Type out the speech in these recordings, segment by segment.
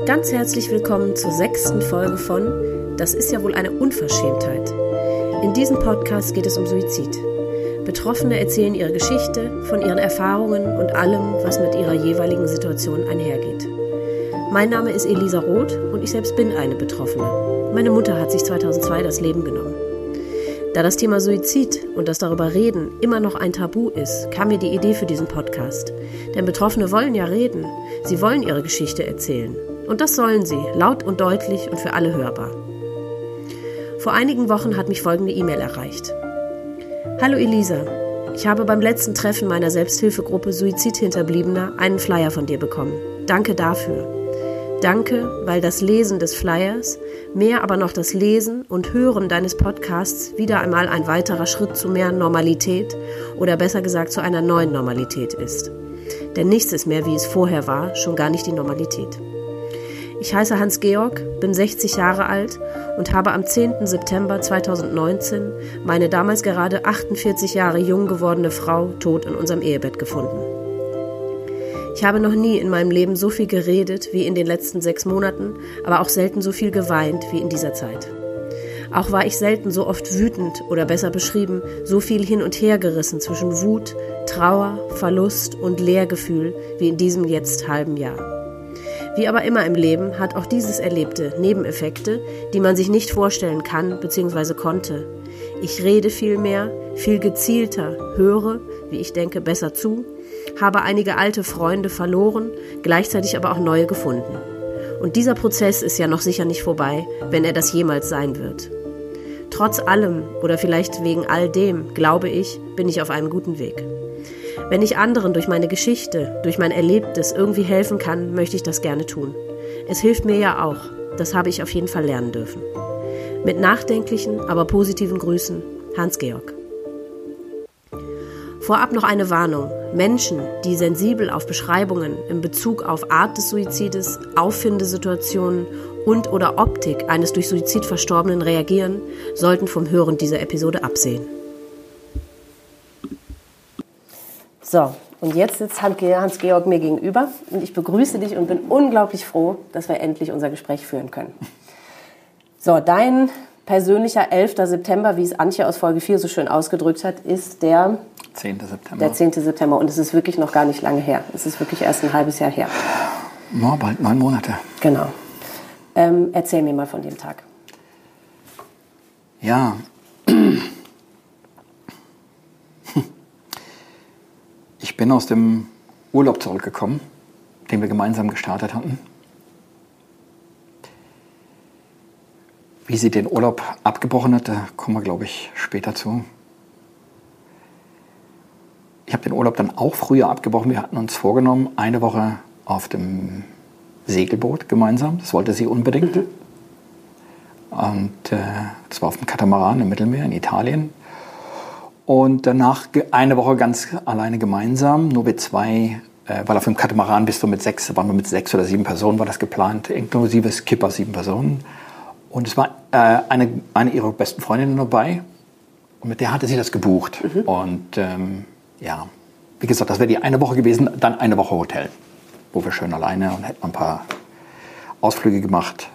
Ganz herzlich willkommen zur 6. Folge von Das ist ja wohl eine Unverschämtheit. In diesem Podcast geht es um Suizid. Betroffene erzählen ihre Geschichte, von ihren Erfahrungen und allem, was mit ihrer jeweiligen Situation einhergeht. Mein Name ist Elisa Roth und ich selbst bin eine Betroffene. Meine Mutter hat sich 2002 das Leben genommen. Da das Thema Suizid und das darüber reden immer noch ein Tabu ist, kam mir die Idee für diesen Podcast. Denn Betroffene wollen ja reden. Sie wollen ihre Geschichte erzählen. Und das sollen sie, laut und deutlich und für alle hörbar. Vor einigen Wochen hat mich folgende E-Mail erreicht. Hallo Elisa, ich habe beim letzten Treffen meiner Selbsthilfegruppe Suizidhinterbliebener einen Flyer von dir bekommen. Danke dafür. Danke, weil das Lesen des Flyers, mehr aber noch das Lesen und Hören deines Podcasts wieder einmal ein weiterer Schritt zu mehr Normalität oder besser gesagt zu einer neuen Normalität ist. Denn nichts ist mehr, wie es vorher war, schon gar nicht die Normalität. Ich heiße Hans-Georg, bin 60 Jahre alt und habe am 10. September 2019 meine damals gerade 48 Jahre jung gewordene Frau tot in unserem Ehebett gefunden. Ich habe noch nie in meinem Leben so viel geredet wie in den letzten 6 Monaten, aber auch selten so viel geweint wie in dieser Zeit. Auch war ich selten so oft wütend oder besser beschrieben, so viel hin und her gerissen zwischen Wut, Trauer, Verlust und Leergefühl wie in diesem jetzt halben Jahr. Wie aber immer im Leben hat auch dieses Erlebte Nebeneffekte, die man sich nicht vorstellen kann bzw. konnte. Ich rede viel mehr, viel gezielter, höre, wie ich denke, besser zu, habe einige alte Freunde verloren, gleichzeitig aber auch neue gefunden. Und dieser Prozess ist ja noch sicher nicht vorbei, wenn er das jemals sein wird. Trotz allem oder vielleicht wegen all dem, glaube ich, bin ich auf einem guten Weg. Wenn ich anderen durch meine Geschichte, durch mein Erlebtes irgendwie helfen kann, möchte ich das gerne tun. Es hilft mir ja auch, das habe ich auf jeden Fall lernen dürfen. Mit nachdenklichen, aber positiven Grüßen, Hans-Georg. Vorab noch eine Warnung. Menschen, die sensibel auf Beschreibungen in Bezug auf Art des Suizides, Auffindesituationen und oder Optik eines durch Suizid Verstorbenen reagieren, sollten vom Hören dieser Episode absehen. So, und jetzt sitzt Hans-Georg mir gegenüber und ich begrüße dich und bin unglaublich froh, dass wir endlich unser Gespräch führen können. So, dein persönlicher 11. September, wie es Antje aus Folge 4 so schön ausgedrückt hat, ist der 10. September. Der 10. September und es ist wirklich noch gar nicht lange her. Es ist wirklich erst ein halbes Jahr her. Ja, bald 9 Monate. Genau. Erzähl mir mal von dem Tag. Ja. Ich bin aus dem Urlaub zurückgekommen, den wir gemeinsam gestartet hatten. Wie sie den Urlaub abgebrochen hat, da kommen wir, glaube ich, später zu. Ich habe den Urlaub dann auch früher abgebrochen. Wir hatten uns vorgenommen, eine Woche auf dem Segelboot gemeinsam. Das wollte sie unbedingt. Und das war auf dem Katamaran im Mittelmeer in Italien. Und danach eine Woche ganz alleine gemeinsam, nur mit 2, weil auf dem Katamaran bist du mit 6, waren wir mit 6 oder 7 Personen, war das geplant, inklusive Skipper 7 Personen. Und es war eine ihrer besten Freundinnen dabei. Und mit der hatte sie das gebucht. Und ja, wie gesagt, das wäre die eine Woche gewesen, dann eine Woche Hotel, wo wir schön alleine und hätten ein paar Ausflüge gemacht.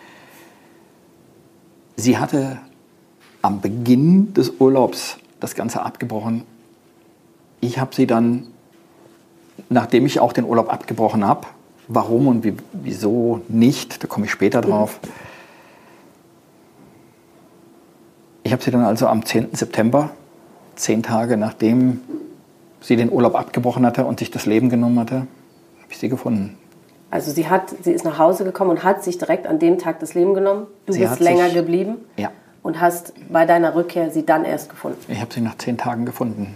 Sie hatte am Beginn des Urlaubs das Ganze abgebrochen. Ich habe sie dann, nachdem ich auch den Urlaub abgebrochen habe, warum und wieso nicht, da komme ich später drauf. Ich habe sie dann also am 10. September, 10 Tage nachdem sie den Urlaub abgebrochen hatte und sich das Leben genommen hatte, habe ich sie gefunden. Also sie ist nach Hause gekommen und hat sich direkt an dem Tag das Leben genommen. Du bist länger geblieben und hast bei deiner Rückkehr sie dann erst gefunden. Ich habe sie nach 10 Tagen gefunden.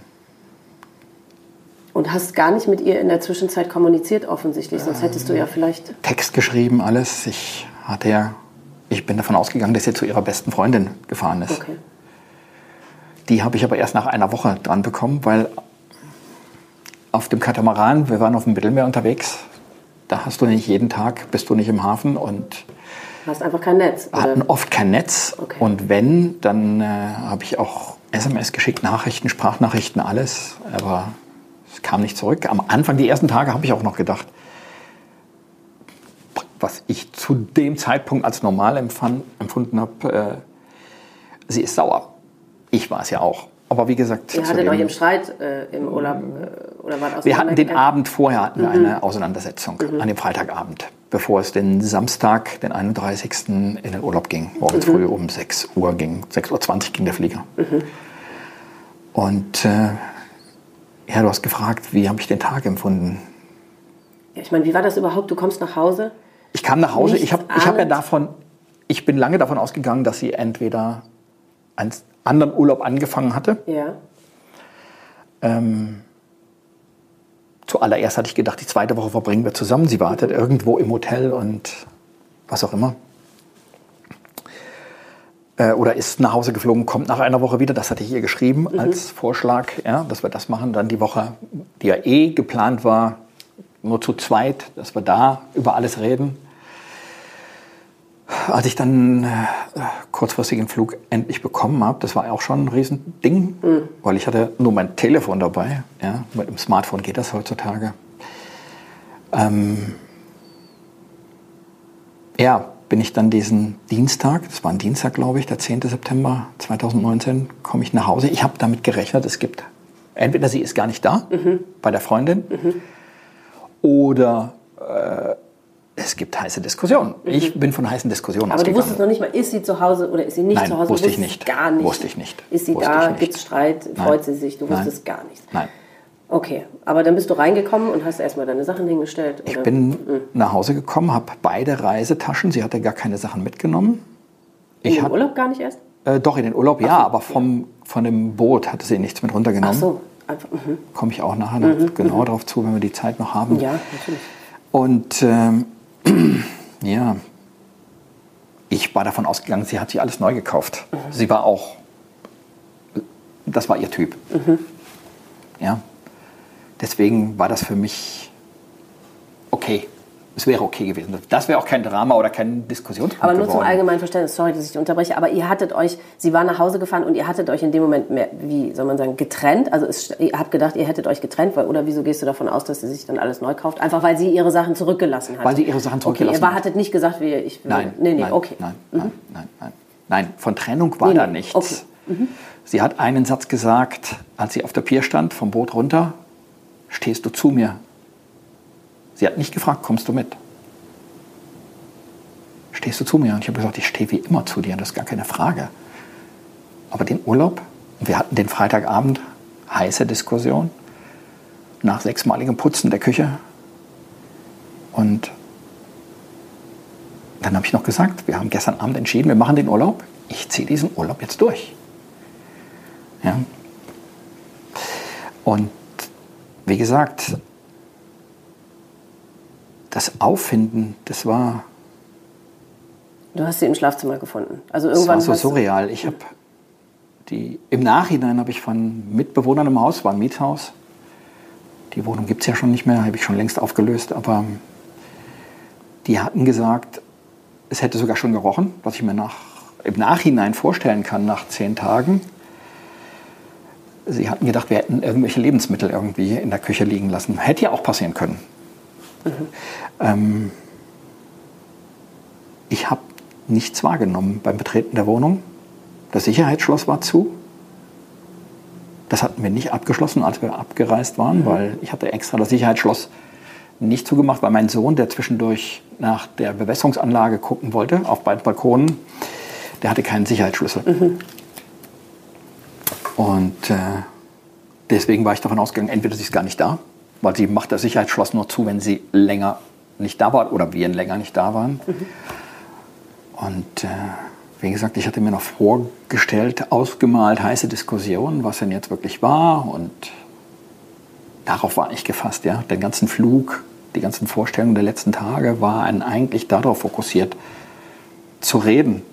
Und hast gar nicht mit ihr in der Zwischenzeit kommuniziert offensichtlich, sonst hättest du ja vielleicht... Text geschrieben, alles. Ich bin davon ausgegangen, dass sie zu ihrer besten Freundin gefahren ist. Okay. Die habe ich aber erst nach einer Woche dran bekommen, weil auf dem Katamaran, wir waren auf dem Mittelmeer unterwegs, da hast du nicht jeden Tag, bist du nicht im Hafen und hast einfach kein Netz. Wir hatten oft kein Netz. Okay. Und wenn, dann habe ich auch SMS geschickt, Nachrichten, Sprachnachrichten, alles. Aber es kam nicht zurück. Am Anfang, die ersten Tage, habe ich auch noch gedacht, was ich zu dem Zeitpunkt als normal empfunden habe, sie ist sauer. Ich war es ja auch. Aber wie gesagt... Ihr hattet euch im Streit im Urlaub? Oder war wir hatten den Abend vorher hatten wir eine Auseinandersetzung, an dem Freitagabend, bevor es den Samstag, den 31. in den Urlaub ging. Morgens früh um 6 Uhr 6:20 Uhr ging der Flieger. Und ja, du hast gefragt, wie habe ich den Tag empfunden? Ja, ich meine, wie war das überhaupt? Du kommst nach Hause? Ich kam nach Hause, ich bin lange davon ausgegangen, dass sie entweder einen anderen Urlaub angefangen hatte. Ja. Zuallererst hatte ich gedacht, die zweite Woche verbringen wir zusammen. Sie wartet irgendwo im Hotel und was auch immer. Oder ist nach Hause geflogen, kommt nach einer Woche wieder. Das hatte ich ihr geschrieben als Vorschlag, ja, dass wir das machen. Dann die Woche, die ja geplant war, nur zu zweit, dass wir da über alles reden. Als ich dann kurzfristig den Flug endlich bekommen habe, das war auch schon ein Riesending, weil ich hatte nur mein Telefon dabei. Ja, mit dem Smartphone geht das heutzutage. Bin ich dann diesen Dienstag, das war ein Dienstag, glaube ich, der 10. September 2019, komme ich nach Hause. Ich habe damit gerechnet, es gibt, entweder sie ist gar nicht da, bei der Freundin, oder es gibt heiße Diskussionen. Ich bin von heißen Diskussionen ausgegangen. Aber du wusstest noch nicht mal, ist sie zu Hause oder ist sie nicht zu Hause? Wusste ich nicht. Gar nicht. Wusste ich nicht. Ist sie da? Gibt es Streit? Freut sie sich? Du wusstest gar nichts. Nein. Okay, aber dann bist du reingekommen und hast erstmal deine Sachen hingestellt? Oder? Ich bin nach Hause gekommen, habe beide Reisetaschen, sie hatte gar keine Sachen mitgenommen. In den Urlaub gar nicht erst? Doch, in den Urlaub, ja, aber von dem Boot hatte sie nichts mit runtergenommen. Ach so, einfach. Komme ich auch nachher noch genauer drauf zu, wenn wir die Zeit noch haben. Ja, natürlich. Und ja, ich war davon ausgegangen, sie hat sich alles neu gekauft. Sie war auch, das war ihr Typ. Ja, deswegen war das für mich okay. Es wäre okay gewesen. Das wäre auch kein Drama oder kein Diskussionspunkt Aber nur geworden. zum allgemeinen Verständnis, sorry, dass ich dich unterbreche, aber ihr hattet euch, sie war nach Hause gefahren und ihr hattet euch in dem Moment mehr, wie soll man sagen, getrennt? Also ihr habt gedacht, ihr hättet euch getrennt, oder wieso gehst du davon aus, dass sie sich dann alles neu kauft? Einfach, weil sie ihre Sachen zurückgelassen hat? Weil sie ihre Sachen zurückgelassen hat. Okay, ihr hattet nicht gesagt, wie ich will. Nein, nee, okay. Nein, von Trennung war da nichts. Okay. Sie hat einen Satz gesagt, als sie auf der Pier stand, vom Boot runter, stehst du zu mir? Sie hat nicht gefragt, kommst du mit? Stehst du zu mir? Und ich habe gesagt, ich stehe wie immer zu dir, das ist gar keine Frage. Aber den Urlaub, wir hatten den Freitagabend, heiße Diskussion, nach 6-maligem Putzen der Küche. Und dann habe ich noch gesagt, wir haben gestern Abend entschieden, wir machen den Urlaub. Ich ziehe diesen Urlaub jetzt durch. Ja. Und wie gesagt, das Auffinden, das war... Du hast sie im Schlafzimmer gefunden. Also irgendwann das war so surreal. Ich habe im Nachhinein habe ich von Mitbewohnern im Haus, war ein Mietshaus. Die Wohnung gibt es ja schon nicht mehr, habe ich schon längst aufgelöst, aber die hatten gesagt, es hätte sogar schon gerochen, was ich mir im Nachhinein vorstellen kann, nach 10 Tagen. Sie hatten gedacht, wir hätten irgendwelche Lebensmittel irgendwie in der Küche liegen lassen. Hätte ja auch passieren können. Ich habe nichts wahrgenommen beim Betreten der Wohnung. Das Sicherheitsschloss war zu. Das hatten wir nicht abgeschlossen, als wir abgereist waren, weil ich hatte extra das Sicherheitsschloss nicht zugemacht, weil mein Sohn, der zwischendurch nach der Bewässerungsanlage gucken wollte, auf beiden Balkonen, der hatte keinen Sicherheitsschlüssel. Und deswegen war ich davon ausgegangen, entweder sie ist gar nicht da, weil sie macht das Sicherheitsschloss nur zu, wenn sie länger nicht da war oder wir länger nicht da waren. Und wie gesagt, ich hatte mir noch vorgestellt, ausgemalt, heiße Diskussionen, was denn jetzt wirklich war. Und darauf war ich gefasst. Ja. Den ganzen Flug, die ganzen Vorstellungen der letzten Tage waren eigentlich darauf fokussiert, zu reden.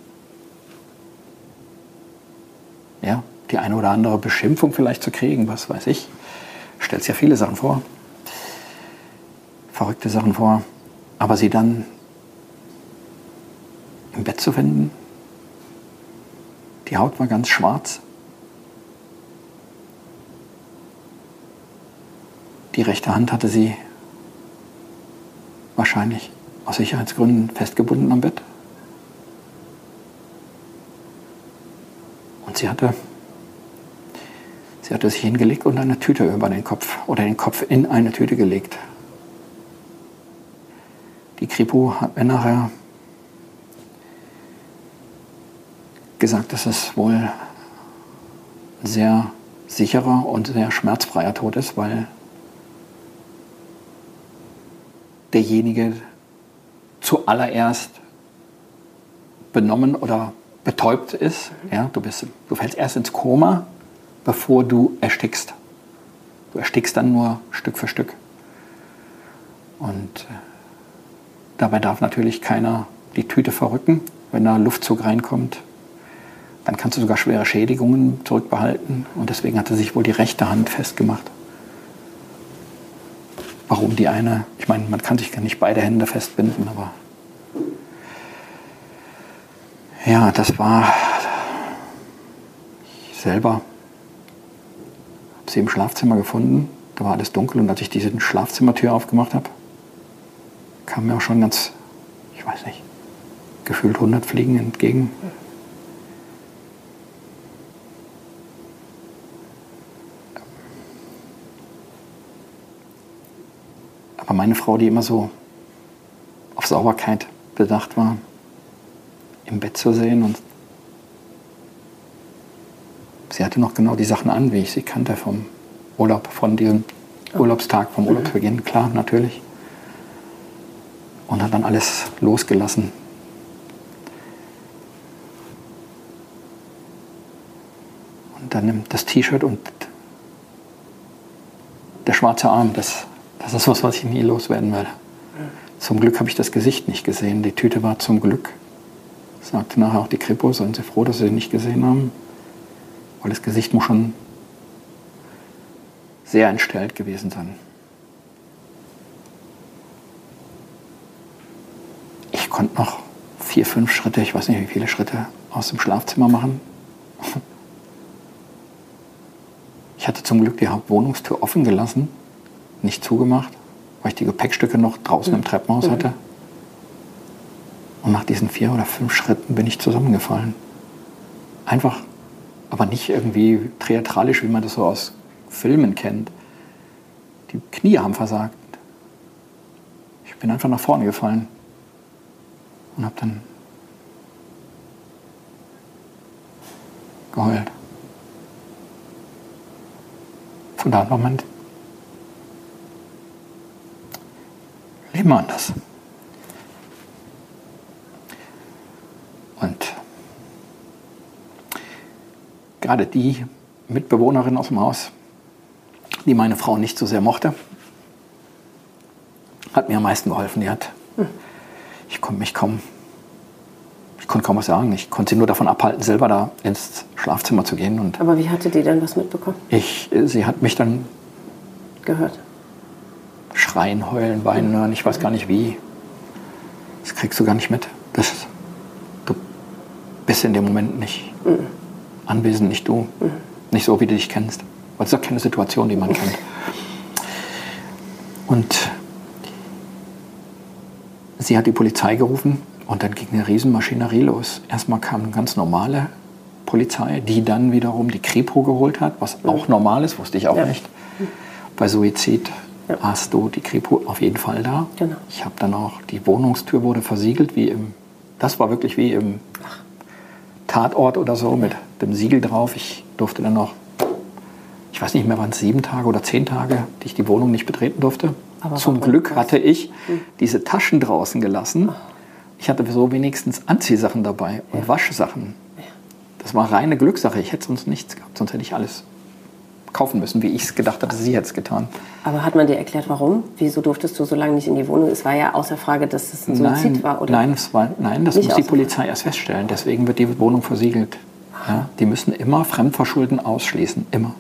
Ja, die eine oder andere Beschimpfung vielleicht zu kriegen, was weiß ich. Stellt ja viele Sachen vor. Verrückte Sachen vor. Aber sie dann im Bett zu finden, die Haut war ganz schwarz. Die rechte Hand hatte sie wahrscheinlich aus Sicherheitsgründen festgebunden am Bett. Und sie hatte sich hingelegt und eine Tüte über den Kopf oder den Kopf in eine Tüte gelegt. Die Kripo hat mir nachher gesagt, dass es wohl ein sehr sicherer und sehr schmerzfreier Tod ist, weil derjenige zuallererst benommen oder betäubt ist. Ja, du fällst erst ins Koma, bevor du erstickst. Du erstickst dann nur Stück für Stück. Und dabei darf natürlich keiner die Tüte verrücken. Wenn da Luftzug reinkommt, dann kannst du sogar schwere Schädigungen zurückbehalten. Und deswegen hatte sich wohl die rechte Hand festgemacht. Warum die eine? Ich meine, man kann sich gar nicht beide Hände festbinden, aber ja, das war ich selber. Habe sie im Schlafzimmer gefunden. Da war alles dunkel und als ich diese Schlafzimmertür aufgemacht habe, kamen mir auch schon ganz, ich weiß nicht, gefühlt 100 Fliegen entgegen. Aber meine Frau, die immer so auf Sauberkeit bedacht war, im Bett zu sehen und sie hatte noch genau die Sachen an, wie ich sie kannte vom Urlaub, von diesem Urlaubstag, vom Urlaubsbeginn, klar, natürlich. Und hat dann alles losgelassen. Und dann nimmt das T-Shirt und der schwarze Arm, das ist was ich nie loswerden werde. Zum Glück habe ich das Gesicht nicht gesehen. Die Tüte war zum Glück, sagte nachher auch die Kripo, seien Sie froh, dass Sie sie nicht gesehen haben. Weil das Gesicht muss schon sehr entstellt gewesen sein. Ich konnte noch 4, 5 Schritte, ich weiß nicht wie viele Schritte, aus dem Schlafzimmer machen. Ich hatte zum Glück die Hauptwohnungstür offen gelassen, nicht zugemacht, weil ich die Gepäckstücke noch draußen im Treppenhaus hatte. Und nach diesen 4 oder 5 Schritten bin ich zusammengefallen. Einfach, aber nicht irgendwie theatralisch, wie man das so aus Filmen kennt. Die Knie haben versagt. Ich bin einfach nach vorne gefallen und habe dann geheult. Von da an war mein Leben anders. Und gerade die Mitbewohnerin aus dem Haus, die meine Frau nicht so sehr mochte, hat mir am meisten geholfen. Ich konnte kaum was sagen. Ich konnte sie nur davon abhalten, selber da ins Schlafzimmer zu gehen. Und aber wie hatte die denn was mitbekommen? Sie hat mich dann gehört. Schreien, heulen, weinen hören. Ich weiß gar nicht wie. Das kriegst du gar nicht mit. Du bist in dem Moment nicht anwesend, nicht du. Nicht so, wie du dich kennst. Weil es ist doch keine Situation, die man kennt. Und sie hat die Polizei gerufen und dann ging eine Riesenmaschinerie los. Erstmal kam eine ganz normale Polizei, die dann wiederum die Kripo geholt hat, was auch normal ist, wusste ich auch nicht. Bei Suizid hast du die Kripo auf jeden Fall da. Genau. Ich habe dann auch, die Wohnungstür wurde versiegelt, das war wirklich wie im Tatort oder so, mit dem Siegel drauf. Ich durfte dann noch, ich weiß nicht mehr, waren es 7 Tage oder 10 Tage, die ich die Wohnung nicht betreten durfte. Aber zum Glück hatte ich diese Taschen draußen gelassen. Ich hatte so wenigstens Anziehsachen dabei und Waschsachen. Das war reine Glückssache. Ich hätte sonst nichts gehabt, sonst hätte ich alles kaufen müssen, wie ich es gedacht hatte, sie hätte es getan. Aber hat man dir erklärt, warum? Wieso durftest du so lange nicht in die Wohnung? Es war ja außer Frage, dass es ein Suizid war, oder? Nein, das muss die Polizei erst feststellen. Deswegen wird die Wohnung versiegelt. Ja, die müssen immer Fremdverschulden ausschließen, immer.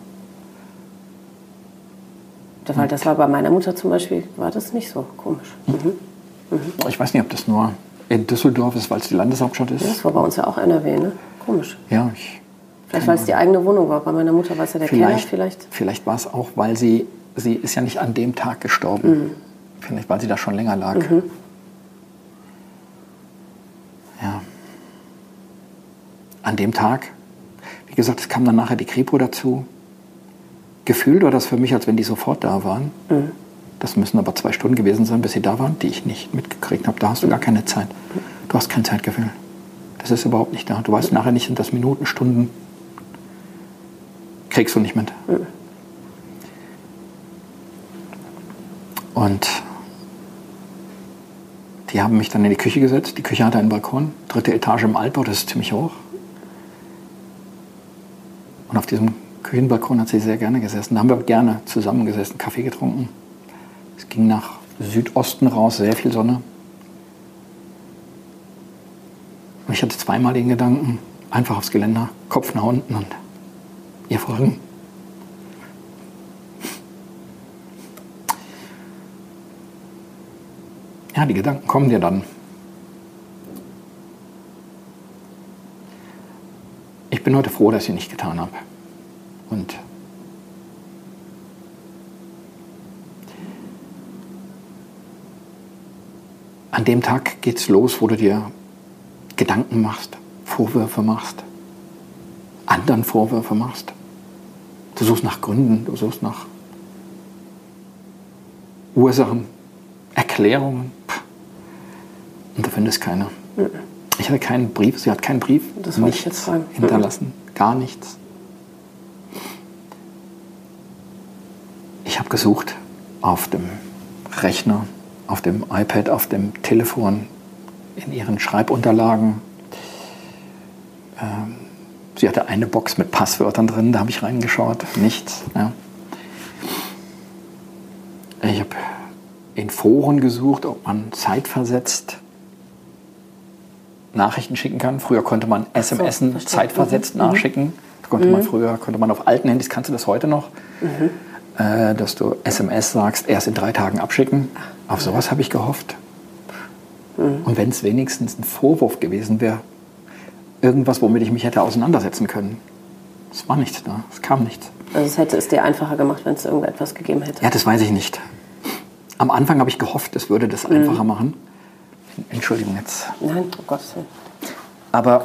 Weil das war bei meiner Mutter zum Beispiel, war das nicht so komisch. Ich weiß nicht, ob das nur in Düsseldorf ist, weil es die Landeshauptstadt ist. Ja, das war bei uns ja auch NRW, ne? Komisch. Ja, vielleicht, weil es die eigene Wohnung war. Bei meiner Mutter war es ja der Keller vielleicht. Vielleicht war es auch, weil sie ist ja nicht an dem Tag gestorben. Vielleicht, weil sie da schon länger lag. an dem Tag, wie gesagt, es kam dann nachher die Kripo dazu. Gefühlt war das für mich, als wenn die sofort da waren. Das müssen aber 2 Stunden gewesen sein, bis sie da waren, die ich nicht mitgekriegt habe. Da hast du gar keine Zeit. Du hast kein Zeitgefühl. Das ist überhaupt nicht da. Du weißt nachher nicht, sind das Minuten, Stunden. Kriegst du nicht mit. Und die haben mich dann in die Küche gesetzt. Die Küche hatte einen Balkon, 3. Etage im Altbau, das ist ziemlich hoch. Und auf diesem Küchenbalkon hat sie sehr gerne gesessen. Da haben wir gerne zusammengesessen, Kaffee getrunken. Es ging nach Südosten raus, sehr viel Sonne. Und ich hatte zweimal den Gedanken, einfach aufs Geländer, Kopf nach unten und ihr folgen. Ja, die Gedanken kommen dir dann. Ich bin heute froh, dass ich nicht getan habe. Und an dem Tag geht's los, wo du dir Gedanken machst, Vorwürfe machst, anderen Vorwürfe machst. Du suchst nach Gründen, du suchst nach Ursachen, Erklärungen. Und du findest keine. Ich hatte keinen Brief, sie hat keinen Brief, das wollte ich jetzt fragen. Hinterlassen, gar nichts. Ich habe gesucht auf dem Rechner, auf dem iPad, auf dem Telefon, in ihren Schreibunterlagen. Sie hatte eine Box mit Passwörtern drin, da habe ich reingeschaut, nichts. Ja. Ich habe in Foren gesucht, ob man zeitversetzt Nachrichten schicken kann. Früher konnte man SMS zeitversetzt nachschicken. Konnte man auf alten Handys, kannst du das heute noch, dass du SMS sagst, erst in 3 Tagen abschicken. Auf sowas habe ich gehofft. Und wenn es wenigstens ein Vorwurf gewesen wäre, irgendwas, womit ich mich hätte auseinandersetzen können. Es war nichts da, es kam nichts. Also es hätte es dir einfacher gemacht, wenn es irgendetwas gegeben hätte? Ja, das weiß ich nicht. Am Anfang habe ich gehofft, es würde das einfacher machen. Entschuldigung jetzt. Nein, oh Gottes Willen. Aber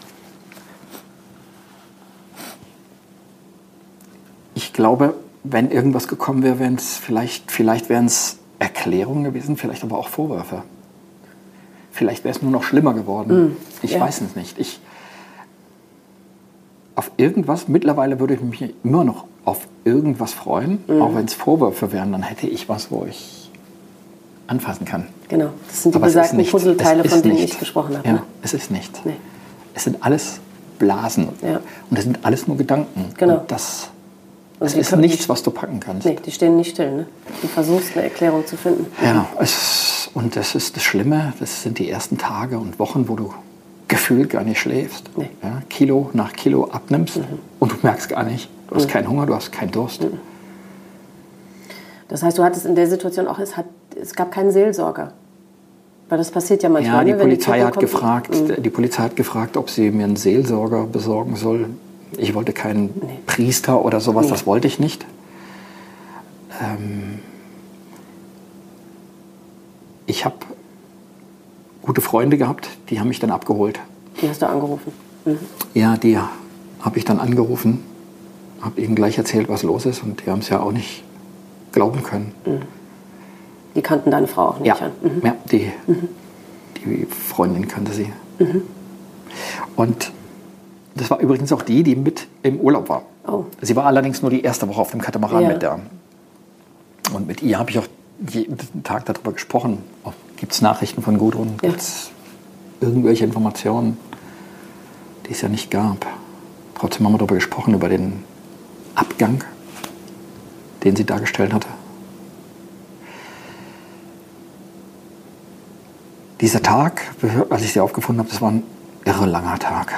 ich glaube, wenn irgendwas gekommen wäre, wären es vielleicht wären es Erklärungen gewesen, vielleicht aber auch Vorwürfe. Vielleicht wäre es nur noch schlimmer geworden. Ich weiß es nicht. Auf irgendwas, mittlerweile würde ich mich immer noch auf irgendwas freuen, auch wenn es Vorwürfe wären, dann hätte ich was, wo ich anfassen kann. Genau, das sind die besagten Puzzleteile, von denen ich gesprochen habe. Ja, ne? es ist nicht. Nee. Es sind alles Blasen. Ja. Und es sind alles nur Gedanken. Genau. Und das ist nichts, was du packen kannst. Nee, die stehen nicht still. Ne? Du versuchst, eine Erklärung zu finden. Ja, und das ist das Schlimme. Das sind die ersten Tage und Wochen, wo du gefühlt gar nicht schläfst. Nee. Ja, Kilo nach Kilo abnimmst und du merkst gar nicht. Du hast keinen Hunger, du hast keinen Durst. Das heißt, du hattest in der Situation auch, es gab keinen Seelsorger. Weil das passiert ja manchmal. Ja, die Polizei hat gefragt, ob sie mir einen Seelsorger besorgen soll. Ich wollte keinen Priester oder sowas, das wollte ich nicht. Ich habe gute Freunde gehabt, die haben mich dann abgeholt. Die hast du angerufen? Ja, die habe ich dann angerufen, habe ihnen gleich erzählt, was los ist und die haben es ja auch nicht glauben können. Die kannten deine Frau auch nicht an? Ja, die Freundin kannte sie. Und das war übrigens auch die mit im Urlaub war. Oh. Sie war allerdings nur die erste Woche auf dem Katamaran mit da. Und mit ihr habe ich auch jeden Tag darüber gesprochen. Gibt es Nachrichten von Gudrun? Ja. Gibt es irgendwelche Informationen, die es ja nicht gab? Trotzdem haben wir darüber gesprochen, über den Abgang, den sie dargestellt hatte. Dieser Tag, als ich sie aufgefunden habe, das war ein irre langer Tag.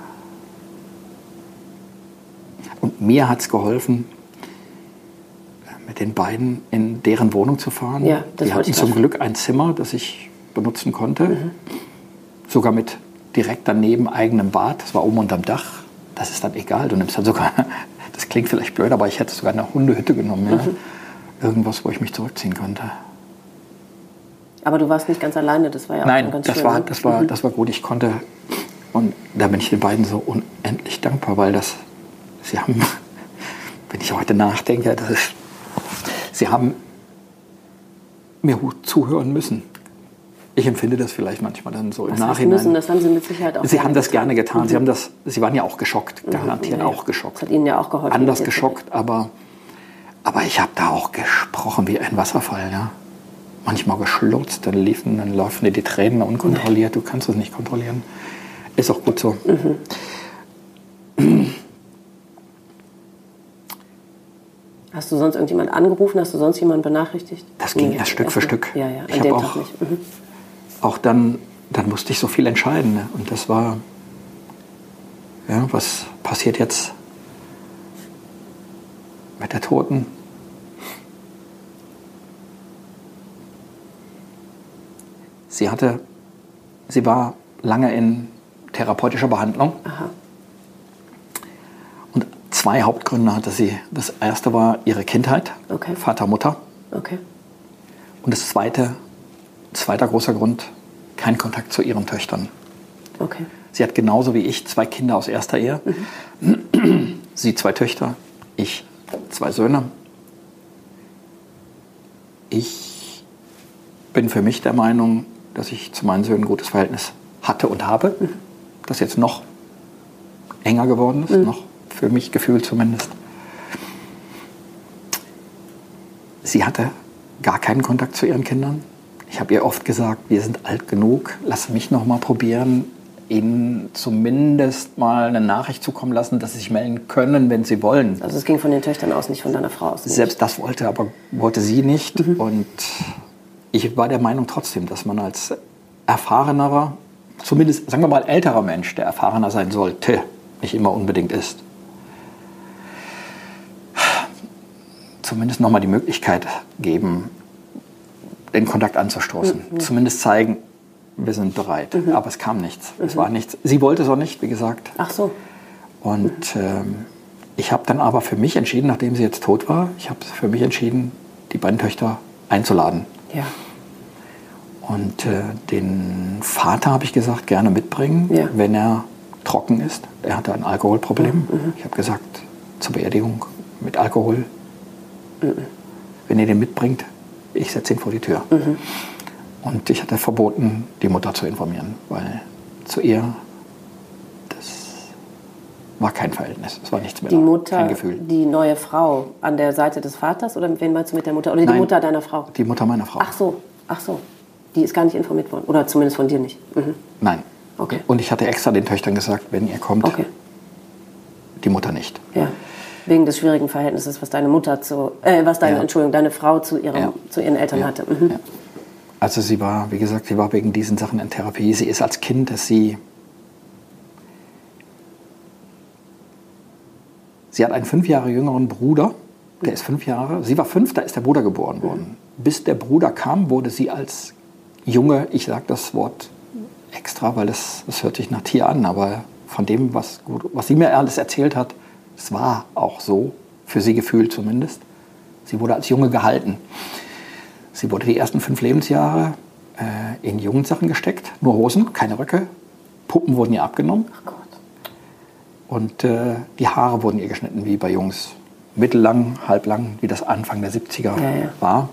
Und mir hat es geholfen, mit den beiden in deren Wohnung zu fahren. Ja, die hatten zum Glück ein Zimmer, das ich benutzen konnte. Sogar mit direkt daneben eigenem Bad. Das war oben unterm Dach. Das ist dann egal. Du nimmst dann sogar, das klingt vielleicht blöd, aber ich hätte sogar eine Hundehütte genommen. Ja? Irgendwas, wo ich mich zurückziehen konnte. Aber du warst nicht ganz alleine, das war ja auch ganz schön. Nein, das war gut. Ich konnte Und da bin ich den beiden so unendlich dankbar, weil sie haben, wenn ich heute nachdenke, sie haben mir zuhören müssen. Ich empfinde das vielleicht manchmal dann so im Nachhinein. Müssen, das haben Sie mit Sicherheit auch. Sie haben das gerne getan. Sie waren ja auch geschockt, garantiert auch geschockt. Das hat Ihnen ja auch geholfen. Anders geschockt, aber ich habe da auch gesprochen wie ein Wasserfall, ja. Manchmal geschlurzt, dann laufen dir die Tränen unkontrolliert. Du kannst es nicht kontrollieren. Ist auch gut so. Hast du sonst irgendjemand angerufen? Hast du sonst jemanden benachrichtigt? Das ging erst Stück für Stück. Ja, ich habe auch dann musste ich so viel entscheiden. Ne? Und das war, ja, was passiert jetzt mit der Toten? Sie war lange in therapeutischer Behandlung. Aha. Und 2 Hauptgründe hatte sie. Das erste war ihre Kindheit, okay. Vater, Mutter. Okay. Und das zweiter großer Grund, kein Kontakt zu ihren Töchtern. Okay. Sie hat genauso wie ich 2 Kinder aus erster Ehe. Sie 2 Töchter, ich 2 Söhne. Ich bin für mich der Meinung, dass ich zu meinen Söhnen ein gutes Verhältnis hatte und habe. Das jetzt noch enger geworden ist, noch für mich gefühlt zumindest. Sie hatte gar keinen Kontakt zu ihren Kindern. Ich habe ihr oft gesagt, wir sind alt genug, lass mich noch mal probieren, ihnen zumindest mal eine Nachricht zukommen lassen, dass sie sich melden können, wenn sie wollen. Also es ging von den Töchtern aus, nicht von deiner Frau aus? Nicht. Selbst das wollte sie nicht. Und ich war der Meinung trotzdem, dass man als erfahrenerer, zumindest sagen wir mal älterer Mensch, der erfahrener sein sollte, nicht immer unbedingt ist, zumindest noch mal die Möglichkeit geben, den Kontakt anzustoßen. Zumindest zeigen, wir sind bereit. Aber es kam nichts. Es war nichts. Sie wollte es auch nicht, wie gesagt. Ach so. Und ich habe dann aber für mich entschieden, nachdem sie jetzt tot war, die beiden Töchter einzuladen. Ja. Und den Vater habe ich gesagt, gerne mitbringen, wenn er trocken ist. Er hatte ein Alkoholproblem. Ich habe gesagt, zur Beerdigung mit Alkohol. Wenn ihr den mitbringt, ich setze ihn vor die Tür. Und ich hatte verboten, die Mutter zu informieren, weil zu ihr, das war kein Verhältnis. Es war nichts mehr. Die Mutter, kein Gefühl. Die neue Frau an der Seite des Vaters? Oder wen meinst du mit der Mutter? Oder die Mutter deiner Frau? Die Mutter meiner Frau. Ach so. Die ist gar nicht informiert worden. Oder zumindest von dir nicht. Nein. Okay. Und ich hatte extra den Töchtern gesagt, wenn ihr kommt, die Mutter nicht. Ja. Wegen des schwierigen Verhältnisses, was deine Frau zu ihren Eltern hatte. Ja. Also sie war, wie gesagt, wegen diesen Sachen in Therapie. Sie ist als Kind, sie hat einen 5 Jahre jüngeren Bruder, der ist 5 Jahre. Sie war 5, da ist der Bruder geboren worden. Bis der Bruder kam, wurde sie als Junge, ich sage das Wort extra, weil das hört sich nach Tier an, aber von dem, was sie mir alles erzählt hat, es war auch so, für sie gefühlt zumindest. Sie wurde als Junge gehalten. Sie wurde die ersten 5 Lebensjahre in Jugendsachen gesteckt. Nur Hosen, keine Röcke. Puppen wurden ihr abgenommen. Ach Gott. Und die Haare wurden ihr geschnitten, wie bei Jungs. Mittellang, halblang, wie das Anfang der 70er war.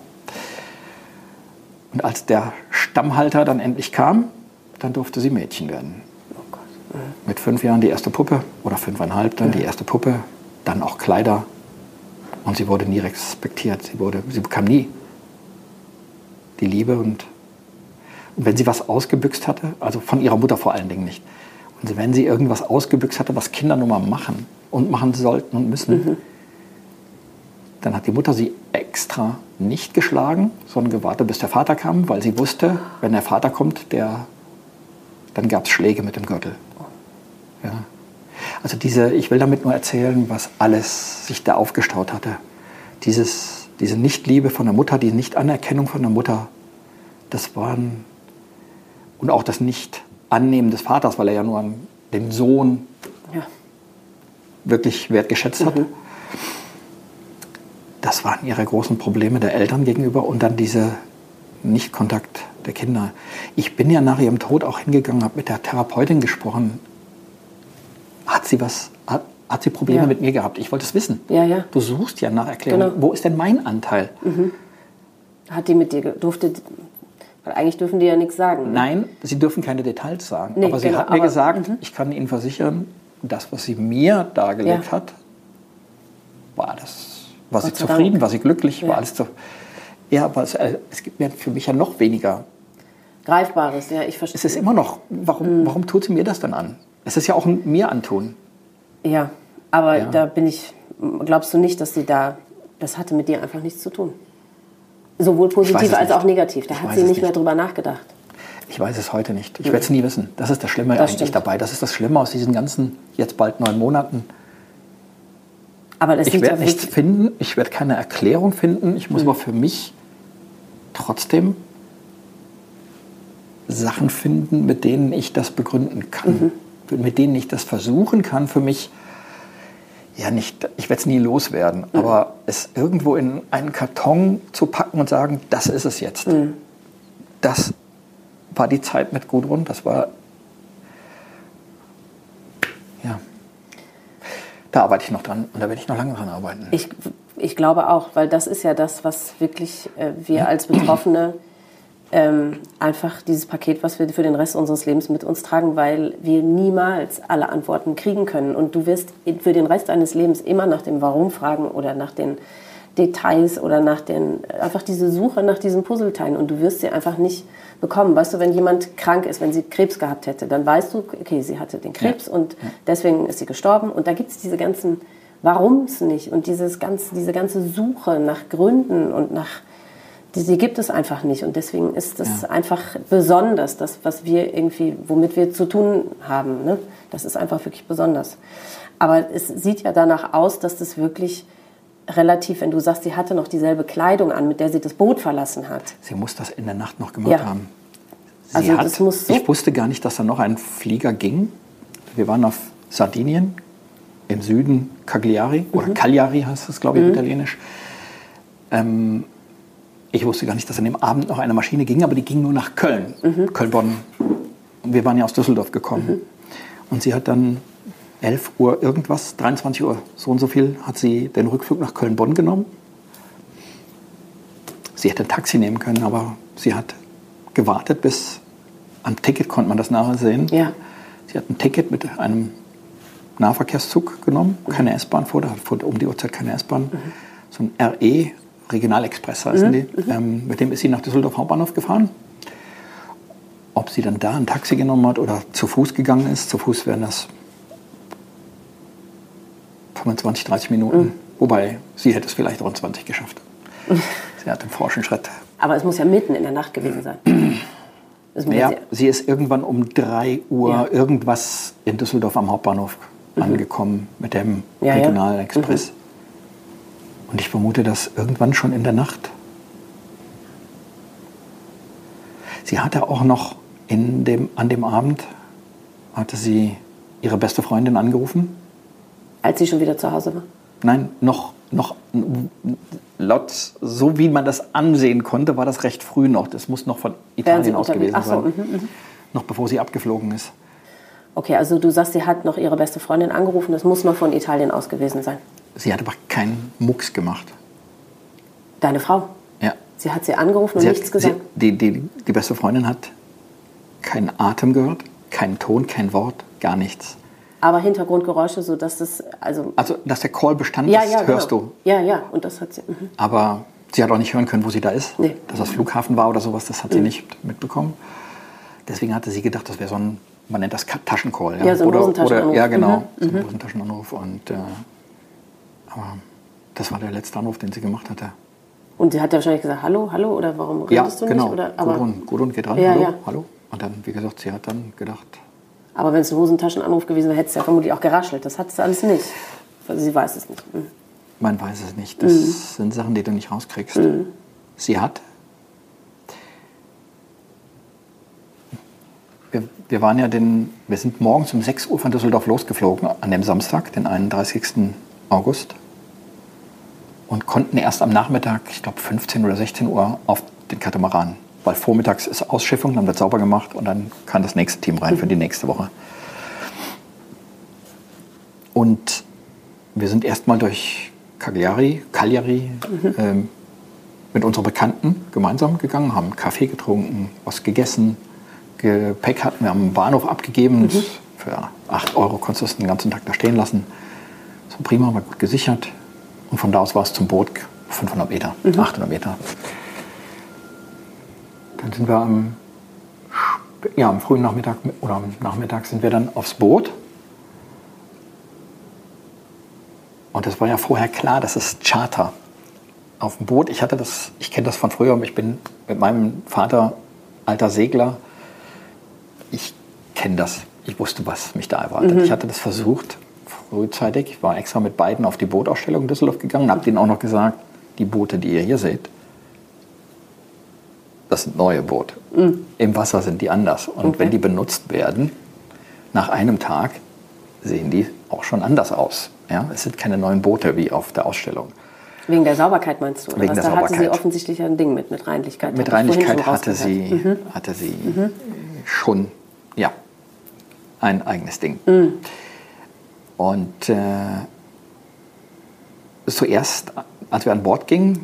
Und als der Stammhalter dann endlich kam, dann durfte sie Mädchen werden. Oh Gott. Mit 5 Jahren die erste Puppe oder 5,5 dann die erste Puppe, dann auch Kleider. Und sie wurde nie respektiert. Sie bekam nie die Liebe. Und wenn sie was ausgebüxt hatte, also von ihrer Mutter vor allen Dingen nicht, und wenn sie irgendwas ausgebüxt hatte, was Kinder nun mal machen und machen sollten und müssen, dann hat die Mutter sie extra nicht geschlagen, sondern gewartet, bis der Vater kam, weil sie wusste, wenn der Vater kommt, dann gab es Schläge mit dem Gürtel. Ja. Also ich will damit nur erzählen, was alles sich da aufgestaut hatte. Diese Nichtliebe von der Mutter, die Nichtanerkennung von der Mutter, und auch das Nicht-Annehmen des Vaters, weil er ja nur den Sohn wirklich wertgeschätzt hat. Das waren ihre großen Probleme der Eltern gegenüber und dann dieser Nichtkontakt der Kinder. Ich bin ja nach ihrem Tod auch hingegangen, habe mit der Therapeutin gesprochen. hat sie Probleme mit mir gehabt? Ich wollte es wissen. Ja, ja. Du suchst ja nach Erklärungen. Genau. Wo ist denn mein Anteil? Hat die mit dir weil eigentlich dürfen die ja nichts sagen. Nein, sie dürfen keine Details sagen. Nee, aber sie hat mir gesagt, ich kann Ihnen versichern, das, was sie mir dargelegt hat, war das, war sie zufrieden, war sie glücklich, war alles so. Ja, aber es gibt mir für mich ja noch weniger Greifbares, ja, ich verstehe. Es ist immer noch, warum tut sie mir das dann an? Es ist ja auch ein mir antun. Ja, aber da glaubst du nicht, dass das hatte mit dir einfach nichts zu tun? Sowohl positiv als auch negativ. Da hat sie nicht mehr drüber nachgedacht. Ich weiß es heute nicht. Ich werde es nie wissen. Das ist das Schlimme eigentlich dabei. Das ist das Schlimme aus diesen ganzen, jetzt bald 9 Monaten. Aber das ich werde nichts finden. Ich werde keine Erklärung finden. Ich muss aber für mich trotzdem Sachen finden, mit denen ich das begründen kann. Mit denen ich das versuchen kann, für mich, ja nicht, ich werde es nie loswerden, aber es irgendwo in einen Karton zu packen und sagen, das ist es jetzt. Das war die Zeit mit Gudrun, das war, ja, da arbeite ich noch dran und da werde ich noch lange dran arbeiten. Ich glaube auch, weil das ist ja das, was wirklich wir als Betroffene einfach dieses Paket, was wir für den Rest unseres Lebens mit uns tragen, weil wir niemals alle Antworten kriegen können. Und du wirst für den Rest deines Lebens immer nach dem Warum fragen oder nach den Details oder einfach diese Suche nach diesen Puzzleteilen. Und du wirst sie einfach nicht bekommen. Weißt du, wenn jemand krank ist, wenn sie Krebs gehabt hätte, dann weißt du, okay, sie hatte den Krebs und deswegen ist sie gestorben. Und da gibt es diese ganzen Warums nicht und diese ganze Suche nach Gründen und die gibt es einfach nicht und deswegen ist das einfach besonders, das, was wir irgendwie, womit wir zu tun haben, ne? Das ist einfach wirklich besonders. Aber es sieht ja danach aus, dass das wirklich relativ, wenn du sagst, sie hatte noch dieselbe Kleidung an, mit der sie das Boot verlassen hat. Sie muss das in der Nacht noch gemacht haben. Ich wusste gar nicht, dass da noch ein Flieger ging. Wir waren auf Sardinien, im Süden Cagliari, oder Cagliari heißt das, glaube ich, italienisch. Ich wusste gar nicht, dass an dem Abend noch eine Maschine ging, aber die ging nur nach Köln. Köln-Bonn. Wir waren ja aus Düsseldorf gekommen. Und sie hat dann 11 Uhr irgendwas, 23 Uhr, so und so viel, hat sie den Rückflug nach Köln-Bonn genommen. Sie hätte ein Taxi nehmen können, aber sie hat gewartet, bis am Ticket konnte man das nachher sehen. Ja. Sie hat ein Ticket mit einem Nahverkehrszug genommen, keine S-Bahn fuhr um die Uhrzeit keine S-Bahn. So ein RE, Regionalexpress heißen die. Mit dem ist sie nach Düsseldorf Hauptbahnhof gefahren. Ob sie dann da ein Taxi genommen hat oder zu Fuß gegangen ist, zu Fuß wären das 25, 30 Minuten. Wobei, sie hätte es vielleicht rund 20 geschafft. Sie hat den forschen Schritt. Aber es muss ja mitten in der Nacht gewesen sein. Ja, sie ist irgendwann um 3 Uhr irgendwas in Düsseldorf am Hauptbahnhof angekommen mit dem Regionalexpress. Und ich vermute, dass irgendwann schon in der Nacht. Sie hatte auch noch an dem Abend, hatte sie ihre beste Freundin angerufen. Als sie schon wieder zu Hause war? Nein, noch laut, so wie man das ansehen konnte, war das recht früh noch. Das muss noch von Italien aus gewesen sein. Noch bevor sie abgeflogen ist. Okay, also du sagst, sie hat noch ihre beste Freundin angerufen, das muss noch von Italien aus gewesen sein. Sie hat aber keinen Mucks gemacht. Deine Frau? Ja. Sie hat sie angerufen und nichts gesagt? Die beste Freundin hat keinen Atem gehört, keinen Ton, kein Wort, gar nichts. Aber Hintergrundgeräusche, sodass das... Also, dass der Call Bestand ist, hörst du. Ja, und das hat sie... Aber sie hat auch nicht hören können, wo sie da ist. Nee. Dass das Flughafen war oder sowas, das hat sie nicht mitbekommen. Deswegen hatte sie gedacht, das wäre so ein, man nennt das Taschencall. Ja, so ein Hosentaschenanruf. Ja, genau, so ein Hosentaschenanruf. Und, aber das war der letzte Anruf, den sie gemacht hatte. Und sie hat ja wahrscheinlich gesagt, hallo, oder warum redest du nicht? Oder, Gudrun geht ran, hallo. Und dann, wie gesagt, sie hat dann gedacht... Aber wenn es ein Hosentaschenanruf gewesen wäre, hätte es ja vermutlich auch geraschelt. Das hat sie alles nicht. Also sie weiß es nicht. Man weiß es nicht. Das sind Sachen, die du nicht rauskriegst. Sie hat... Wir waren ja wir sind morgens um 6 Uhr von Düsseldorf losgeflogen, an dem Samstag, den 31. August. Und konnten erst am Nachmittag, ich glaube 15 oder 16 Uhr, auf den Katamaran. Weil vormittags ist Ausschiffung, dann wird sauber gemacht und dann kann das nächste Team rein für die nächste Woche. Und wir sind erstmal durch Cagliari mit unseren Bekannten gemeinsam gegangen, haben Kaffee getrunken, was gegessen, Gepäck hatten wir am Bahnhof abgegeben. Für 8 € konntest du es den ganzen Tag da stehen lassen. So prima, war gut gesichert. Und von da aus war es zum Boot 500 Meter, 800 Meter. Dann sind wir am frühen Nachmittag oder am Nachmittag sind wir dann aufs Boot. Und es war ja vorher klar, das ist Charter. Auf dem Boot, ich kenne das von früher, ich bin mit meinem Vater alter Segler. Ich kenne das. Ich wusste, was mich da erwartet. Ich hatte das versucht, frühzeitig. Ich war extra mit beiden auf die Bootausstellung in Düsseldorf gegangen und habe denen auch noch gesagt, die Boote, die ihr hier seht, das sind neue Boote. Im Wasser sind die anders. Und wenn die benutzt werden, nach einem Tag sehen die auch schon anders aus. Ja? Es sind keine neuen Boote wie auf der Ausstellung. Wegen der Sauberkeit meinst du? Wegen der Sauberkeit. Hatte sie offensichtlich ein Ding mit Reinlichkeit. Mit Reinlichkeit hatte sie schon ein eigenes Ding. Und zuerst, als wir an Bord gingen,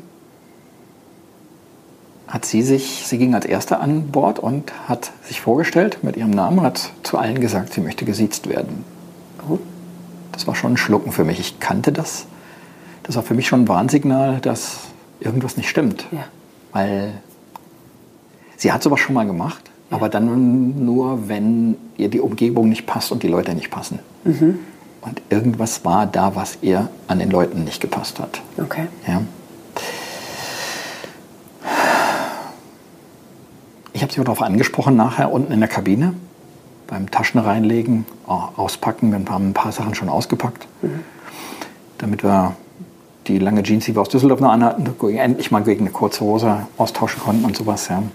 sie ging als Erste an Bord und hat sich vorgestellt mit ihrem Namen und hat zu allen gesagt, sie möchte gesiezt werden. Das war schon ein Schlucken für mich. Ich kannte das. Das war für mich schon ein Warnsignal, dass irgendwas nicht stimmt. Ja. Weil sie hat sowas schon mal gemacht, aber dann nur, wenn ihr die Umgebung nicht passt und die Leute nicht passen. Und irgendwas war da, was ihr an den Leuten nicht gepasst hat. Okay. Ja. Ich habe sie darauf angesprochen nachher unten in der Kabine, beim Taschen reinlegen, auspacken. Wir haben ein paar Sachen schon ausgepackt, damit wir die lange Jeans, die wir aus Düsseldorf noch anhatten, endlich mal gegen eine kurze Hose austauschen konnten und sowas. Ja.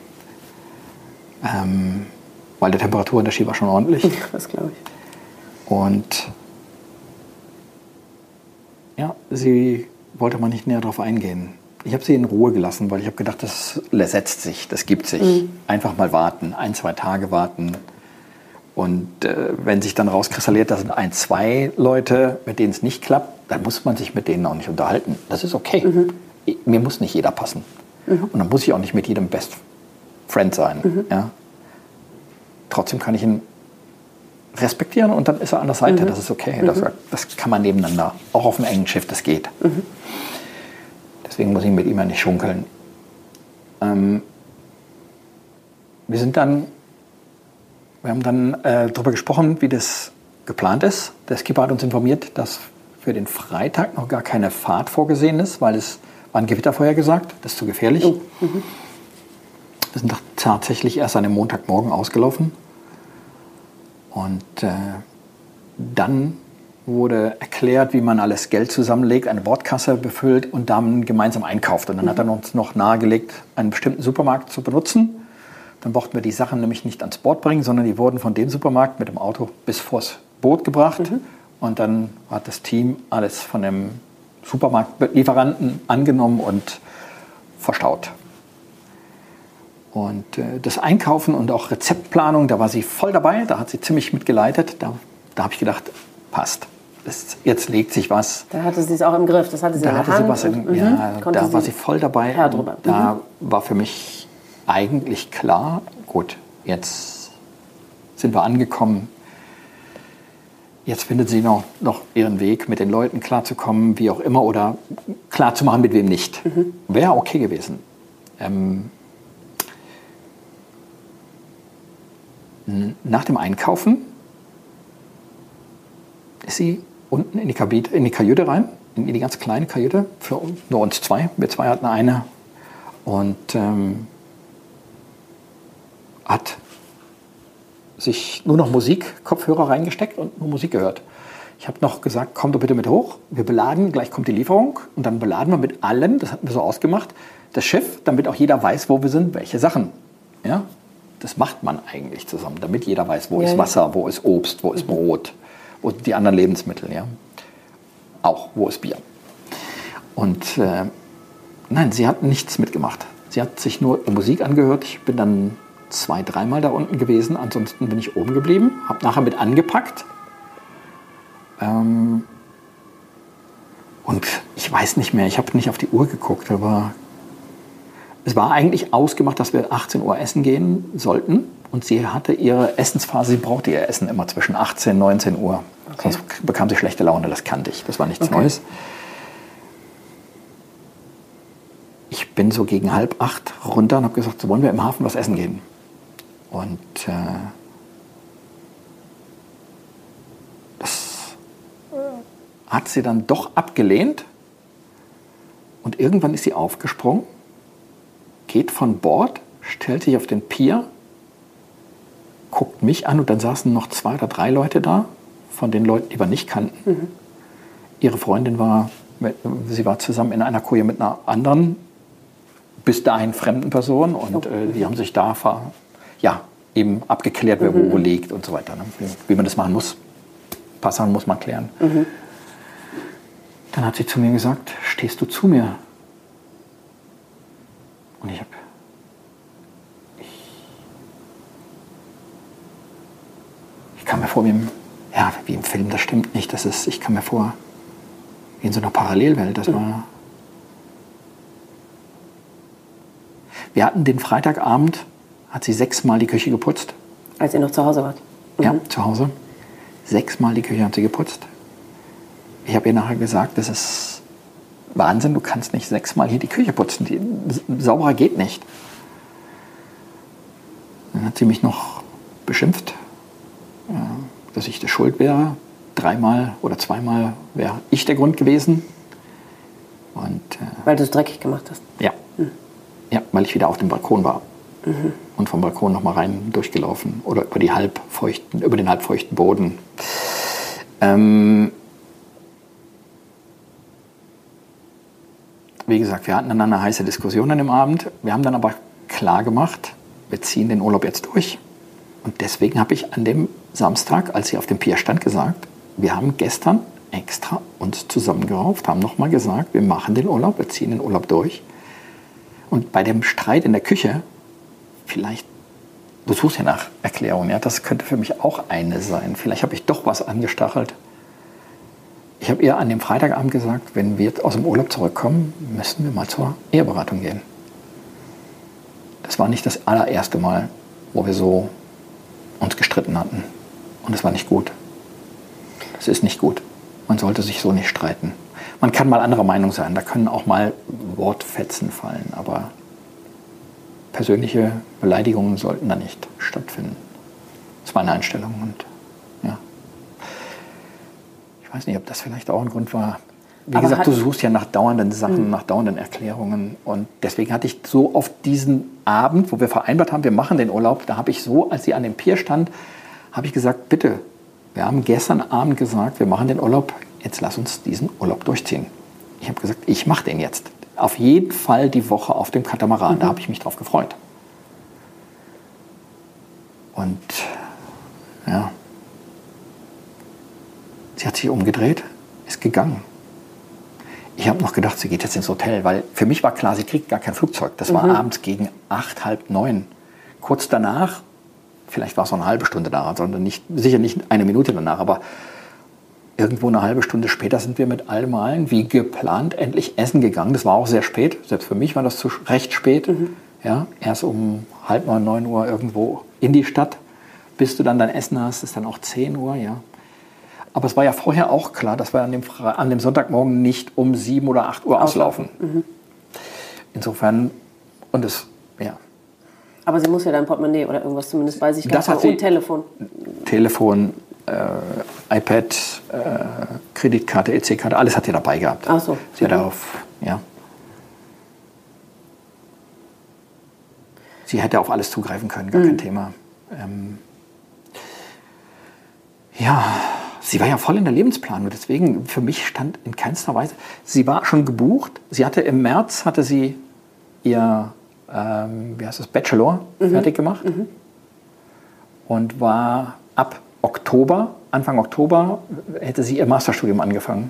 Weil der Temperaturunterschied war schon ordentlich. Das glaube ich. Und ja, sie wollte mal nicht näher darauf eingehen. Ich habe sie in Ruhe gelassen, weil ich habe gedacht, das setzt sich, das gibt sich. Einfach mal warten, 1-2 Tage warten. Und wenn sich dann rauskristallisiert, da sind 1-2 Leute, mit denen es nicht klappt, dann muss man sich mit denen auch nicht unterhalten. Das ist okay. Mir muss nicht jeder passen. Und dann muss ich auch nicht mit jedem Best Friend sein. Ja? Trotzdem kann ich ihn respektieren und dann ist er an der Seite. Das ist okay. Das kann man nebeneinander. Auch auf einem engen Schiff, das geht. Deswegen muss ich mit ihm ja nicht schunkeln. Wir haben dann darüber gesprochen, wie das geplant ist. Der Skipper hat uns informiert, dass für den Freitag noch gar keine Fahrt vorgesehen ist, weil es war ein Gewitter vorhergesagt. Das ist zu gefährlich. Wir sind tatsächlich erst an dem Montagmorgen ausgelaufen. Und dann wurde erklärt, wie man alles Geld zusammenlegt, eine Bordkasse befüllt und dann gemeinsam einkauft. Und dann hat er uns noch nahegelegt, einen bestimmten Supermarkt zu benutzen. Dann brauchten wir die Sachen nämlich nicht ans Bord bringen, sondern die wurden von dem Supermarkt mit dem Auto bis vors Boot gebracht. Und dann hat das Team alles von dem Supermarktlieferanten angenommen und verstaut. Und das Einkaufen und auch Rezeptplanung, da war sie voll dabei, da hat sie ziemlich mitgeleitet. Da habe ich gedacht, passt. Jetzt legt sich was. Da hatte sie es auch im Griff, das hatte sie in der Hand. Da war sie voll dabei. Da war für mich eigentlich klar, gut, jetzt sind wir angekommen. Jetzt findet sie noch ihren Weg, mit den Leuten klarzukommen, wie auch immer, oder klarzumachen, mit wem nicht. Wäre okay gewesen. Nach dem Einkaufen ist sie unten in die Kajüte rein, in die ganz kleine Kajüte, für nur uns zwei. Wir zwei hatten eine. Und hat sich nur noch Kopfhörer reingesteckt und nur Musik gehört. Ich habe noch gesagt, komm doch bitte mit hoch, wir beladen, gleich kommt die Lieferung und dann beladen wir mit allem, das hatten wir so ausgemacht, das Schiff, damit auch jeder weiß, wo wir sind, welche Sachen. Ja? Das macht man eigentlich zusammen, damit jeder weiß, wo ist Wasser, wo ist Obst, wo ist Brot, wo sind die anderen Lebensmittel. Ja? Auch, wo ist Bier. Und nein, sie hat nichts mitgemacht. Sie hat sich nur Musik angehört. Ich bin dann 2-3 Mal da unten gewesen, ansonsten bin ich oben geblieben, habe nachher mit angepackt. Und ich weiß nicht mehr, ich habe nicht auf die Uhr geguckt, aber es war eigentlich ausgemacht, dass wir 18 Uhr essen gehen sollten. Und sie hatte ihre Essensphase, sie brauchte ihr Essen immer zwischen 18 und 19 Uhr. Okay. Sonst bekam sie schlechte Laune, das kannte ich, das war nichts Neues. Ich bin so gegen 7:30 runter und habe gesagt, so wollen wir im Hafen was essen gehen. Und das hat sie dann doch abgelehnt. Und irgendwann ist sie aufgesprungen, geht von Bord, stellt sich auf den Pier, guckt mich an und dann saßen noch 2 oder 3 Leute da, von den Leuten, die wir nicht kannten. Mhm. Ihre Freundin sie war zusammen in einer Koje mit einer anderen, bis dahin fremden Person und die haben sich da eben abgeklärt, wer wo liegt und so weiter. Ne? Wie man das machen muss. Ein paar Sachen muss man klären. Mhm. Dann hat sie zu mir gesagt, stehst du zu mir? Und ich kam mir vor wie im Film, das stimmt nicht. Ich kam mir vor wie in so einer Parallelwelt. Das war. Wir hatten den Freitagabend, hat sie 6-mal die Küche geputzt. Als ihr noch zu Hause wart? Mhm. Ja, zu Hause. 6-mal die Küche hat sie geputzt. Ich habe ihr nachher gesagt, das ist Wahnsinn, du kannst nicht 6-mal hier die Küche putzen. Sauberer geht nicht. Dann hat sie mich noch beschimpft, dass ich das schuld wäre. 3-mal oder 2-mal wäre ich der Grund gewesen. Und, weil du es dreckig gemacht hast? Ja. Mhm. Ja, weil ich wieder auf dem Balkon war. Mhm. Und vom Balkon noch mal rein durchgelaufen. Oder über den halbfeuchten Boden. Wie gesagt, wir hatten dann eine heiße Diskussion an dem Abend. Wir haben dann aber klar gemacht, wir ziehen den Urlaub jetzt durch. Und deswegen habe ich an dem Samstag, als sie auf dem Pier stand, gesagt, wir haben gestern extra uns zusammengerauft, haben nochmal gesagt, wir machen den Urlaub, wir ziehen den Urlaub durch. Und bei dem Streit in der Küche, vielleicht, du suchst ja nach Erklärungen, ja, das könnte für mich auch eine sein. Vielleicht habe ich doch was angestachelt. Ich habe ihr an dem Freitagabend gesagt, wenn wir aus dem Urlaub zurückkommen, müssen wir mal zur Eheberatung gehen. Das war nicht das allererste Mal, wo wir so uns gestritten hatten. Und es war nicht gut. Das ist nicht gut. Man sollte sich so nicht streiten. Man kann mal anderer Meinung sein, da können auch mal Wortfetzen fallen, aber persönliche Beleidigungen sollten da nicht stattfinden. Das war eine Einstellung und ja. Ich weiß nicht, ob das vielleicht auch ein Grund war. Wie gesagt, du suchst ja nach dauernden Sachen, nach dauernden Erklärungen und deswegen hatte ich so auf diesen Abend, wo wir vereinbart haben, wir machen den Urlaub, da habe ich so, als sie an dem Pier stand, habe ich gesagt, bitte, wir haben gestern Abend gesagt, wir machen den Urlaub, jetzt lass uns diesen Urlaub durchziehen. Ich habe gesagt, ich mache den jetzt. Auf jeden Fall die Woche auf dem Katamaran, da habe ich mich drauf gefreut. Und ja, sie hat sich umgedreht, ist gegangen. Ich habe noch gedacht, sie geht jetzt ins Hotel, weil für mich war klar, sie kriegt gar kein Flugzeug. Das war abends gegen 8, halb 9. Kurz danach, vielleicht war es noch eine halbe Stunde danach, sondern sicher nicht eine Minute danach, aber irgendwo eine halbe Stunde später sind wir mit allem allen, wie geplant, endlich essen gegangen. Das war auch sehr spät. Selbst für mich war das recht spät. Ja, erst um 8:30, 9 Uhr irgendwo in die Stadt. Bis du dann dein Essen hast, ist dann auch 10 Uhr. Ja. Aber es war ja vorher auch klar, dass wir an dem Sonntagmorgen nicht um 7 oder 8 Uhr auslaufen. Insofern, und es, ja. Aber sie muss ja dein Portemonnaie oder irgendwas zumindest bei sich gehabt haben und Telefon. Telefon, iPad, Kreditkarte, EC-Karte, alles hat sie dabei gehabt. Ach so. Sie hat sie hätte auf alles zugreifen können, gar kein Thema. Sie war ja voll in der Lebensplanung, deswegen für mich stand in keinster Weise, sie war schon gebucht, im März hatte sie ihr, Bachelor fertig gemacht und war ab Anfang Oktober hätte sie ihr Masterstudium angefangen.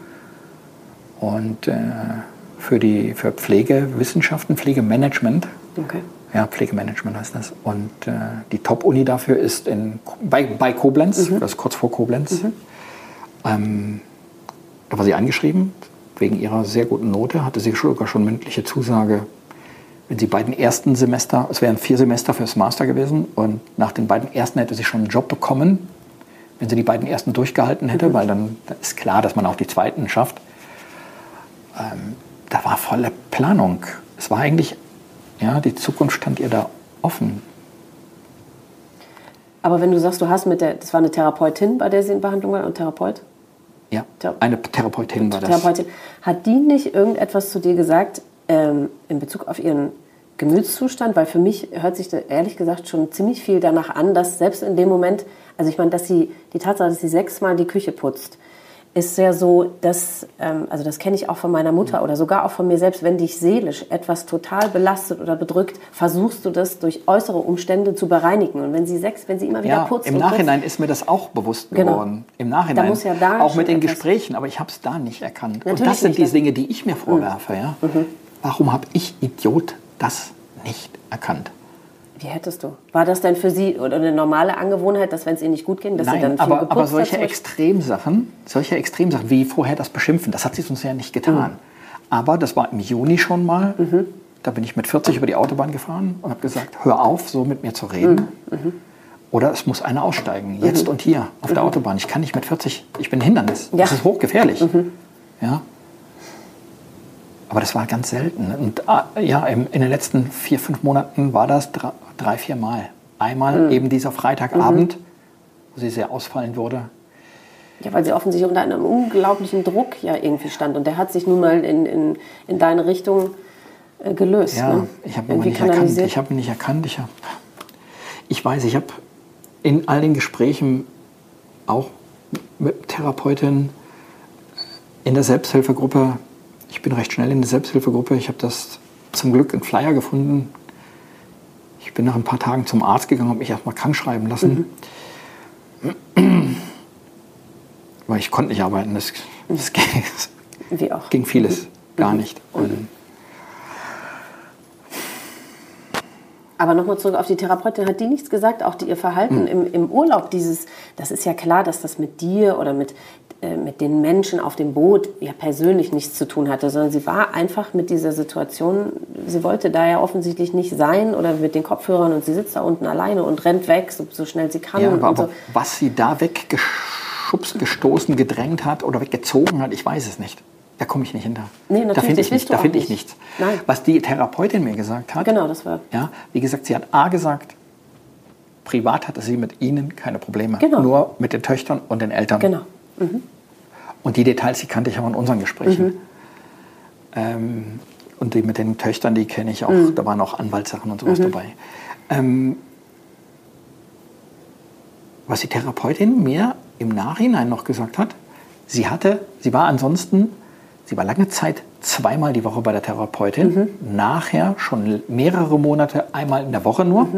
Und für Pflegewissenschaften, Pflegemanagement. Okay. Ja, Pflegemanagement heißt das. Und die Top-Uni dafür ist bei Koblenz, das ist kurz vor Koblenz. Da war sie eingeschrieben. Wegen ihrer sehr guten Note hatte sie sogar schon mündliche Zusage, wenn sie beiden ersten Semester, es wären 4 Semester fürs Master gewesen, und nach den beiden ersten hätte sie schon einen Job bekommen, wenn sie die beiden ersten durchgehalten hätte, weil dann ist klar, dass man auch die zweiten schafft. Da war volle Planung. Es war eigentlich, ja, die Zukunft stand ihr da offen. Aber wenn du sagst, das war eine Therapeutin, bei der sie in Behandlung war, und Therapeut? Ja, eine Therapeutin war das. Therapeutin. Hat die nicht irgendetwas zu dir gesagt in Bezug auf ihren Gemütszustand? Weil für mich hört sich da ehrlich gesagt schon ziemlich viel danach an, dass selbst in dem Moment, also ich meine, die Tatsache, dass sie 6-mal die Küche putzt, ist ja so, dass, also das kenne ich auch von meiner Mutter oder sogar auch von mir selbst, wenn dich seelisch etwas total belastet oder bedrückt, versuchst du das durch äußere Umstände zu bereinigen. Und wenn sie immer wieder putzt. Im Nachhinein ist mir das auch bewusst geworden. Im Nachhinein, da muss ja da auch mit den Gesprächen, aber ich habe es da nicht erkannt. Natürlich und das sind nicht, die Dinge, die ich mir vorwerfe. Ja? Warum habe ich, Idiot, das nicht erkannt? Wie hättest du? War das denn für Sie oder eine normale Angewohnheit, dass wenn es Ihnen nicht gut ging, dass Sie dann viel geputzt aber solche Extremsachen wie vorher das Beschimpfen, das hat sie uns ja nicht getan. Aber das war im Juni schon mal. Da bin ich mit 40 über die Autobahn gefahren und habe gesagt, hör auf, so mit mir zu reden. Oder es muss einer aussteigen, jetzt und hier auf der Autobahn. Ich kann nicht mit 40, ich bin ein Hindernis. Ja. Das ist hochgefährlich. Ja. Aber das war ganz selten. Und in den letzten 4-5 Monaten war das 3-4 Mal. Einmal eben dieser Freitagabend, wo sie sehr ausfallend wurde. Ja, weil sie offensichtlich unter einem unglaublichen Druck ja irgendwie stand. Und der hat sich nun mal in deine Richtung gelöst. Ja, ne? Ich habe ihn nicht erkannt. Ich weiß, ich habe in all den Gesprächen, auch mit Therapeutin, in der Selbsthilfegruppe, ich bin recht schnell in der Selbsthilfegruppe, ich habe das zum Glück einen Flyer gefunden. Ich bin nach ein paar Tagen zum Arzt gegangen, habe mich erstmal krank schreiben lassen. Weil ich konnte nicht arbeiten, das ging vieles gar nicht. Aber nochmal zurück auf die Therapeutin, hat die nichts gesagt, auch ihr Verhalten im Urlaub, das ist ja klar, dass das mit dir oder mit den Menschen auf dem Boot ja persönlich nichts zu tun hatte, sondern sie war einfach mit dieser Situation, sie wollte da ja offensichtlich nicht sein oder mit den Kopfhörern und sie sitzt da unten alleine und rennt weg, so schnell sie kann. Ja, aber was sie da weggeschubst, gestoßen, gedrängt hat oder weggezogen hat, ich weiß es nicht. Da komme ich nicht hinter. Nee, da finde ich nichts. Nein. Was die Therapeutin mir gesagt hat, genau, das war. Ja, wie gesagt, sie hat gesagt, privat hatte sie mit ihnen keine Probleme. Genau. Nur mit den Töchtern und den Eltern. Genau. Und die Details, die kannte ich auch in unseren Gesprächen. Und die mit den Töchtern, die kenne ich auch. Da waren auch Anwaltssachen und sowas dabei. Was die Therapeutin mir im Nachhinein noch gesagt hat, sie war lange Zeit 2-mal die Woche bei der Therapeutin, nachher schon mehrere Monate einmal in der Woche nur.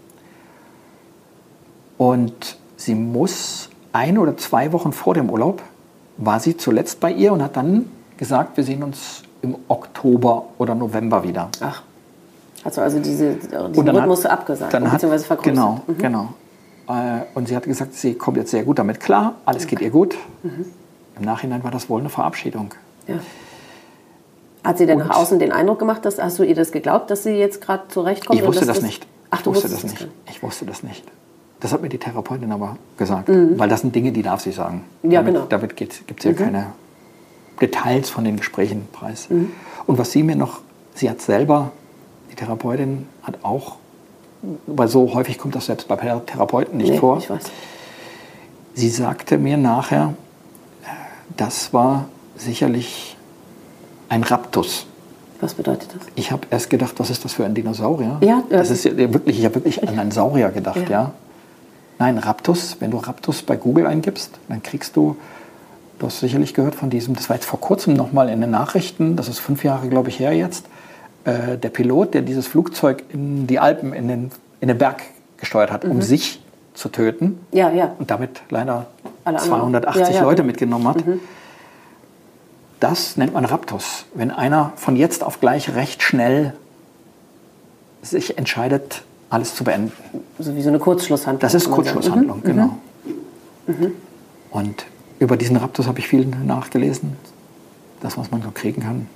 Und sie muss 1 oder 2 Wochen vor dem Urlaub, war sie zuletzt bei ihr und hat dann gesagt, wir sehen uns im Oktober oder November wieder. Ach, also diesen Rhythmus abgesagt, beziehungsweise vergrößert. Genau. Und sie hat gesagt, sie kommt jetzt sehr gut damit klar, alles geht ihr gut. Im Nachhinein war das wohl eine Verabschiedung. Ja. Hat sie denn nach außen den Eindruck gemacht, hast du ihr das geglaubt, dass sie jetzt gerade zurechtkommt? Ich wusste das nicht. Ach, du wusstest das nicht? Ich wusste das nicht. Das hat mir die Therapeutin aber gesagt, weil das sind Dinge, die darf sie sagen. Ja, genau. Damit gibt es ja keine Details von den Gesprächen preis. Und was sie hat selber, die Therapeutin hat auch, weil so häufig kommt das selbst bei Therapeuten nicht vor. Ich weiß. Sie sagte mir nachher, das war sicherlich ein Raptus. Was bedeutet das? Ich habe erst gedacht, was ist das für ein Dinosaurier? Ja, das ist ja wirklich, ich habe wirklich an einen Saurier gedacht, ja. Nein, Raptus, wenn du Raptus bei Google eingibst, dann kriegst du hast sicherlich gehört von diesem, das war jetzt vor kurzem nochmal in den Nachrichten, das ist 5 Jahre, glaube ich, her jetzt, der Pilot, der dieses Flugzeug in die Alpen, in den Berg gesteuert hat, um sich zu töten. Ja, ja. Und damit leider 280 Leute mitgenommen hat. Das nennt man Raptus. Wenn einer von jetzt auf gleich recht schnell sich entscheidet, alles zu beenden. So wie so eine Kurzschlusshandlung. Das ist Kurzschlusshandlung, genau. Und Über diesen Raptus habe ich viel nachgelesen. Das, was man so kriegen kann.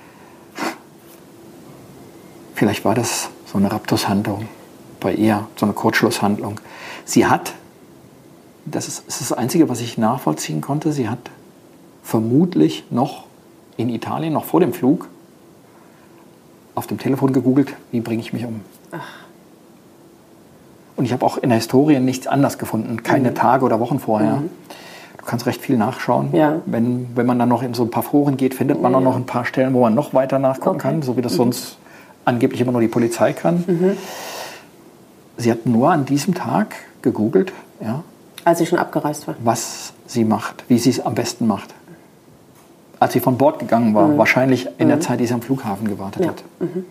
Vielleicht war das so eine Raptushandlung bei ihr, so eine Kurzschlusshandlung. Sie hat, das ist das Einzige, was ich nachvollziehen konnte, sie hat vermutlich noch in Italien, noch vor dem Flug, auf dem Telefon gegoogelt, wie bringe ich mich um. Ach. Und ich habe auch in der Historie nichts anders gefunden, keine Tage oder Wochen vorher. Du kannst recht viel nachschauen. Ja. Wenn man dann noch in so ein paar Foren geht, findet man auch noch ein paar Stellen, wo man noch weiter nachgucken kann, so wie das sonst angeblich immer nur die Polizei kann. Sie hat nur an diesem Tag gegoogelt, ja, als sie schon abgereist war, was sie macht, wie sie es am besten macht. Als sie von Bord gegangen war, wahrscheinlich in der Zeit, die sie am Flughafen gewartet hat.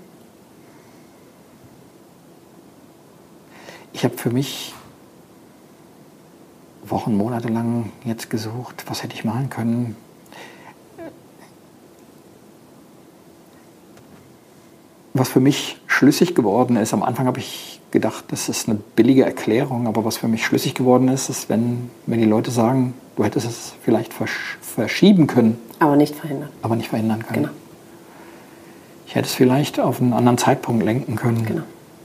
Ich habe für mich Wochen, Monate lang jetzt gesucht, was hätte ich machen können. Was für mich schlüssig geworden ist, am Anfang habe ich gedacht, das ist eine billige Erklärung, aber was für mich schlüssig geworden ist, ist, wenn die Leute sagen, du hättest es vielleicht verschieben können. Aber nicht verhindern. Aber nicht verhindern können. Genau. Ich hätte es vielleicht auf einen anderen Zeitpunkt lenken können. Genau.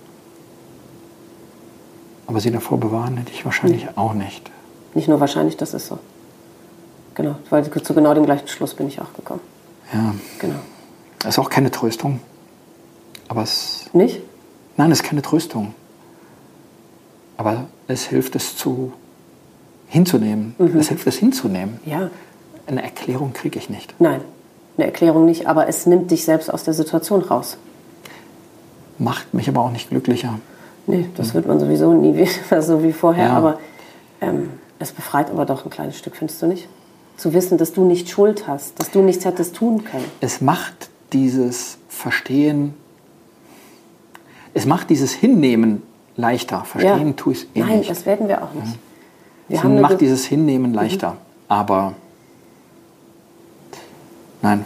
Aber sie davor bewahren hätte ich wahrscheinlich auch nicht. Nicht nur wahrscheinlich, das ist so. Genau, weil zu genau dem gleichen Schluss bin ich auch gekommen. Ja. Genau. Das ist auch keine Tröstung. Aber es... Nicht? Nein, es ist keine Tröstung. Aber es hilft, es hinzunehmen. Es hilft, es hinzunehmen. Ja. Eine Erklärung kriege ich nicht. Nein, eine Erklärung nicht, aber es nimmt dich selbst aus der Situation raus. Macht mich aber auch nicht glücklicher. Nee, das wird man sowieso nie wieder so wie vorher. Ja. Aber es befreit aber doch ein kleines Stück, findest du nicht? Zu wissen, dass du nicht Schuld hast, dass du nichts hättest tun können. Es macht dieses Verstehen, es macht dieses Hinnehmen leichter. Verstehen tue ich es nicht. Nein, das werden wir auch nicht. Es macht dieses Hinnehmen leichter. Aber nein.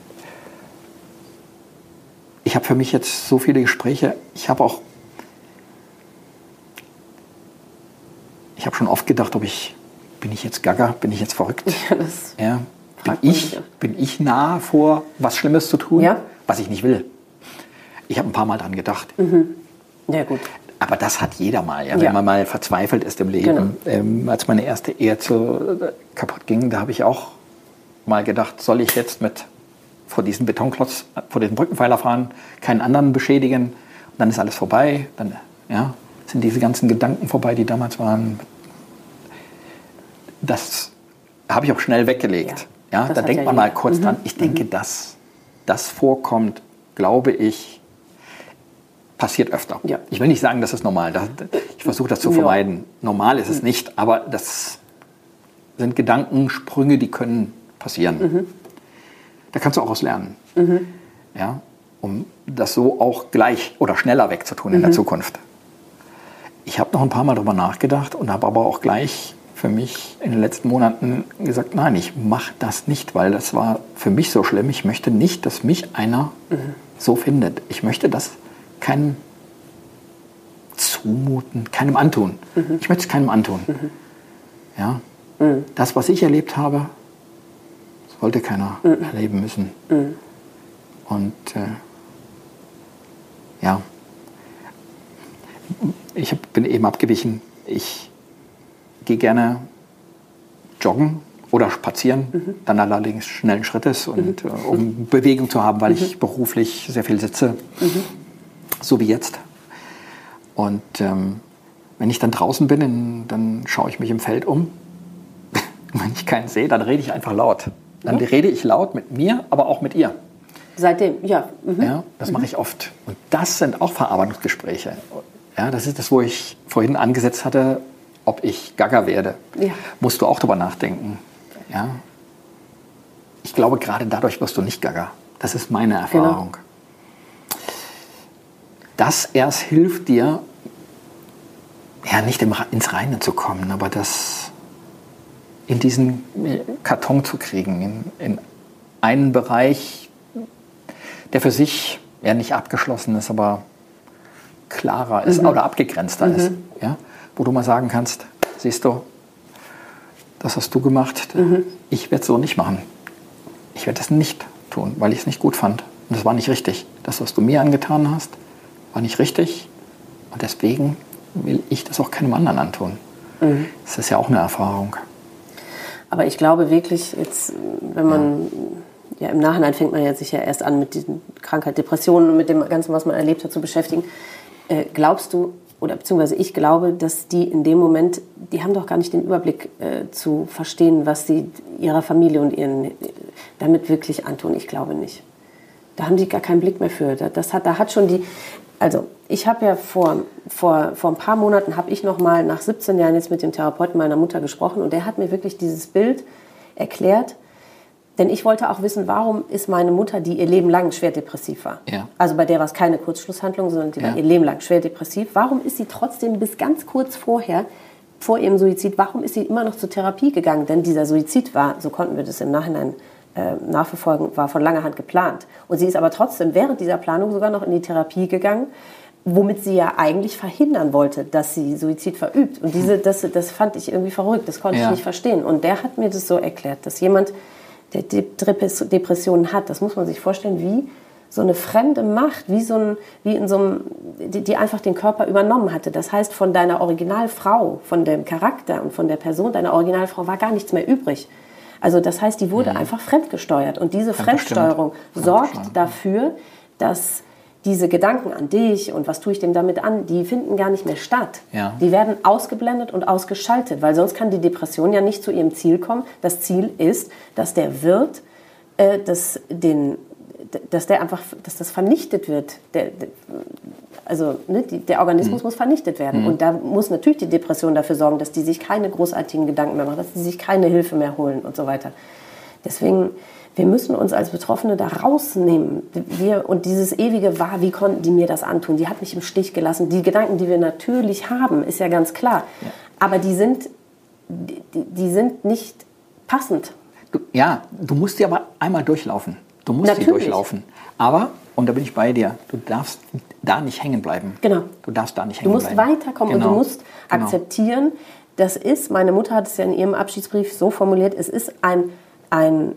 Ich habe für mich jetzt so viele Gespräche. Ich habe schon oft gedacht, bin ich jetzt gaga, bin ich jetzt verrückt? Ja, bin ich nahe vor, was Schlimmes zu tun, was ich nicht will? Ich habe ein paar Mal dran gedacht. Ja, gut. Aber das hat jeder mal, wenn man mal verzweifelt ist im Leben. Genau. Als meine erste Ehe kaputt ging, da habe ich auch mal gedacht, soll ich jetzt vor diesen Betonklotz, vor diesen Brückenpfeiler fahren, keinen anderen beschädigen? Und dann ist alles vorbei. Dann sind diese ganzen Gedanken vorbei, die damals waren. Das habe ich auch schnell weggelegt. Ja, da denkt man mal kurz dran. Ich denke, dass das vorkommt, glaube ich, passiert öfter. Ja. Ich will nicht sagen, das ist normal. Ich versuche das zu vermeiden. Normal ist es nicht, aber das sind Gedankensprünge, die können passieren. Da kannst du auch was lernen. Ja, um das so auch gleich oder schneller wegzutun in der Zukunft. Ich habe noch ein paar Mal darüber nachgedacht und habe aber auch gleich für mich in den letzten Monaten gesagt, nein, ich mache das nicht, weil das war für mich so schlimm. Ich möchte nicht, dass mich einer so findet. Ich möchte das keinem zumuten, keinem antun. Ich möchte es keinem antun. Ja? Das, was ich erlebt habe, sollte keiner erleben müssen. Und ich bin eben abgewichen. Ich gehe gerne joggen oder spazieren, dann allerdings schnellen Schrittes, und um Bewegung zu haben, weil ich beruflich sehr viel sitze, so wie jetzt. Und wenn ich dann draußen bin, dann schaue ich mich im Feld um. Wenn ich keinen sehe, dann rede ich einfach laut. Dann rede ich laut mit mir, aber auch mit ihr. Seitdem, ja. Ja, das mache ich oft. Und das sind auch Verarbeitungsgespräche. Ja, das ist das, wo ich vorhin angesetzt hatte, ob ich gaga werde. Ja. Musst du auch drüber nachdenken. Ja? Ich glaube, gerade dadurch wirst du nicht gaga. Das ist meine Erfahrung. Genau. Das erst hilft dir, nicht ins Reine zu kommen, aber das in diesen Karton zu kriegen, in einen Bereich, der für sich nicht abgeschlossen ist, aber klarer ist oder abgegrenzter ist. Ja? Wo du mal sagen kannst, siehst du, das hast du gemacht, ich werde es so nicht machen. Ich werde es nicht tun, weil ich es nicht gut fand. Und das war nicht richtig. Das, was du mir angetan hast, war nicht richtig. Und deswegen will ich das auch keinem anderen antun. Das ist ja auch eine Erfahrung. Aber ich glaube wirklich, jetzt, wenn man, ja im Nachhinein fängt man ja sich ja erst an, mit diesen Krankheit, Depressionen und mit dem Ganzen, was man erlebt hat, zu beschäftigen. Glaubst du, oder beziehungsweise ich glaube, dass die in dem Moment, die haben doch gar nicht den Überblick zu verstehen, was sie ihrer Familie und ihren damit wirklich antun. Ich glaube nicht. Da haben die gar keinen Blick mehr für. Da hat schon die, also ich habe ja vor ein paar Monaten, habe ich noch mal nach 17 Jahren jetzt mit dem Therapeuten meiner Mutter gesprochen und der hat mir wirklich dieses Bild erklärt, denn ich wollte auch wissen, warum ist meine Mutter, die ihr Leben lang schwer depressiv war, also bei der war es keine Kurzschlusshandlung, sondern die war ihr Leben lang schwer depressiv, warum ist sie trotzdem bis ganz kurz vor ihrem Suizid, warum ist sie immer noch zur Therapie gegangen? Denn dieser Suizid war, so konnten wir das im Nachhinein nachverfolgen, war von langer Hand geplant. Und sie ist aber trotzdem während dieser Planung sogar noch in die Therapie gegangen, womit sie ja eigentlich verhindern wollte, dass sie Suizid verübt. Und das fand ich irgendwie verrückt, das konnte ich nicht verstehen. Und der hat mir das so erklärt, dass jemand, der Depressionen hat, das muss man sich vorstellen, wie so eine fremde Macht, die einfach den Körper übernommen hatte. Das heißt, von deiner Originalfrau, von dem Charakter und von der Person deiner Originalfrau war gar nichts mehr übrig. Also das heißt, die wurde einfach fremdgesteuert. Und diese Fremdsteuerung sorgt dafür, dass diese Gedanken an dich und was tue ich dem damit an, die finden gar nicht mehr statt. Ja. Die werden ausgeblendet und ausgeschaltet, weil sonst kann die Depression ja nicht zu ihrem Ziel kommen. Das Ziel ist, dass der Wirt, dass das vernichtet wird. Der Organismus muss vernichtet werden. Und da muss natürlich die Depression dafür sorgen, dass die sich keine großartigen Gedanken mehr machen, dass die sich keine Hilfe mehr holen und so weiter. Deswegen, wir müssen uns als Betroffene da rausnehmen. Und dieses ewige war, wie konnten die mir das antun? Die hat mich im Stich gelassen. Die Gedanken, die wir natürlich haben, ist ja ganz klar. Ja. Aber die sind nicht passend. Du musst die aber einmal durchlaufen. Du musst die durchlaufen. Aber, und da bin ich bei dir, du darfst da nicht hängen bleiben. Genau. Du darfst da nicht hängen bleiben. Du musst weiterkommen und du musst akzeptieren, meine Mutter hat es ja in ihrem Abschiedsbrief so formuliert, es ist ein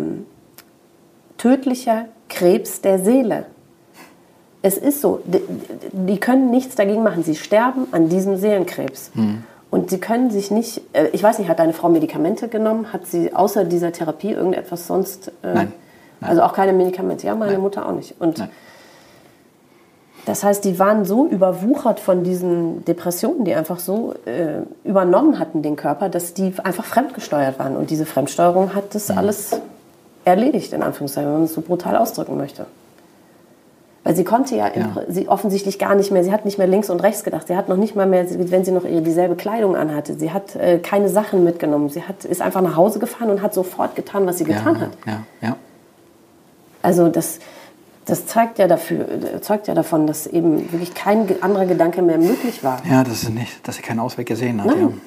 tödlicher Krebs der Seele. Es ist so, die können nichts dagegen machen. Sie sterben an diesem Seelenkrebs. Und sie können sich nicht, ich weiß nicht, hat deine Frau Medikamente genommen? Hat sie außer dieser Therapie irgendetwas sonst? Nein. Also auch keine Medikamente. Ja, meine Mutter auch nicht. Und das heißt, die waren so überwuchert von diesen Depressionen, die einfach so übernommen hatten den Körper, dass die einfach fremdgesteuert waren. Und diese Fremdsteuerung hat das alles erledigt, in Anführungszeichen, wenn man es so brutal ausdrücken möchte. Weil sie konnte sie offensichtlich gar nicht mehr, sie hat nicht mehr links und rechts gedacht. Sie hat noch nicht mal mehr, wenn sie noch dieselbe Kleidung anhatte, sie hat keine Sachen mitgenommen. Sie ist einfach nach Hause gefahren und hat sofort getan, was sie getan hat. Ja. Also das zeugt ja davon, dass eben wirklich kein anderer Gedanke mehr möglich war. Ja, dass sie keinen Ausweg gesehen hat. Ja.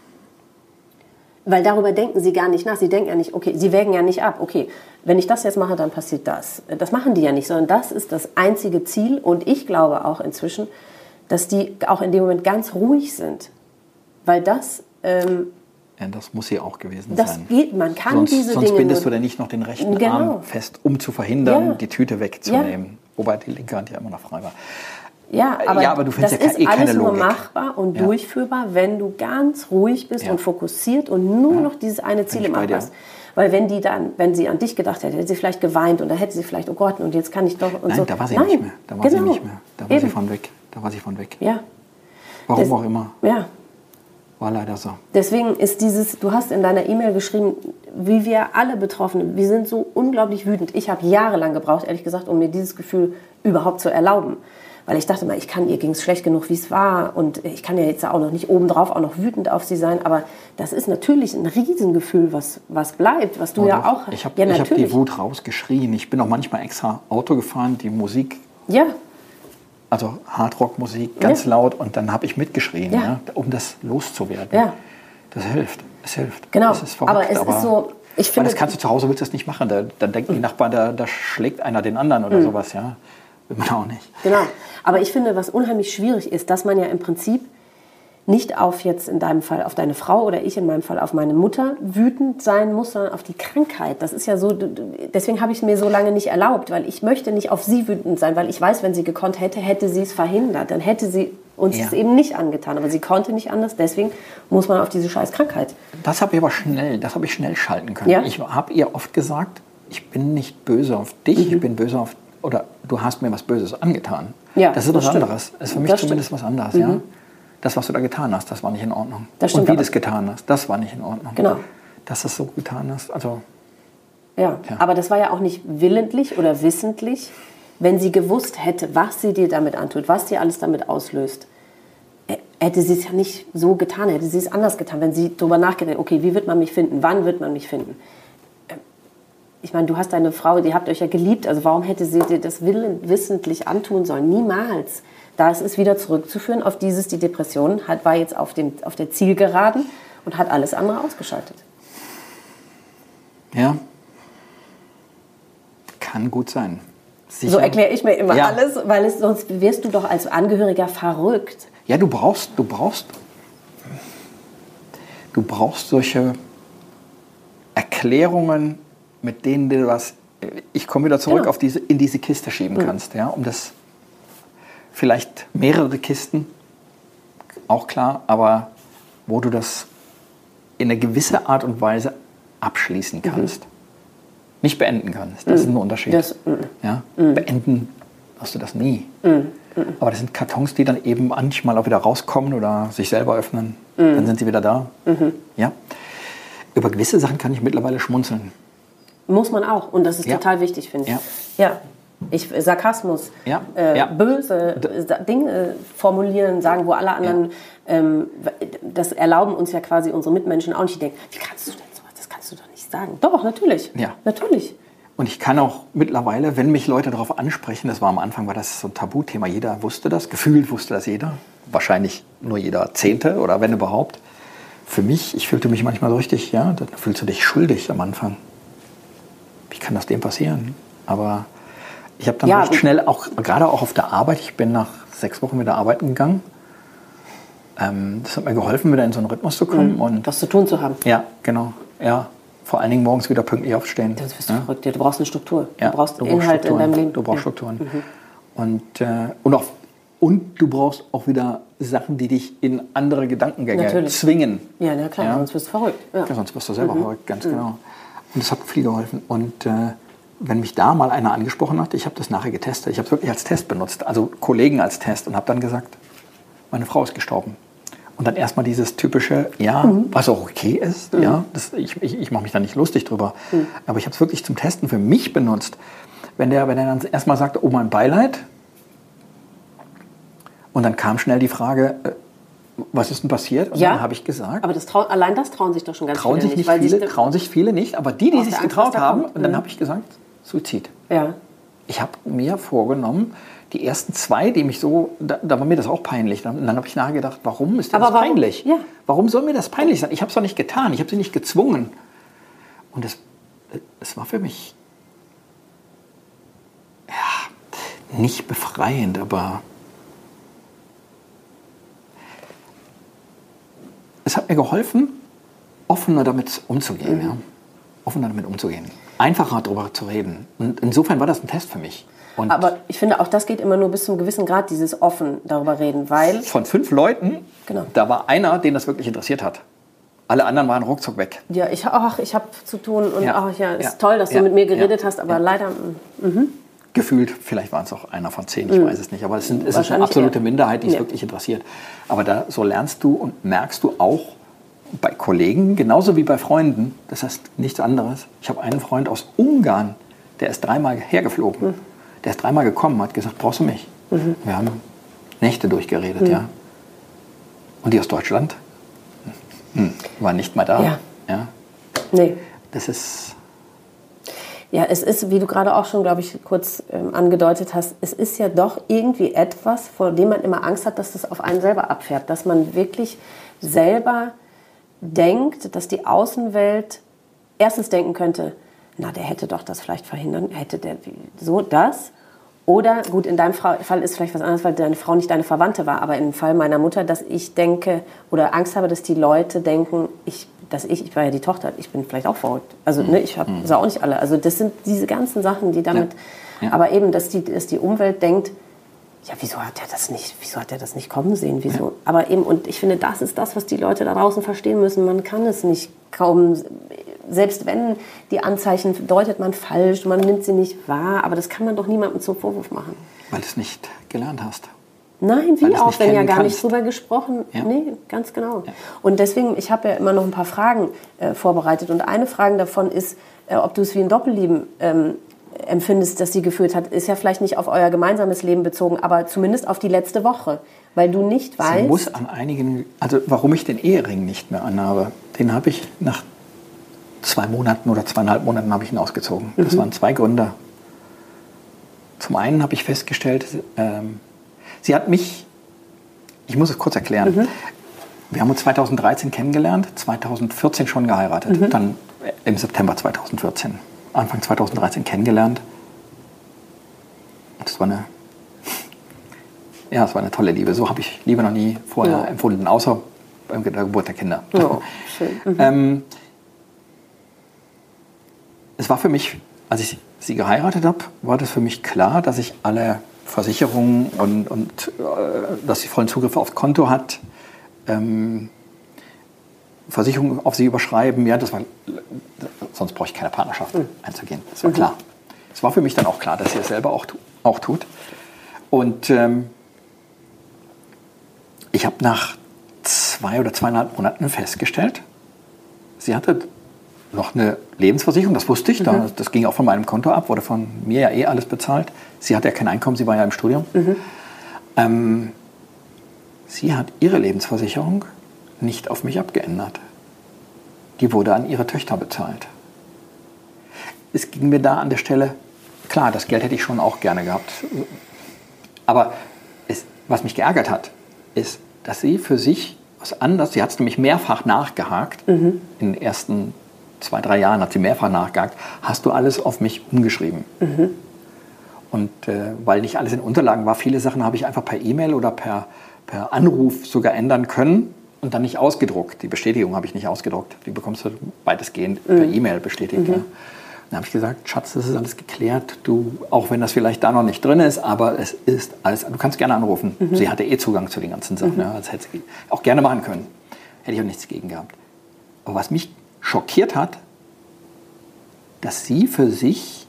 Weil darüber denken sie gar nicht nach. Sie denken ja nicht, okay, sie wägen ja nicht ab, okay, wenn ich das jetzt mache, dann passiert das. Das machen die ja nicht, sondern das ist das einzige Ziel. Und ich glaube auch inzwischen, dass die auch in dem Moment ganz ruhig sind. Weil das... das muss sie auch gewesen sein. Man kann diese Dinge... Sonst bindest du dann nicht noch den rechten Arm fest, um zu verhindern, die Tüte wegzunehmen. Ja. Wobei die linke Hand ja immer noch frei war. Ja, aber du findest das ist keine alles nur Logik. Machbar und durchführbar, wenn du ganz ruhig bist und fokussiert und nur noch dieses eine Ziel im Auge hast. Weil wenn sie an dich gedacht hätte sie vielleicht geweint und dann hätte sie vielleicht, oh Gott, und jetzt kann ich doch... Und Nein, so. Da war sie nicht mehr. Da war sie nicht mehr. Da war sie von weg. Ja. Warum auch immer. Ja. War leider so. Deswegen ist du hast in deiner E-Mail geschrieben, wie wir alle Betroffenen, wir sind so unglaublich wütend. Ich habe jahrelang gebraucht, ehrlich gesagt, um mir dieses Gefühl überhaupt zu erlauben. Weil ich dachte mal, ihr ging es schlecht genug, wie es war. Und ich kann ja jetzt auch noch nicht obendrauf auch noch wütend auf sie sein. Aber das ist natürlich ein Riesengefühl, was bleibt, was du auch hast. Ich hab die Wut rausgeschrien. Ich bin auch manchmal extra Auto gefahren, die Musik... Ja. Also Hardrock-Musik, ganz laut. Und dann habe ich mitgeschrien, um das loszuwerden. Ja. Das hilft. Es hilft. Genau. Es ist verrückt, aber ist so... Ich finde, das kannst du zu Hause, willst du das nicht machen. Dann denken die Nachbarn, da schlägt einer den anderen oder sowas, ja. Will man auch nicht. Genau. Aber ich finde, was unheimlich schwierig ist, dass man ja im Prinzip nicht auf jetzt in deinem Fall auf deine Frau oder ich in meinem Fall auf meine Mutter wütend sein muss, sondern auf die Krankheit. Das ist ja so, deswegen habe ich es mir so lange nicht erlaubt, weil ich möchte nicht auf sie wütend sein, weil ich weiß, wenn sie gekonnt hätte, hätte sie es verhindert. Dann hätte sie uns es eben nicht angetan. Aber sie konnte nicht anders, deswegen muss man auf diese scheiß Krankheit. Das habe ich aber schnell schalten können. Ja? Ich habe ihr oft gesagt, ich bin nicht böse auf dich, ich bin böse auf, oder du hast mir was Böses angetan. Ja, das ist was stimmt. anderes. Das ist für mich Das zumindest stimmt. was anderes. Ja? Das, was du da getan hast, das war nicht in Ordnung. Das stimmt, und wie aber- du es getan hast, das war nicht in Ordnung. Genau. Dass du es so getan hast, also Ja, aber das war ja auch nicht willentlich oder wissentlich. Wenn sie gewusst hätte, was sie dir damit antut, was dir alles damit auslöst, hätte sie es ja nicht so getan, hätte sie es anders getan, wenn sie darüber nachgedacht, okay, wie wird man mich finden, wann wird man mich finden. Ich meine, du hast deine Frau, die habt euch ja geliebt, also warum hätte sie dir das wissentlich antun sollen? Niemals. Da ist es wieder zurückzuführen auf dieses, die Depression war jetzt auf der Zielgeraden und hat alles andere ausgeschaltet. ja, kann gut sein. Sicher. So erkläre ich mir immer Ja. alles, weil sonst wirst du doch als Angehöriger verrückt. Ja, du brauchst solche Erklärungen, mit denen du was, ich komme wieder zurück, Genau. in diese Kiste schieben kannst, ja, um das vielleicht mehrere Kisten, auch klar, aber wo du das in eine gewisse Art und Weise abschließen kannst. Nicht beenden kannst, das ist ein Unterschied. Ja? Beenden wirst du das nie. Aber das sind Kartons, die dann eben manchmal auch wieder rauskommen oder sich selber öffnen. Dann sind sie wieder da. Ja? Über gewisse Sachen kann ich mittlerweile schmunzeln. Muss man auch. Und das ist Ja. total wichtig, finde ich. Ja. Ja. Sarkasmus, Ja. Ja. böse Dinge formulieren, sagen, wo alle anderen, das erlauben uns ja quasi unsere Mitmenschen auch nicht. Die denken, wie kannst du denn sowas? Das kannst du doch nicht sagen. Doch, natürlich. Ja. Natürlich. Und ich kann auch mittlerweile, wenn mich Leute darauf ansprechen, das war am Anfang, war das so ein Tabuthema, jeder wusste das, gefühlt wusste das jeder, wahrscheinlich nur jeder Zehnte oder wenn überhaupt. Für mich, ich fühlte mich manchmal so richtig, ja, dann fühlst du dich schuldig am Anfang. Wie kann das dem passieren? Aber ich habe dann recht schnell, gerade auch auf der Arbeit, ich bin nach 6 Wochen wieder arbeiten gegangen. Das hat mir geholfen, wieder in so einen Rhythmus zu kommen. Und Was zu tun zu haben. ja, genau. Ja, vor allen Dingen morgens wieder pünktlich aufstehen. Sonst bist du verrückt. Ja, du brauchst eine Struktur. Ja, Du brauchst du Inhalt in Strukturen. deinem Leben. Du brauchst Strukturen. Und du brauchst auch wieder Sachen, die dich in andere Gedankengänge Natürlich. zwingen. Ja, na klar, Ja. sonst bist du verrückt. Ja. Ja, sonst wirst du selber verrückt, ganz genau. Und das hat viel geholfen. Und wenn mich da mal einer angesprochen hat, ich habe das nachher getestet, ich habe es wirklich als Test benutzt, also Kollegen als Test und habe dann gesagt, meine Frau ist gestorben. Und dann erstmal dieses typische, ja, was auch okay ist, ja, ich mache mich da nicht lustig drüber, aber ich habe es wirklich zum Testen für mich benutzt. Wenn er dann erstmal sagt, oh, mein Beileid, und dann kam schnell die Frage, was ist denn passiert? Und Ja. dann habe ich gesagt, Aber allein das trauen sich doch schon ganz trauen viele sich nicht weil viele, trauen sich viele nicht, aber die Aus sich der Angst, getraut was da haben, kommt. und dann habe ich gesagt, Suizid. Ja. Ich habe mir vorgenommen, die ersten 2, die mich so, da war mir das auch peinlich. Und dann habe ich nachgedacht, warum ist das Aber warum? peinlich? Ja. Warum soll mir das peinlich sein? Ich habe es doch nicht getan, ich habe sie nicht gezwungen. Und es war für mich, ja, nicht befreiend, aber es hat mir geholfen, offener damit umzugehen. Ja? Offener damit umzugehen. Einfacher darüber zu reden. Und insofern war das ein Test für mich. Und Aber ich finde, auch das geht immer nur bis zu einem gewissen Grad, dieses offen darüber reden, weil... von 5 Leuten, Genau. da war einer, den das wirklich interessiert hat. Alle anderen waren ruckzuck weg. Ja, ich habe zu tun und Ja. ist Ja. toll, dass du Ja. mit mir geredet Ja. hast, aber Ja. leider... Gefühlt, vielleicht waren es auch einer von 10, ich weiß es nicht. Aber es ist eine Wahrscheinlich absolute eher. Minderheit, die es Ja. wirklich interessiert. Aber so lernst du und merkst du auch bei Kollegen, genauso wie bei Freunden, das heißt nichts anderes. Ich habe einen Freund aus Ungarn, der ist 3-mal hergeflogen. Der ist 3-mal gekommen, hat gesagt, brauchst du mich? Wir haben Nächte durchgeredet, ja. Und die aus Deutschland waren nicht mal da. Ja. Ja. Nee. Das ist... Ja, es ist, wie du gerade auch schon, glaube ich, kurz angedeutet hast, es ist ja doch irgendwie etwas, vor dem man immer Angst hat, dass das auf einen selber abfährt. Dass man wirklich selber denkt, dass die Außenwelt erstens denken könnte, na, der hätte doch das vielleicht verhindern, hätte der so das. Oder, gut, in deinem Fall ist vielleicht was anderes, weil deine Frau nicht deine Verwandte war, aber im Fall meiner Mutter, dass ich denke oder Angst habe, dass die Leute denken, ich war ja die Tochter, ich bin vielleicht auch verrückt. Also ich habe auch nicht alle. Also das sind diese ganzen Sachen, die damit, aber eben, dass die Umwelt denkt, ja, wieso hat er das nicht kommen sehen? Wieso? Ja. Aber eben, und ich finde, das ist das, was die Leute da draußen verstehen müssen. Man kann es nicht kaum, selbst wenn die Anzeichen deutet man falsch, man nimmt sie nicht wahr, aber das kann man doch niemandem zum Vorwurf machen. Weil du es nicht gelernt hast. Nein, wie auch, wenn ja gar nicht drüber gesprochen. Ja. Nee, ganz genau. Ja. Und deswegen, ich habe ja immer noch ein paar Fragen vorbereitet. Und eine Frage davon ist, ob du es wie ein Doppelleben empfindest, das sie geführt hat, ist ja vielleicht nicht auf euer gemeinsames Leben bezogen, aber zumindest auf die letzte Woche. Weil du nicht weißt... Sie muss an einigen... Also warum ich den Ehering nicht mehr anhabe, den habe ich nach 2 Monaten oder 2,5 Monaten habe ich ihn ausgezogen. Das waren 2 Gründe. Zum einen habe ich festgestellt, sie hat mich... Ich muss es kurz erklären. Wir haben uns 2013 kennengelernt, 2014 schon geheiratet. Dann im September 2014. Anfang 2013 kennengelernt. Das war eine tolle Liebe. So habe ich Liebe noch nie vorher empfunden, außer bei der Geburt der Kinder. Oh, schön. Es war für mich, als ich sie geheiratet habe, war das für mich klar, dass ich alle Versicherungen und dass sie vollen Zugriff aufs Konto hat, Versicherungen auf sie überschreiben, ja, das war, sonst brauche ich keine Partnerschaft einzugehen. Das war klar. Es war für mich dann auch klar, dass sie es selber auch tut. Und ich habe nach 2 oder 2,5 Monaten festgestellt, sie hatte noch eine Lebensversicherung, das wusste ich, das ging auch von meinem Konto ab, wurde von mir ja alles bezahlt. Sie hatte ja kein Einkommen, sie war ja im Studium. Sie hat ihre Lebensversicherung nicht auf mich abgeändert. Die wurde an ihre Töchter bezahlt. Es ging mir da an der Stelle, klar, das Geld hätte ich schon auch gerne gehabt. Aber was mich geärgert hat, ist, dass sie für sich was anderes, sie hat es nämlich mehrfach nachgehakt, in den ersten 2, 3 Jahren hat sie mehrfach nachgehakt, hast du alles auf mich umgeschrieben. Und weil nicht alles in Unterlagen war, viele Sachen habe ich einfach per E-Mail oder per Anruf sogar ändern können und dann nicht ausgedruckt. Die Bestätigung habe ich nicht ausgedruckt. Die bekommst du weitestgehend per E-Mail bestätigt. Ja. Dann habe ich gesagt, Schatz, das ist alles geklärt. Du, auch wenn das vielleicht da noch nicht drin ist, aber es ist alles, du kannst gerne anrufen. Sie hatte Zugang zu den ganzen Sachen. Ja, das hätte sie auch gerne machen können. Hätte ich auch nichts gegen gehabt. Aber was mich schockiert hat, dass sie für sich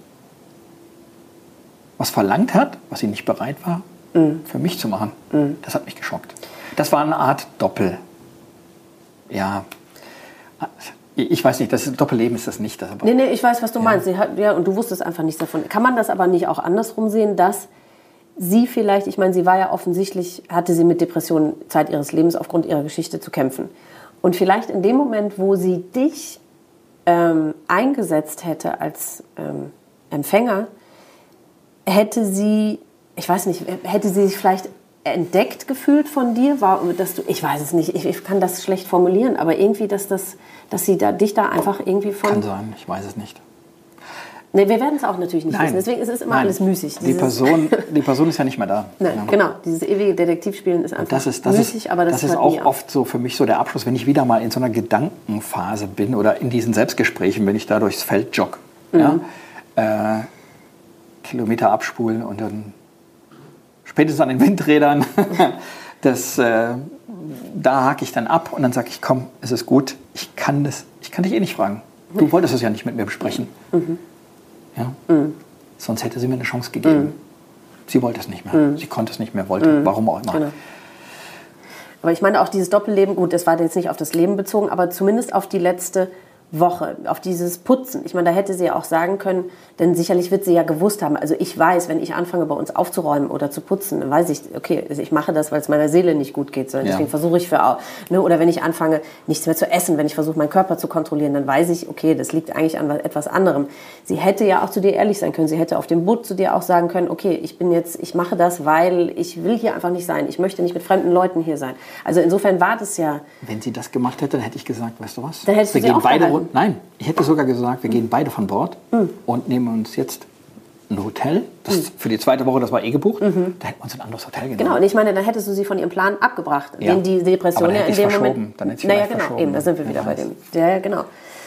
was verlangt hat, was sie nicht bereit war, für mich zu machen. Das hat mich geschockt. Das war eine Art Doppel. Ja, ich weiß nicht, das Doppelleben ist das nicht. Das aber, nee, ich weiß, was du meinst. Und du wusstest einfach nichts davon. Kann man das aber nicht auch andersrum sehen, dass sie vielleicht, ich meine, sie war ja offensichtlich, hatte sie mit Depressionen Zeit ihres Lebens aufgrund ihrer Geschichte zu kämpfen. Und vielleicht in dem Moment, wo sie dich eingesetzt hätte als Empfänger, hätte sie, ich weiß nicht, hätte sie sich vielleicht entdeckt gefühlt von dir, ich weiß es nicht, ich kann das schlecht formulieren, aber irgendwie, dass sie dich da einfach irgendwie von... Kann sein, ich weiß es nicht. Nee, wir werden es auch natürlich nicht wissen, deswegen ist es immer alles müßig. Die Person ist ja nicht mehr da. Nein, genau, dieses ewige Detektivspielen ist einfach müßig, aber das ist auch oft so für mich so der Abschluss, wenn ich wieder mal in so einer Gedankenphase bin oder in diesen Selbstgesprächen, wenn ich da durchs Feld jogge, Kilometer abspulen und dann spätestens an den Windrädern, da hake ich dann ab und dann sage ich, komm, es ist gut, ich kann dich eh nicht fragen. Du wolltest es ja nicht mit mir besprechen. Ja? Sonst hätte sie mir eine Chance gegeben. Sie wollte es nicht mehr, sie konnte es nicht mehr, wollte, warum auch immer. Genau. Aber ich meine auch dieses Doppelleben, gut, das war jetzt nicht auf das Leben bezogen, aber zumindest auf die letzte Woche, auf dieses Putzen. Ich meine, da hätte sie ja auch sagen können, denn sicherlich wird sie ja gewusst haben, also ich weiß, wenn ich anfange, bei uns aufzuräumen oder zu putzen, dann weiß ich, okay, ich mache das, weil es meiner Seele nicht gut geht, sondern deswegen versuche ich oder wenn ich anfange, nichts mehr zu essen, wenn ich versuche, meinen Körper zu kontrollieren, dann weiß ich, okay, das liegt eigentlich an etwas anderem. Sie hätte ja auch zu dir ehrlich sein können, sie hätte auf dem Boot zu dir auch sagen können, okay, ich mache das, weil ich will hier einfach nicht sein, ich möchte nicht mit fremden Leuten hier sein. Also insofern war das ja... Wenn sie das gemacht hätte, dann hätte ich gesagt, weißt du was? Dann hättest du sie auch Nein, ich hätte sogar gesagt, wir gehen beide von Bord und nehmen uns jetzt ein Hotel. Für die zweite Woche, das war gebucht. Da hätten wir uns ein anderes Hotel genommen. Genau, und ich meine, dann hättest du sie von ihrem Plan abgebracht, Ja. den die Depression Aber dann ja hätte in ich's dem verschoben. Moment... Dann hätte ich naja, vielleicht genau, verschoben. eben, da sind wir wieder Wer bei weiß. dem. Ja, genau.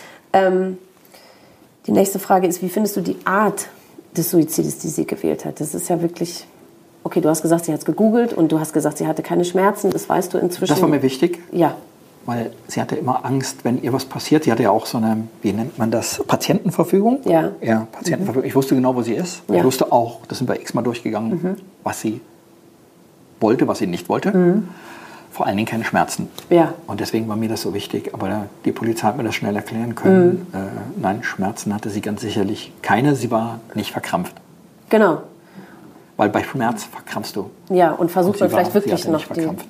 Die nächste Frage ist, wie findest du die Art des Suizides, die sie gewählt hat? Das ist ja wirklich... Okay, du hast gesagt, sie hat es gegoogelt und du hast gesagt, sie hatte keine Schmerzen. Das weißt du inzwischen. Das war mir wichtig. Ja. Weil sie hatte immer Angst, wenn ihr was passiert. Sie hatte ja auch so eine, wie nennt man das, Patientenverfügung? Ja. Ja, Patientenverfügung. Ich wusste genau, wo sie ist. Ja. Ich wusste auch, das sind wir x-mal durchgegangen, was sie wollte, was sie nicht wollte. Vor allen Dingen keine Schmerzen. Ja. Und deswegen war mir das so wichtig. Aber die Polizei hat mir das schnell erklären können. Nein, Schmerzen hatte sie ganz sicherlich keine. Sie war nicht verkrampft. Genau. Weil bei Schmerz verkrampfst du. Ja, und versucht Und man sie war- vielleicht wirklich sie hatte noch nicht die... verkrampft.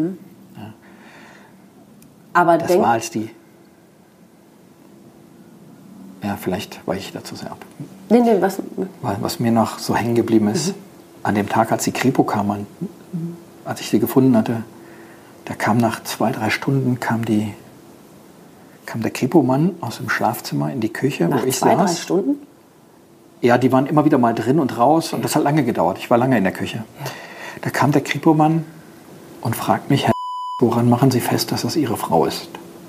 Aber Das war als die... Ja, vielleicht weiche ich dazu sehr ab. Nee, was... Weil was mir noch so hängen geblieben ist, an dem Tag, als die Kripo kam, als ich sie gefunden hatte, da kam nach 2-3 Stunden kam der Kripo-Mann aus dem Schlafzimmer in die Küche, Nach wo ich 2-3 saß. Stunden? Ja, die waren immer wieder mal drin und raus und das hat lange gedauert. Ich war lange in der Küche. Ja. Da kam der Kripo-Mann und fragt mich, Herr, woran machen Sie fest, dass das Ihre Frau ist?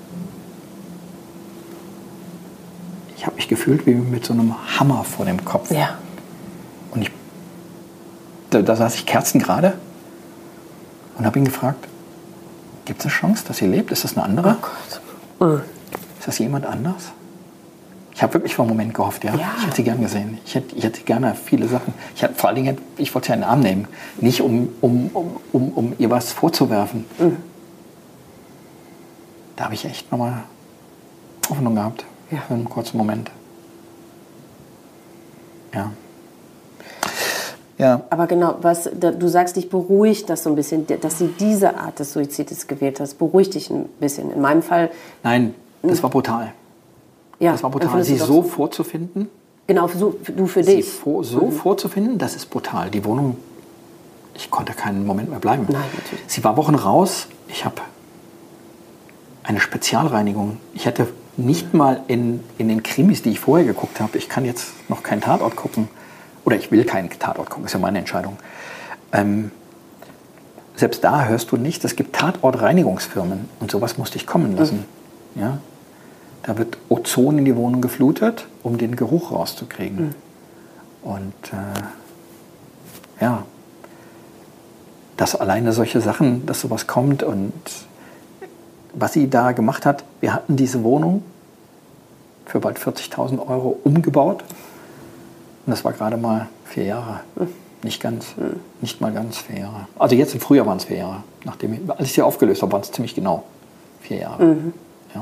Ich habe mich gefühlt wie mit so einem Hammer vor dem Kopf. Ja. Und da saß ich kerzengerade und habe ihn gefragt, gibt es eine Chance, dass sie lebt? Ist das eine andere? Oh Gott. Ist das jemand anders? Ich habe wirklich vor einem Moment gehofft, ja. Ja. Ich hätte sie gern gesehen. Ich hätte gerne viele Sachen. Vor allen Dingen, ich wollte sie in den Arm nehmen. Nicht um ihr was vorzuwerfen. Da habe ich echt nochmal Hoffnung gehabt. Ja. Für einen kurzen Moment. Ja. Ja. Aber genau, du sagst, dich beruhigt das so ein bisschen, dass sie diese Art des Suizides gewählt hat. Beruhigt dich ein bisschen. In meinem Fall... Nein, das war brutal. Ja, Das war brutal. empfindest Sie du doch so vorzufinden, Genau, du für dich. vorzufinden, das ist brutal. Die Wohnung, ich konnte keinen Moment mehr bleiben. Nein, natürlich. Sie war Wochen raus. Ich habe eine Spezialreinigung. Ich hätte nicht mal in den Krimis, die ich vorher geguckt habe, ich kann jetzt noch keinen Tatort gucken. Oder ich will keinen Tatort gucken, ist ja meine Entscheidung. Selbst da hörst du nichts. Es gibt Tatortreinigungsfirmen und sowas musste ich kommen lassen. Ja? Da wird Ozon in die Wohnung geflutet, um den Geruch rauszukriegen. Und ja, dass alleine solche Sachen, dass sowas kommt und was sie da gemacht hat, wir hatten diese Wohnung für bald 40.000 € umgebaut und das war gerade mal 4 Jahre. Nicht mal ganz 4 Jahre. Also jetzt im Frühjahr waren es 4 Jahre. Als ich sie aufgelöst habe, waren es ziemlich genau 4 Jahre. Ja.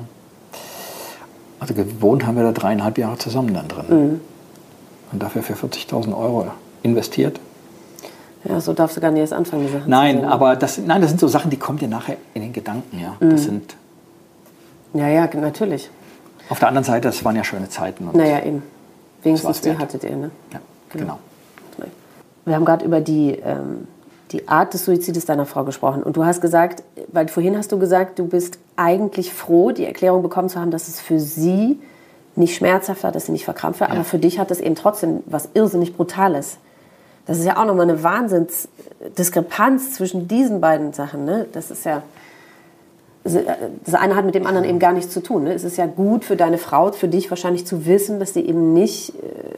Also gewohnt haben wir da 3,5 Jahre zusammen dann drin. Und dafür für 40.000 € investiert. Ja, so darfst du gar nicht erst anfangen, die Sachen Nein, zu sehen. aber das sind so Sachen, die kommen dir nachher in den Gedanken. Ja. Das sind, Ja, natürlich. auf der anderen Seite, das waren ja schöne Zeiten. Und Naja, eben. Wenigstens war's die wert. hattet ihr, ne? ja, genau. Wir haben gerade über die Art des Suizides deiner Frau gesprochen. Und du hast gesagt, weil vorhin hast du gesagt, du bist eigentlich froh, die Erklärung bekommen zu haben, dass es für sie nicht schmerzhaft war, dass sie nicht verkrampft war. Ja. Aber für dich hat das eben trotzdem was irrsinnig Brutales. Das ist ja auch nochmal eine Wahnsinnsdiskrepanz zwischen diesen beiden Sachen. Ne? Das ist ja... Das eine hat mit dem anderen eben gar nichts zu tun. Ne? Es ist ja gut für deine Frau, für dich wahrscheinlich zu wissen, dass sie eben nicht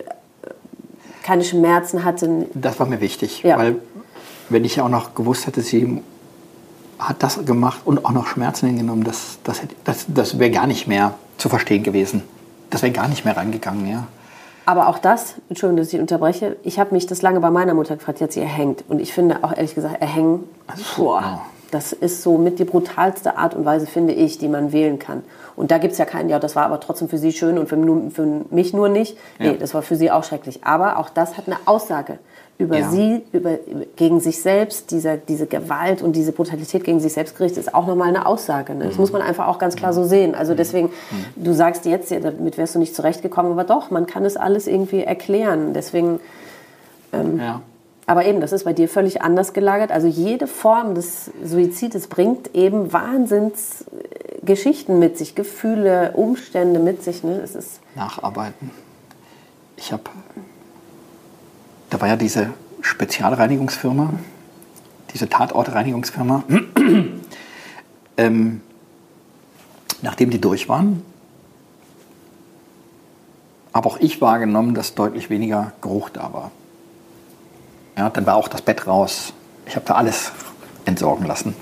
keine Schmerzen hatte. Das war mir wichtig, Ja. weil wenn ich auch noch gewusst hätte, sie hat das gemacht und auch noch Schmerzen hingenommen, das wäre gar nicht mehr zu verstehen gewesen. Das wäre gar nicht mehr reingegangen, ja. Aber auch das, Entschuldigung, dass ich unterbreche, ich habe mich das lange bei meiner Mutter gefragt, die hat sie erhängt. Und ich finde auch ehrlich gesagt, erhängen, das ist so mit die brutalste Art und Weise, finde ich, die man wählen kann. Und da gibt es ja keinen, ja, das war aber trotzdem für sie schön und für mich nur nicht. Nee, Ja. das war für sie auch schrecklich. Aber auch das hat eine Aussage über Ja. sie, gegen sich selbst. Diese Gewalt und diese Brutalität gegen sich selbst gerichtet ist auch nochmal eine Aussage. Ne? Das muss man einfach auch ganz klar so sehen. Also deswegen, du sagst jetzt, ja, damit wärst du nicht zurechtgekommen, aber doch, man kann es alles irgendwie erklären. Deswegen... Ja. Aber eben, das ist bei dir völlig anders gelagert. Also jede Form des Suizides bringt eben Wahnsinnsgeschichten mit sich, Gefühle, Umstände mit sich. Ne? Es ist Nacharbeiten. Ich habe da war ja diese Spezialreinigungsfirma, diese Tatortreinigungsfirma. Nachdem die durch waren, habe auch ich wahrgenommen, dass deutlich weniger Geruch da war. Ja, dann war auch das Bett raus. Ich habe da alles entsorgen lassen.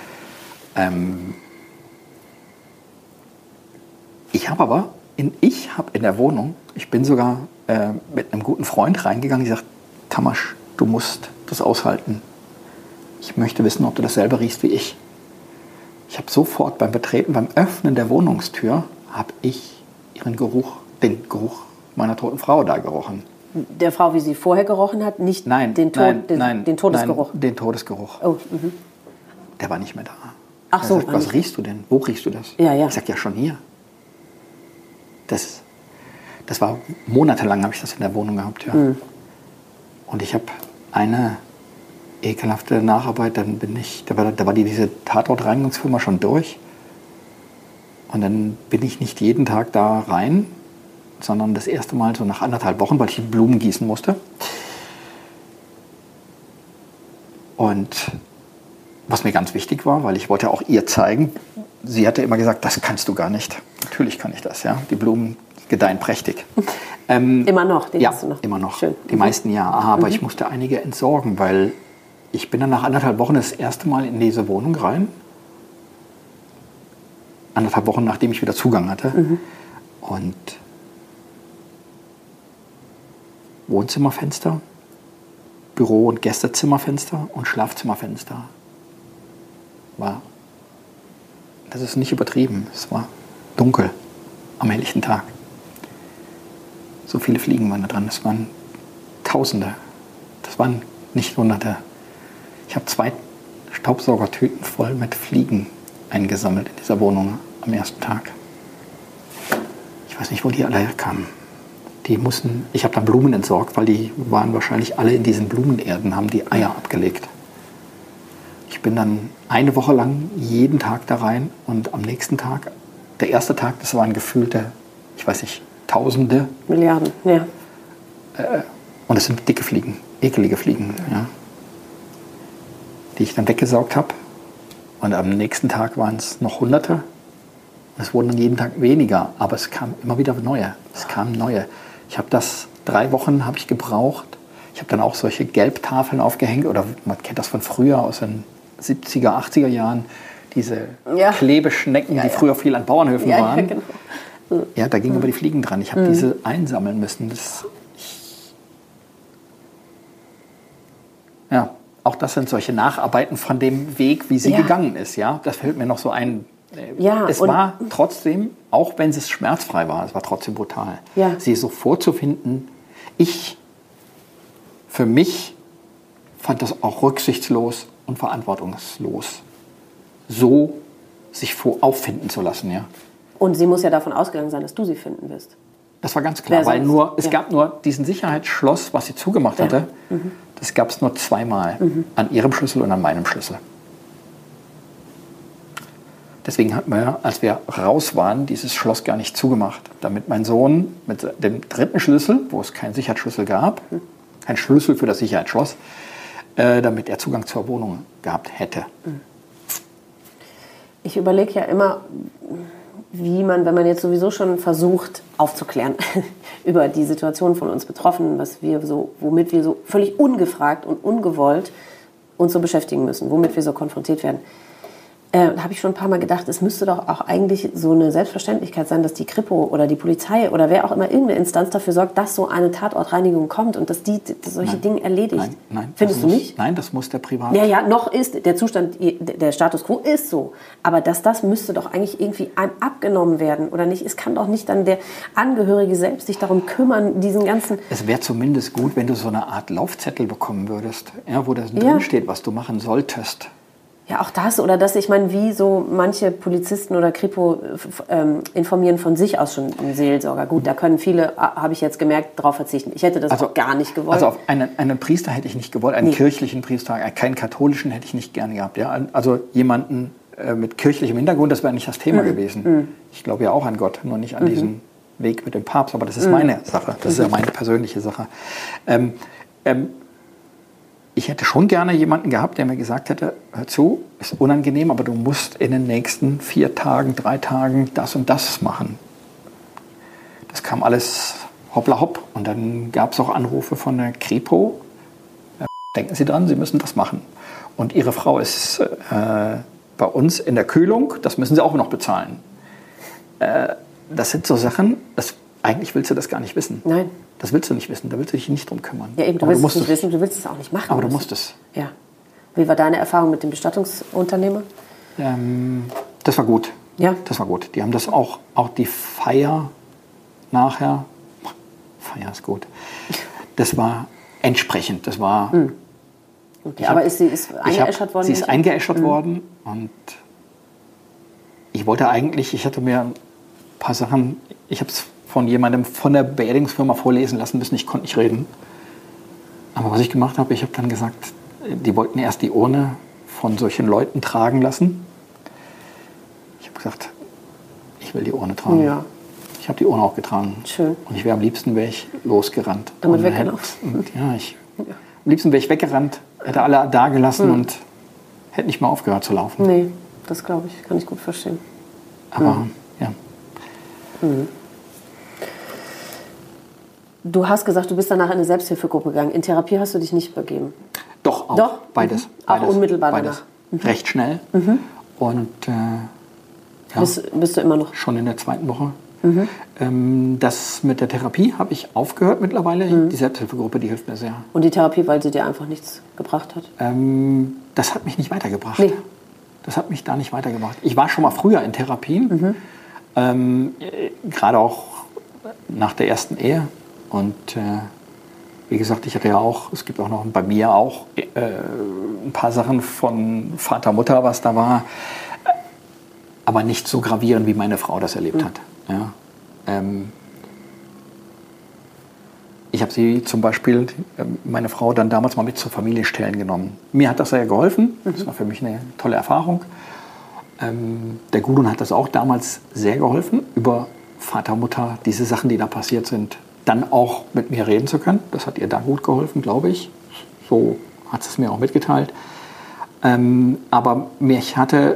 Ich habe in der Wohnung, ich bin sogar mit einem guten Freund reingegangen, die sagt, Tamasch, du musst das aushalten. Ich möchte wissen, ob du dasselbe riechst wie ich. Ich habe sofort beim Betreten, beim Öffnen der Wohnungstür, habe ich den Geruch meiner toten Frau da gerochen. Der Frau, wie sie vorher gerochen hat, nicht den Todesgeruch? Nein, den Todesgeruch. Oh, der war nicht mehr da. Ach so. Sagt, was riechst du denn? Wo riechst du das? Ja. Ich sag, ja, schon hier. Das war monatelang, habe ich das in der Wohnung gehabt. Ja. Und ich habe eine ekelhafte Nacharbeit, da war diese Tatortreinigungsfirma schon durch. Und dann bin ich nicht jeden Tag da rein, sondern das erste Mal so nach 1,5 Wochen, weil ich die Blumen gießen musste. Und was mir ganz wichtig war, weil ich wollte auch ihr zeigen, sie hatte immer gesagt, das kannst du gar nicht. Natürlich kann ich das, ja. Die Blumen gedeihen prächtig. Immer noch? Ja, immer noch. Schön. Die meisten ja. Aber ich musste einige entsorgen, weil ich bin dann nach 1,5 Wochen das erste Mal in diese Wohnung rein. 1,5 Wochen, nachdem ich wieder Zugang hatte. Und Wohnzimmerfenster, Büro- und Gästezimmerfenster und Schlafzimmerfenster. Das ist nicht übertrieben. Es war dunkel am helllichten Tag. So viele Fliegen waren da dran. Das waren Tausende. Das waren nicht Hunderte. Ich habe 2 Staubsaugertüten voll mit Fliegen eingesammelt in dieser Wohnung am ersten Tag. Ich weiß nicht, wo die alle herkamen. Ich habe dann Blumen entsorgt, weil die waren wahrscheinlich alle in diesen Blumenerden, haben die Eier abgelegt. Ich bin dann eine Woche lang jeden Tag da rein und am nächsten Tag, der erste Tag, das waren gefühlte, ich weiß nicht, Tausende. Milliarden, ja. Und es sind dicke Fliegen, ekelige Fliegen, ja, die ich dann weggesaugt habe. Und am nächsten Tag waren es noch Hunderte. Es wurden dann jeden Tag weniger, aber es kamen immer wieder neue. Es kamen neue. Ich habe das 3 Wochen habe ich gebraucht. Ich habe dann auch solche Gelbtafeln aufgehängt, oder man kennt das von früher aus den 70er, 80er Jahren, diese Klebeschnecken, die früher viel an Bauernhöfen waren. Ja, genau. Ja, da gingen aber die Fliegen dran. Ich habe diese einsammeln müssen. Auch das sind solche Nacharbeiten von dem Weg, wie sie gegangen ist. Ja, das fällt mir noch so ein. Es war trotzdem, auch wenn es schmerzfrei war, es war trotzdem brutal. Ja. Sie so vorzufinden, für mich fand das auch rücksichtslos und verantwortungslos, so sich auffinden zu lassen. Ja. Und sie muss ja davon ausgegangen sein, dass du sie finden wirst. Das war ganz klar, weil es gab nur diesen Sicherheitsschloss, was sie zugemacht hatte, das gab es nur 2-mal, an ihrem Schlüssel und an meinem Schlüssel. Deswegen hatten wir, als wir raus waren, dieses Schloss gar nicht zugemacht, damit mein Sohn mit dem 3. Schlüssel, wo es keinen Sicherheitsschlüssel gab, kein Schlüssel für das Sicherheitsschloss, damit er Zugang zur Wohnung gehabt hätte. Ich überlege ja immer, wie man, wenn man jetzt sowieso schon versucht aufzuklären über die Situation von uns Betroffenen, womit wir so völlig ungefragt und ungewollt uns so beschäftigen müssen, womit wir so konfrontiert werden. Da habe ich schon ein paar Mal gedacht, es müsste doch auch eigentlich so eine Selbstverständlichkeit sein, dass die Kripo oder die Polizei oder wer auch immer, irgendeine Instanz dafür sorgt, dass so eine Tatortreinigung kommt und dass die solche Dinge erledigt. Nein, findest du nicht? Nein, das muss der Privat. Ja, noch ist der Zustand, der Status quo ist so. Aber das müsste doch eigentlich irgendwie einem abgenommen werden, oder nicht? Es kann doch nicht dann der Angehörige selbst sich darum kümmern, diesen ganzen... Es wäre zumindest gut, wenn du so eine Art Laufzettel bekommen würdest, wo das drin steht, was du machen solltest. Ja, auch das oder das, ich meine, wie so manche Polizisten oder Kripo informieren von sich aus schon einen Seelsorger. Gut, da können viele, habe ich jetzt gemerkt, darauf verzichten. Ich hätte das auch gar nicht gewollt. Also auf einen Priester hätte ich nicht gewollt, einen kirchlichen Priester, keinen katholischen hätte ich nicht gern gehabt. Ja? Also jemanden mit kirchlichem Hintergrund, das wäre nicht das Thema gewesen. Ich glaube ja auch an Gott, nur nicht an diesen Weg mit dem Papst, aber das ist meine Sache, das ist ja meine persönliche Sache. Ich hätte schon gerne jemanden gehabt, der mir gesagt hätte, hör zu, ist unangenehm, aber du musst in den nächsten 4 Tagen, 3 Tagen das und das machen. Das kam alles hoppla hopp. Und dann gab es auch Anrufe von der Kripo. Denken Sie dran, Sie müssen das machen. Und Ihre Frau ist bei uns in der Kühlung, das müssen Sie auch noch bezahlen. Das sind so Sachen, eigentlich willst du das gar nicht wissen. Nein. Das willst du nicht wissen, da willst du dich nicht drum kümmern. Ja, eben, du willst es nicht wissen, du willst es auch nicht machen. Aber du musst es. Ja. Wie war deine Erfahrung mit dem Bestattungsunternehmer? Das war gut. Ja. Das war gut. Die haben das auch die Feier nachher, Feier ist gut, das war entsprechend. Das war... Okay, aber sie eingeäschert worden? Sie ist eingeäschert worden und ich hatte mir ein paar Sachen, ich habe es von jemandem von der Beerdigungsfirma vorlesen lassen müssen, ich konnte nicht reden. Aber was ich gemacht habe, ich habe dann gesagt, die wollten erst die Urne von solchen Leuten tragen lassen. Ich habe gesagt, ich will die Urne tragen. Ja. Ich habe die Urne auch getragen. Schön. Und am liebsten wäre ich losgerannt. Damit weggelaufen? Ja, am liebsten wäre ich weggerannt, hätte alle da gelassen und hätte nicht mal aufgehört zu laufen. Nee, das glaube ich, kann ich gut verstehen. Aber, ja. Du hast gesagt, du bist danach in eine Selbsthilfegruppe gegangen. In Therapie hast du dich nicht begeben? Doch, auch. Doch? Beides. Auch unmittelbar beides. danach? Recht schnell. Und bist du immer noch? Schon in der 2. Woche. Das mit der Therapie habe ich aufgehört mittlerweile. Die Selbsthilfegruppe, die hilft mir sehr. Und die Therapie, weil sie dir einfach nichts gebracht hat? Das hat mich nicht weitergebracht. Nee. Das hat mich da nicht weitergebracht. Ich war schon mal früher in Therapien. Gerade auch nach der ersten Ehe. Und wie gesagt, ich hatte ja auch, es gibt auch noch bei mir auch ein paar Sachen von Vater, Mutter, was da war. Aber nicht so gravierend, wie meine Frau das erlebt hat. Ja. Ich habe sie zum Beispiel, meine Frau, dann damals mal mit zur Familienstellen genommen. Mir hat das sehr geholfen. Das war für mich eine tolle Erfahrung. Der Gudrun hat das auch damals sehr geholfen, über Vater, Mutter, diese Sachen, die da passiert sind, dann auch mit mir reden zu können. Das hat ihr da gut geholfen, glaube ich. So hat sie es mir auch mitgeteilt. Aber mich hatte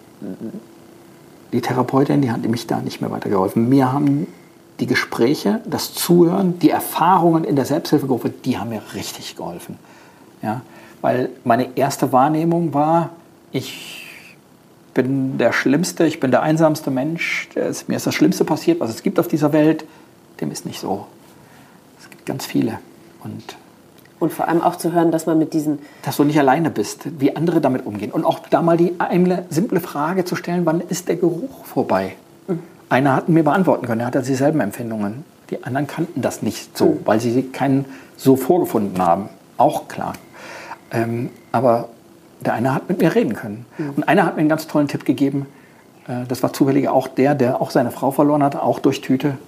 die Therapeutin, die hat mich da nicht mehr weitergeholfen. Mir haben die Gespräche, das Zuhören, die Erfahrungen in der Selbsthilfegruppe, die haben mir richtig geholfen. Ja? Weil meine erste Wahrnehmung war, ich bin der Schlimmste, ich bin der einsamste Mensch, mir ist das Schlimmste passiert, was es gibt auf dieser Welt. Dem ist nicht so. Es gibt ganz viele. Und vor allem auch zu hören, dass man mit diesen... Dass du nicht alleine bist, wie andere damit umgehen. Und auch da mal eine simple Frage zu stellen, wann ist der Geruch vorbei? Einer hat mir beantworten können, er hatte dieselben Empfindungen. Die anderen kannten das nicht so, weil sie keinen so vorgefunden haben. Auch klar. Aber der eine hat mit mir reden können. Und einer hat mir einen ganz tollen Tipp gegeben. Das war zufällig auch der auch seine Frau verloren hat, auch durch Tüte.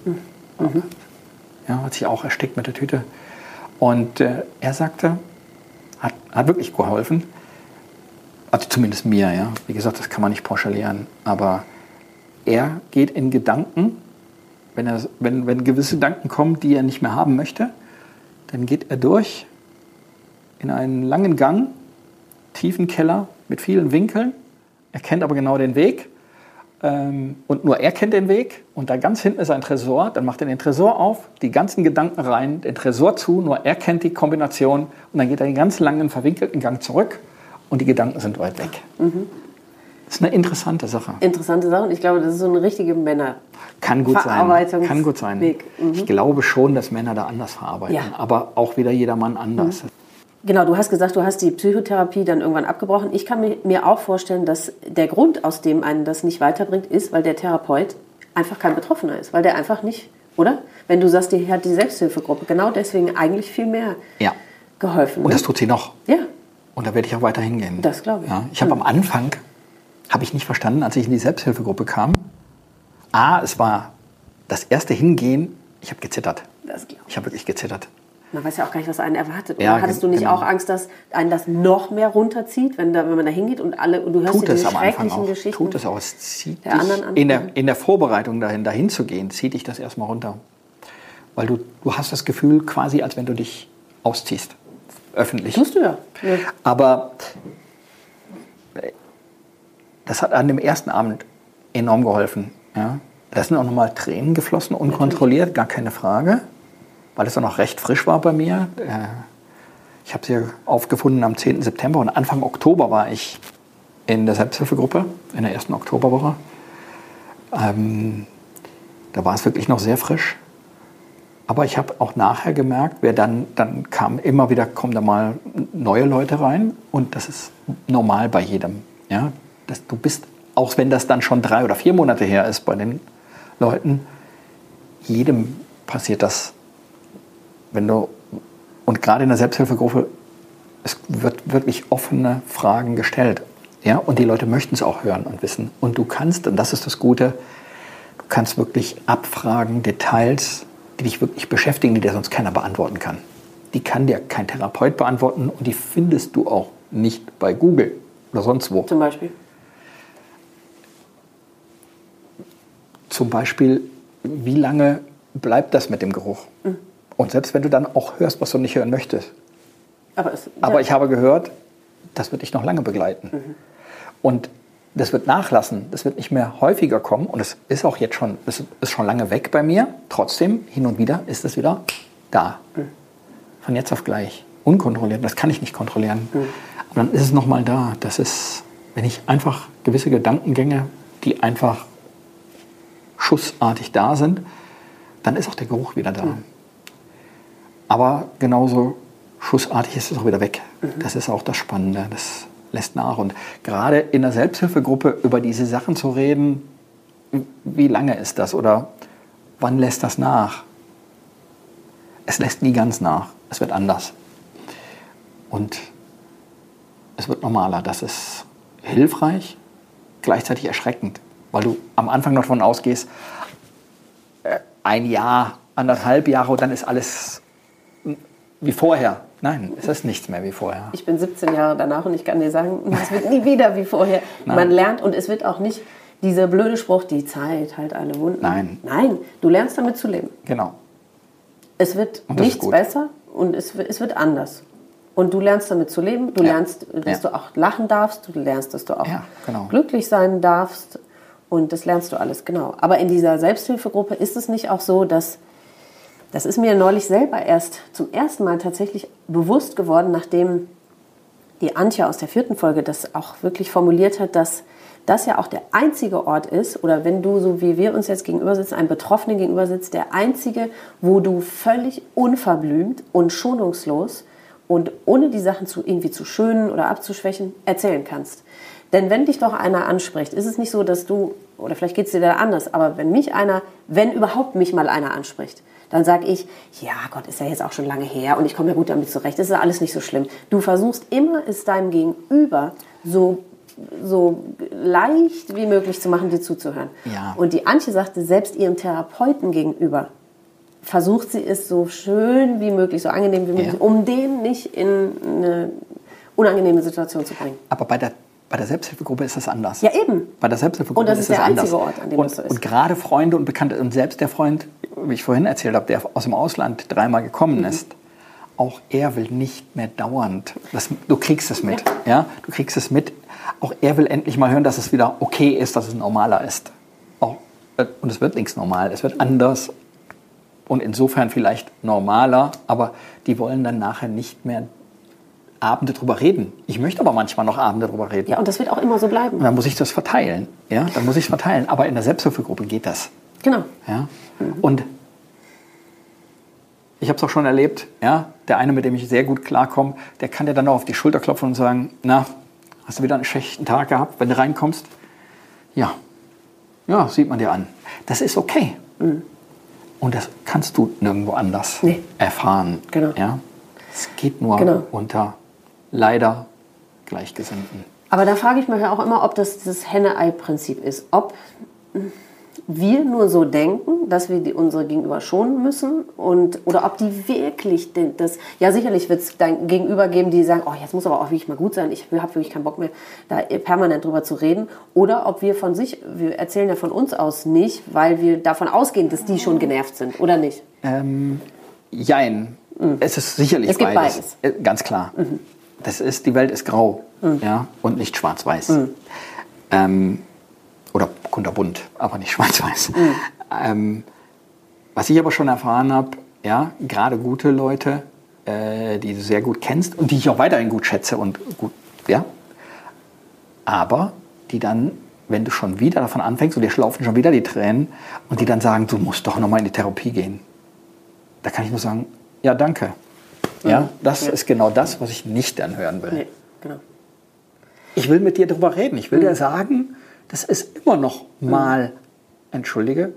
Ja, hat sich auch erstickt mit der Tüte. Und er sagte, hat wirklich geholfen, also zumindest mir, ja. Wie gesagt, das kann man nicht pauschalieren, aber er geht in Gedanken, wenn gewisse Gedanken kommen, die er nicht mehr haben möchte, dann geht er durch in einen langen Gang, tiefen Keller mit vielen Winkeln, er kennt aber genau den Weg. Und nur er kennt den Weg und da ganz hinten ist ein Tresor, dann macht er den Tresor auf, die ganzen Gedanken rein, den Tresor zu, nur er kennt die Kombination und dann geht er den ganz langen, verwinkelten Gang zurück und die Gedanken sind weit weg. Das ist eine interessante Sache. Interessante Sache und ich glaube, das ist so eine richtige Kann gut sein. Kann gut sein. Weg. Ich glaube schon, dass Männer da anders verarbeiten, aber auch wieder jeder Mann anders. Genau, du hast gesagt, du hast die Psychotherapie dann irgendwann abgebrochen. Ich kann mir auch vorstellen, dass der Grund, aus dem einen das nicht weiterbringt, ist, weil der Therapeut einfach kein Betroffener ist. Weil der einfach nicht, oder? Wenn du sagst, die hat die Selbsthilfegruppe genau deswegen eigentlich viel mehr geholfen. Und das tut sie noch. Ja. Und da werde ich auch weiter hingehen. Das glaube ich. Ja, ich habe am Anfang, habe ich nicht verstanden, als ich in die Selbsthilfegruppe kam, es war das erste Hingehen, ich habe gezittert. Das glaube ich. Ich habe wirklich gezittert. Man weiß ja auch gar nicht, was einen erwartet. Oder Ja, hattest du nicht auch Angst, dass einen das noch mehr runterzieht, wenn man da hingeht und du hörst dir diese schrecklichen Geschichten Tut es auch. Es zieht der anderen an? In der Vorbereitung dahin zu gehen, zieht dich das erstmal runter. Weil du hast das Gefühl quasi, als wenn du dich ausziehst. öffentlich. Tust du ja. Aber das hat an dem ersten Abend enorm geholfen. Ja. Da sind auch nochmal Tränen geflossen, unkontrolliert, gar keine Frage, weil es auch noch recht frisch war bei mir. Ich habe sie aufgefunden am 10. September und Anfang Oktober war ich in der Selbsthilfegruppe, in der ersten Oktoberwoche. Da war es wirklich noch sehr frisch. Aber ich habe auch nachher gemerkt, dann kommen da mal neue Leute rein und das ist normal bei jedem. Ja? Du bist, auch wenn das dann schon 3 oder 4 Monate her ist bei den Leuten, jedem passiert das, und gerade in der Selbsthilfegruppe, es wird wirklich offene Fragen gestellt. Ja? Und die Leute möchten es auch hören und wissen. Und du kannst, und das ist das Gute, du kannst wirklich abfragen, Details, die dich wirklich beschäftigen, die dir sonst keiner beantworten kann. Die kann dir kein Therapeut beantworten und die findest du auch nicht bei Google oder sonst wo. Zum Beispiel, wie lange bleibt das mit dem Geruch? Mhm. Und selbst wenn du dann auch hörst, was du nicht hören möchtest. Aber ich habe gehört, das wird dich noch lange begleiten. Mhm. Und das wird nachlassen, das wird nicht mehr häufiger kommen. Und es ist auch jetzt schon, es ist schon lange weg bei mir. Trotzdem, hin und wieder ist es wieder da. Mhm. Von jetzt auf gleich. Unkontrolliert, das kann ich nicht kontrollieren. Mhm. Aber dann ist es nochmal da. Das ist, wenn ich einfach gewisse Gedankengänge, die einfach schussartig da sind, dann ist auch der Geruch wieder da. Mhm. Aber genauso schussartig ist es auch wieder weg. Mhm. Das ist auch das Spannende. Das lässt nach. Und gerade in der Selbsthilfegruppe über diese Sachen zu reden, wie lange ist das oder wann lässt das nach? Es lässt nie ganz nach. Es wird anders. Und es wird normaler. Das ist hilfreich, gleichzeitig erschreckend. Weil du am Anfang noch davon ausgehst, 1 Jahr, 1,5 Jahre und dann ist alles wie vorher. Nein, es ist nichts mehr wie vorher. Ich bin 17 Jahre danach und ich kann dir sagen, es wird nie wieder wie vorher. Nein. Man lernt und es wird auch nicht dieser blöde Spruch, die Zeit heilt alle Wunden. Nein, du lernst damit zu leben. Genau. Es wird nichts besser und es wird anders. Und du lernst damit zu leben. Du lernst, dass du auch lachen darfst. Du lernst, dass du auch glücklich sein darfst. Und das lernst du alles, genau. Aber in dieser Selbsthilfegruppe ist es nicht auch so, dass, das ist mir neulich selber erst zum ersten Mal tatsächlich bewusst geworden, nachdem die Antje aus der 4. Folge das auch wirklich formuliert hat, dass das ja auch der einzige Ort ist, oder wenn du, so wie wir uns jetzt gegenüber sitzen, einem Betroffenen gegenüber sitzt, der einzige, wo du völlig unverblümt und schonungslos und ohne die Sachen irgendwie zu schönen oder abzuschwächen erzählen kannst. Denn wenn dich doch einer anspricht, ist es nicht so, dass du, oder vielleicht geht es dir da anders, aber wenn überhaupt mich mal einer anspricht, dann sage ich, ja Gott, ist ja jetzt auch schon lange her und ich komme ja gut damit zurecht, das ist ja alles nicht so schlimm. Du versuchst immer, es deinem Gegenüber so leicht wie möglich zu machen, dir zuzuhören. Ja. Und die Antje sagte, selbst ihrem Therapeuten gegenüber versucht sie es so schön wie möglich, so angenehm wie möglich, um den nicht in eine unangenehme Situation zu bringen. Aber bei der Selbsthilfegruppe ist das anders. Ja, eben. Bei der Selbsthilfegruppe ist es anders. Und das ist der einzige Ort, an dem das so ist. Und gerade Freunde und Bekannte, und selbst der Freund, wie ich vorhin erzählt habe, der aus dem Ausland 3-mal gekommen ist, auch er will nicht mehr dauernd, du kriegst es mit, ja? Du kriegst es mit, auch er will endlich mal hören, dass es wieder okay ist, dass es normaler ist. Und es wird nichts normal, es wird anders und insofern vielleicht normaler, aber die wollen dann nachher nicht mehr Abende drüber reden. Ich möchte aber manchmal noch Abende drüber reden. Ja, und das wird auch immer so bleiben. Und dann muss ich das verteilen. Ja, dann muss ich es verteilen. Aber in der Selbsthilfegruppe geht das. Genau. Ja? Und ich habe es auch schon erlebt, ja, der eine, mit dem ich sehr gut klarkomme, der kann dir dann auch auf die Schulter klopfen und sagen, na, hast du wieder einen schlechten Tag gehabt, wenn du reinkommst? Ja, sieht man dir an. Das ist okay. Mhm. Und das kannst du nirgendwo anders erfahren. Genau. Ja? Es geht nur unter leider Gleichgesinnten. Aber da frage ich mich ja auch immer, ob das Henne-Ei-Prinzip ist. Ob wir nur so denken, dass wir unsere Gegenüber schonen müssen oder ob die wirklich das... Ja, sicherlich wird es dein Gegenüber geben, die sagen, oh, jetzt muss aber auch wirklich mal gut sein, ich habe wirklich keinen Bock mehr, da permanent drüber zu reden. Oder ob wir wir erzählen ja von uns aus nicht, weil wir davon ausgehen, dass die schon genervt sind, oder nicht? Jein. Es ist sicherlich es gibt beides. Ganz klar. Die Welt ist grau, ja, und nicht schwarz-weiß. Oder kunterbunt, aber nicht schwarz-weiß. Was ich aber schon erfahren habe, ja, gerade gute Leute, die du sehr gut kennst und die ich auch weiterhin gut schätze und gut, ja, aber die dann, wenn du schon wieder davon anfängst und dir schlaufen schon wieder die Tränen und die dann sagen, du musst doch nochmal in die Therapie gehen. Da kann ich nur sagen, ja, danke. Ja, das ist genau das, was ich nicht dann hören will. Nee, genau. Ich will mit dir darüber reden. Ich will dir sagen, das ist immer noch mal, entschuldige,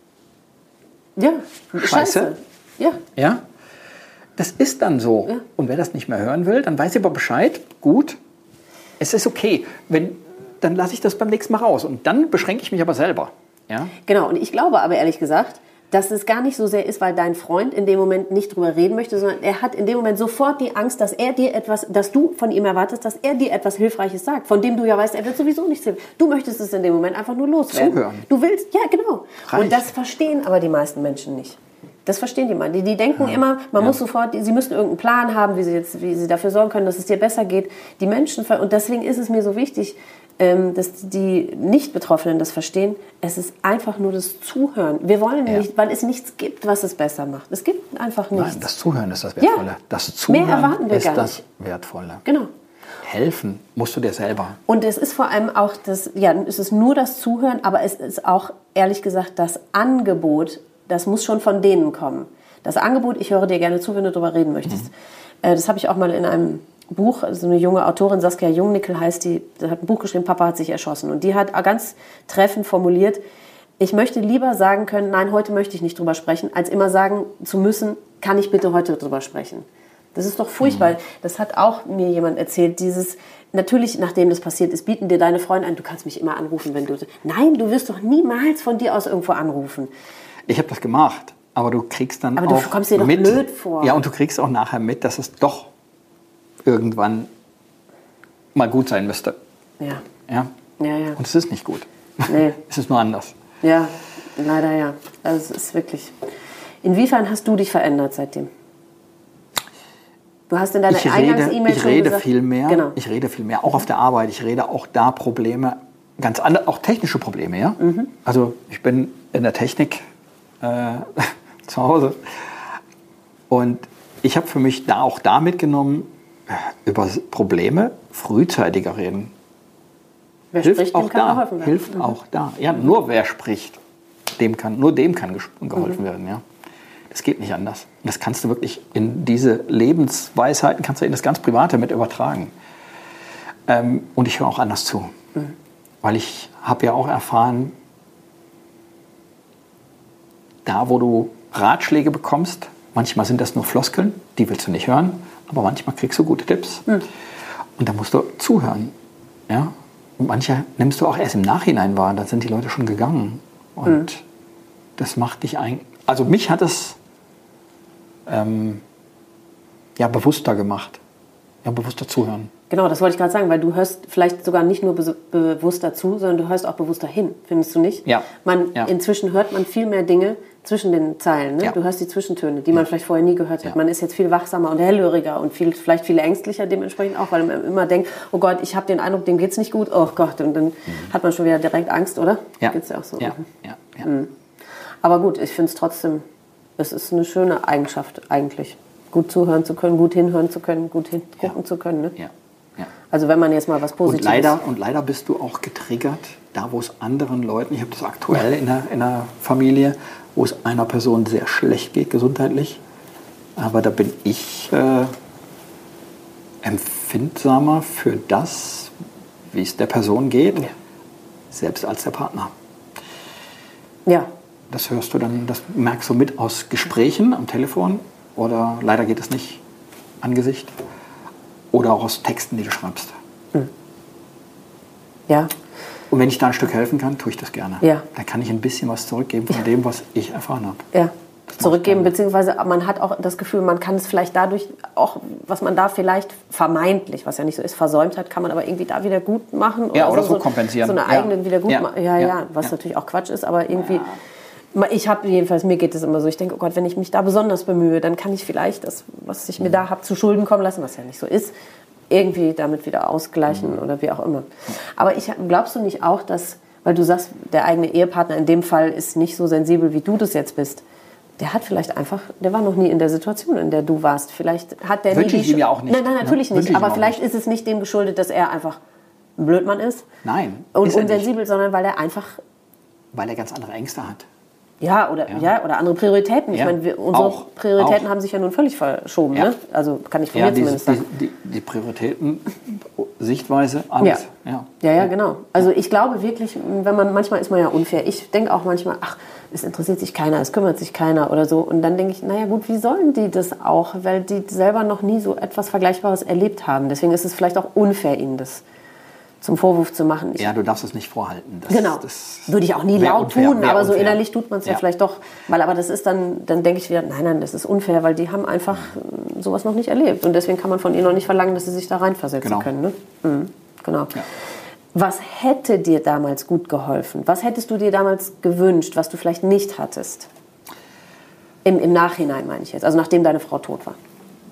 Ja, Scheiße. Ja. Ja, das ist dann so. Ja. Und wer das nicht mehr hören will, dann weiß ich aber Bescheid. Gut, es ist okay. Dann lasse ich das beim nächsten Mal raus. Und dann beschränke ich mich aber selber. Ja? Genau, und ich glaube aber ehrlich gesagt, dass es gar nicht so sehr ist, weil dein Freund in dem Moment nicht drüber reden möchte, sondern er hat in dem Moment sofort die Angst, dass du von ihm erwartest, dass er dir etwas Hilfreiches sagt, von dem du ja weißt, er wird sowieso nichts hilft. Du möchtest es in dem Moment einfach nur loswerden. Zuhören. Du willst, ja genau. Reicht. Und das verstehen aber die meisten Menschen nicht. Das verstehen die mal. Die denken immer, muss sofort, sie müssen irgendeinen Plan haben, wie sie dafür sorgen können, dass es dir besser geht. Die Menschen, und deswegen ist es mir so wichtig, dass die Nicht-Betroffenen das verstehen. Es ist einfach nur das Zuhören. Wir wollen nicht, weil es nichts gibt, was es besser macht. Es gibt einfach nichts. Nein, das Zuhören ist das Wertvolle. Ja. Das Zuhören Mehr erwarten wir ist gar das nicht. Wertvolle. Genau. Helfen musst du dir selber. Und es ist vor allem auch es ist nur das Zuhören, aber es ist auch, ehrlich gesagt, das Angebot, das muss schon von denen kommen. Das Angebot, ich höre dir gerne zu, wenn du darüber reden möchtest. Das habe ich auch mal in einem Buch, also eine junge Autorin, Saskia Jungnickel heißt die hat ein Buch geschrieben, Papa hat sich erschossen. Und die hat ganz treffend formuliert, ich möchte lieber sagen können, nein, heute möchte ich nicht drüber sprechen, als immer sagen zu müssen, kann ich bitte heute drüber sprechen. Das ist doch furchtbar. Das hat auch mir jemand erzählt, natürlich, nachdem das passiert ist, bieten dir deine Freunde an, du kannst mich immer anrufen, wenn du... Nein, du wirst doch niemals von dir aus irgendwo anrufen. Ich habe das gemacht, aber du kriegst dann aber auch du kommst dir doch blöd vor. Ja, und du kriegst auch nachher mit, dass es doch irgendwann mal gut sein müsste. Ja. Ja? Ja. Und es ist nicht gut. Nee. Es ist nur anders. Ja, leider ja. Also es ist wirklich... Inwiefern hast du dich verändert seitdem? Du hast in deiner Eingangs-E-Mail schon gesagt... viel mehr. Genau. Ich rede viel mehr, auch auf der Arbeit. Ich rede auch da Probleme, ganz andere, auch technische Probleme. Ja? Also ich bin in der Technik zu Hause. Und ich habe für mich auch da mitgenommen, über Probleme frühzeitiger reden. Wer spricht, dem kann geholfen werden. Hilft auch da. Ja, nur wer spricht, dem kann geholfen werden. Ja. Das geht nicht anders. Und das kannst du wirklich in diese Lebensweisheiten, kannst du in das ganz Private mit übertragen. Und ich höre auch anders zu. Weil ich habe ja auch erfahren, da wo du Ratschläge bekommst, manchmal sind das nur Floskeln, die willst du nicht hören, aber manchmal kriegst du gute Tipps. Und da musst du zuhören. Ja? Und manche nimmst du auch erst im Nachhinein wahr, dann sind die Leute schon gegangen. Und das macht dich also mich hat es bewusster gemacht. Ja, bewusster zuhören. Genau, das wollte ich gerade sagen, weil du hörst vielleicht sogar nicht nur bewusster zu, sondern du hörst auch bewusster hin, findest du nicht? Ja. Inzwischen hört man viel mehr Dinge zwischen den Zeilen. Ne? Ja. Du hörst die Zwischentöne, die man vielleicht vorher nie gehört hat. Ja. Man ist jetzt viel wachsamer und hellhöriger und vielleicht viel ängstlicher dementsprechend auch, weil man immer denkt, oh Gott, ich habe den Eindruck, dem geht's nicht gut. Oh Gott, und dann hat man schon wieder direkt Angst, oder? Ja. Geht's ja auch so. Ja. Aber gut, ich finde es trotzdem, es ist eine schöne Eigenschaft eigentlich. Gut zuhören zu können, gut hinhören zu können, gut hingucken zu können. Ne? Ja. Also wenn man jetzt mal was Positives... Und leider bist du auch getriggert, da wo es anderen Leuten, ich habe das aktuell in der Familie, wo es einer Person sehr schlecht geht gesundheitlich, aber da bin ich empfindsamer für das, wie es der Person geht, selbst als der Partner. Ja. Das hörst du dann, das merkst du mit aus Gesprächen am Telefon oder leider geht es nicht an Gesicht. Oder auch aus Texten, die du schreibst. Ja. Und wenn ich da ein Stück helfen kann, tue ich das gerne. Ja. Dann kann ich ein bisschen was zurückgeben von dem, was ich erfahren habe. Ja. Zurückgeben, beziehungsweise man hat auch das Gefühl, man kann es vielleicht dadurch auch, was man da vielleicht vermeintlich, was ja nicht so ist, versäumt hat, kann man aber irgendwie da wieder gut machen. Oder so kompensieren. So eine eigene Wiedergutmachung. Ja, was natürlich auch Quatsch ist, aber irgendwie... Ich habe jedenfalls, mir geht es immer so, ich denke, oh Gott, wenn ich mich da besonders bemühe, dann kann ich vielleicht das, was ich mir da habe, zu Schulden kommen lassen, was ja nicht so ist, irgendwie damit wieder ausgleichen oder wie auch immer. Aber glaubst du nicht auch, dass, weil du sagst, der eigene Ehepartner in dem Fall ist nicht so sensibel, wie du das jetzt bist, der hat vielleicht einfach, der war noch nie in der Situation, in der du warst. Vielleicht hat der Wünsche ich ihm ja auch nicht. Nein, natürlich nicht. Aber vielleicht ist es nicht dem geschuldet, dass er einfach ein Blödmann ist. Nein. Und unsensibel, sondern weil er einfach... Weil er ganz andere Ängste hat. Ja, oder andere Prioritäten. Ich meine, unsere Prioritäten haben sich ja nun völlig verschoben. Ne? Also kann ich von mir zumindest sagen. Die Prioritäten, Sichtweise, alles. Ja, genau. Also ich glaube wirklich, manchmal ist man ja unfair. Ich denke auch manchmal, ach, es interessiert sich keiner, es kümmert sich keiner oder so. Und dann denke ich, naja gut, wie sollen die das auch? Weil die selber noch nie so etwas Vergleichbares erlebt haben. Deswegen ist es vielleicht auch unfair, ihnen das zum Vorwurf zu machen. Du darfst es nicht vorhalten. Das würde ich auch nie laut tun, aber so innerlich tut man es ja vielleicht doch. Aber das ist dann denke ich wieder, nein, das ist unfair, weil die haben einfach sowas noch nicht erlebt. Und deswegen kann man von ihnen noch nicht verlangen, dass sie sich da reinversetzen können. Ne? Genau. Ja. Was hätte dir damals gut geholfen? Was hättest du dir damals gewünscht, was du vielleicht nicht hattest? Im Nachhinein meine ich jetzt, also nachdem deine Frau tot war.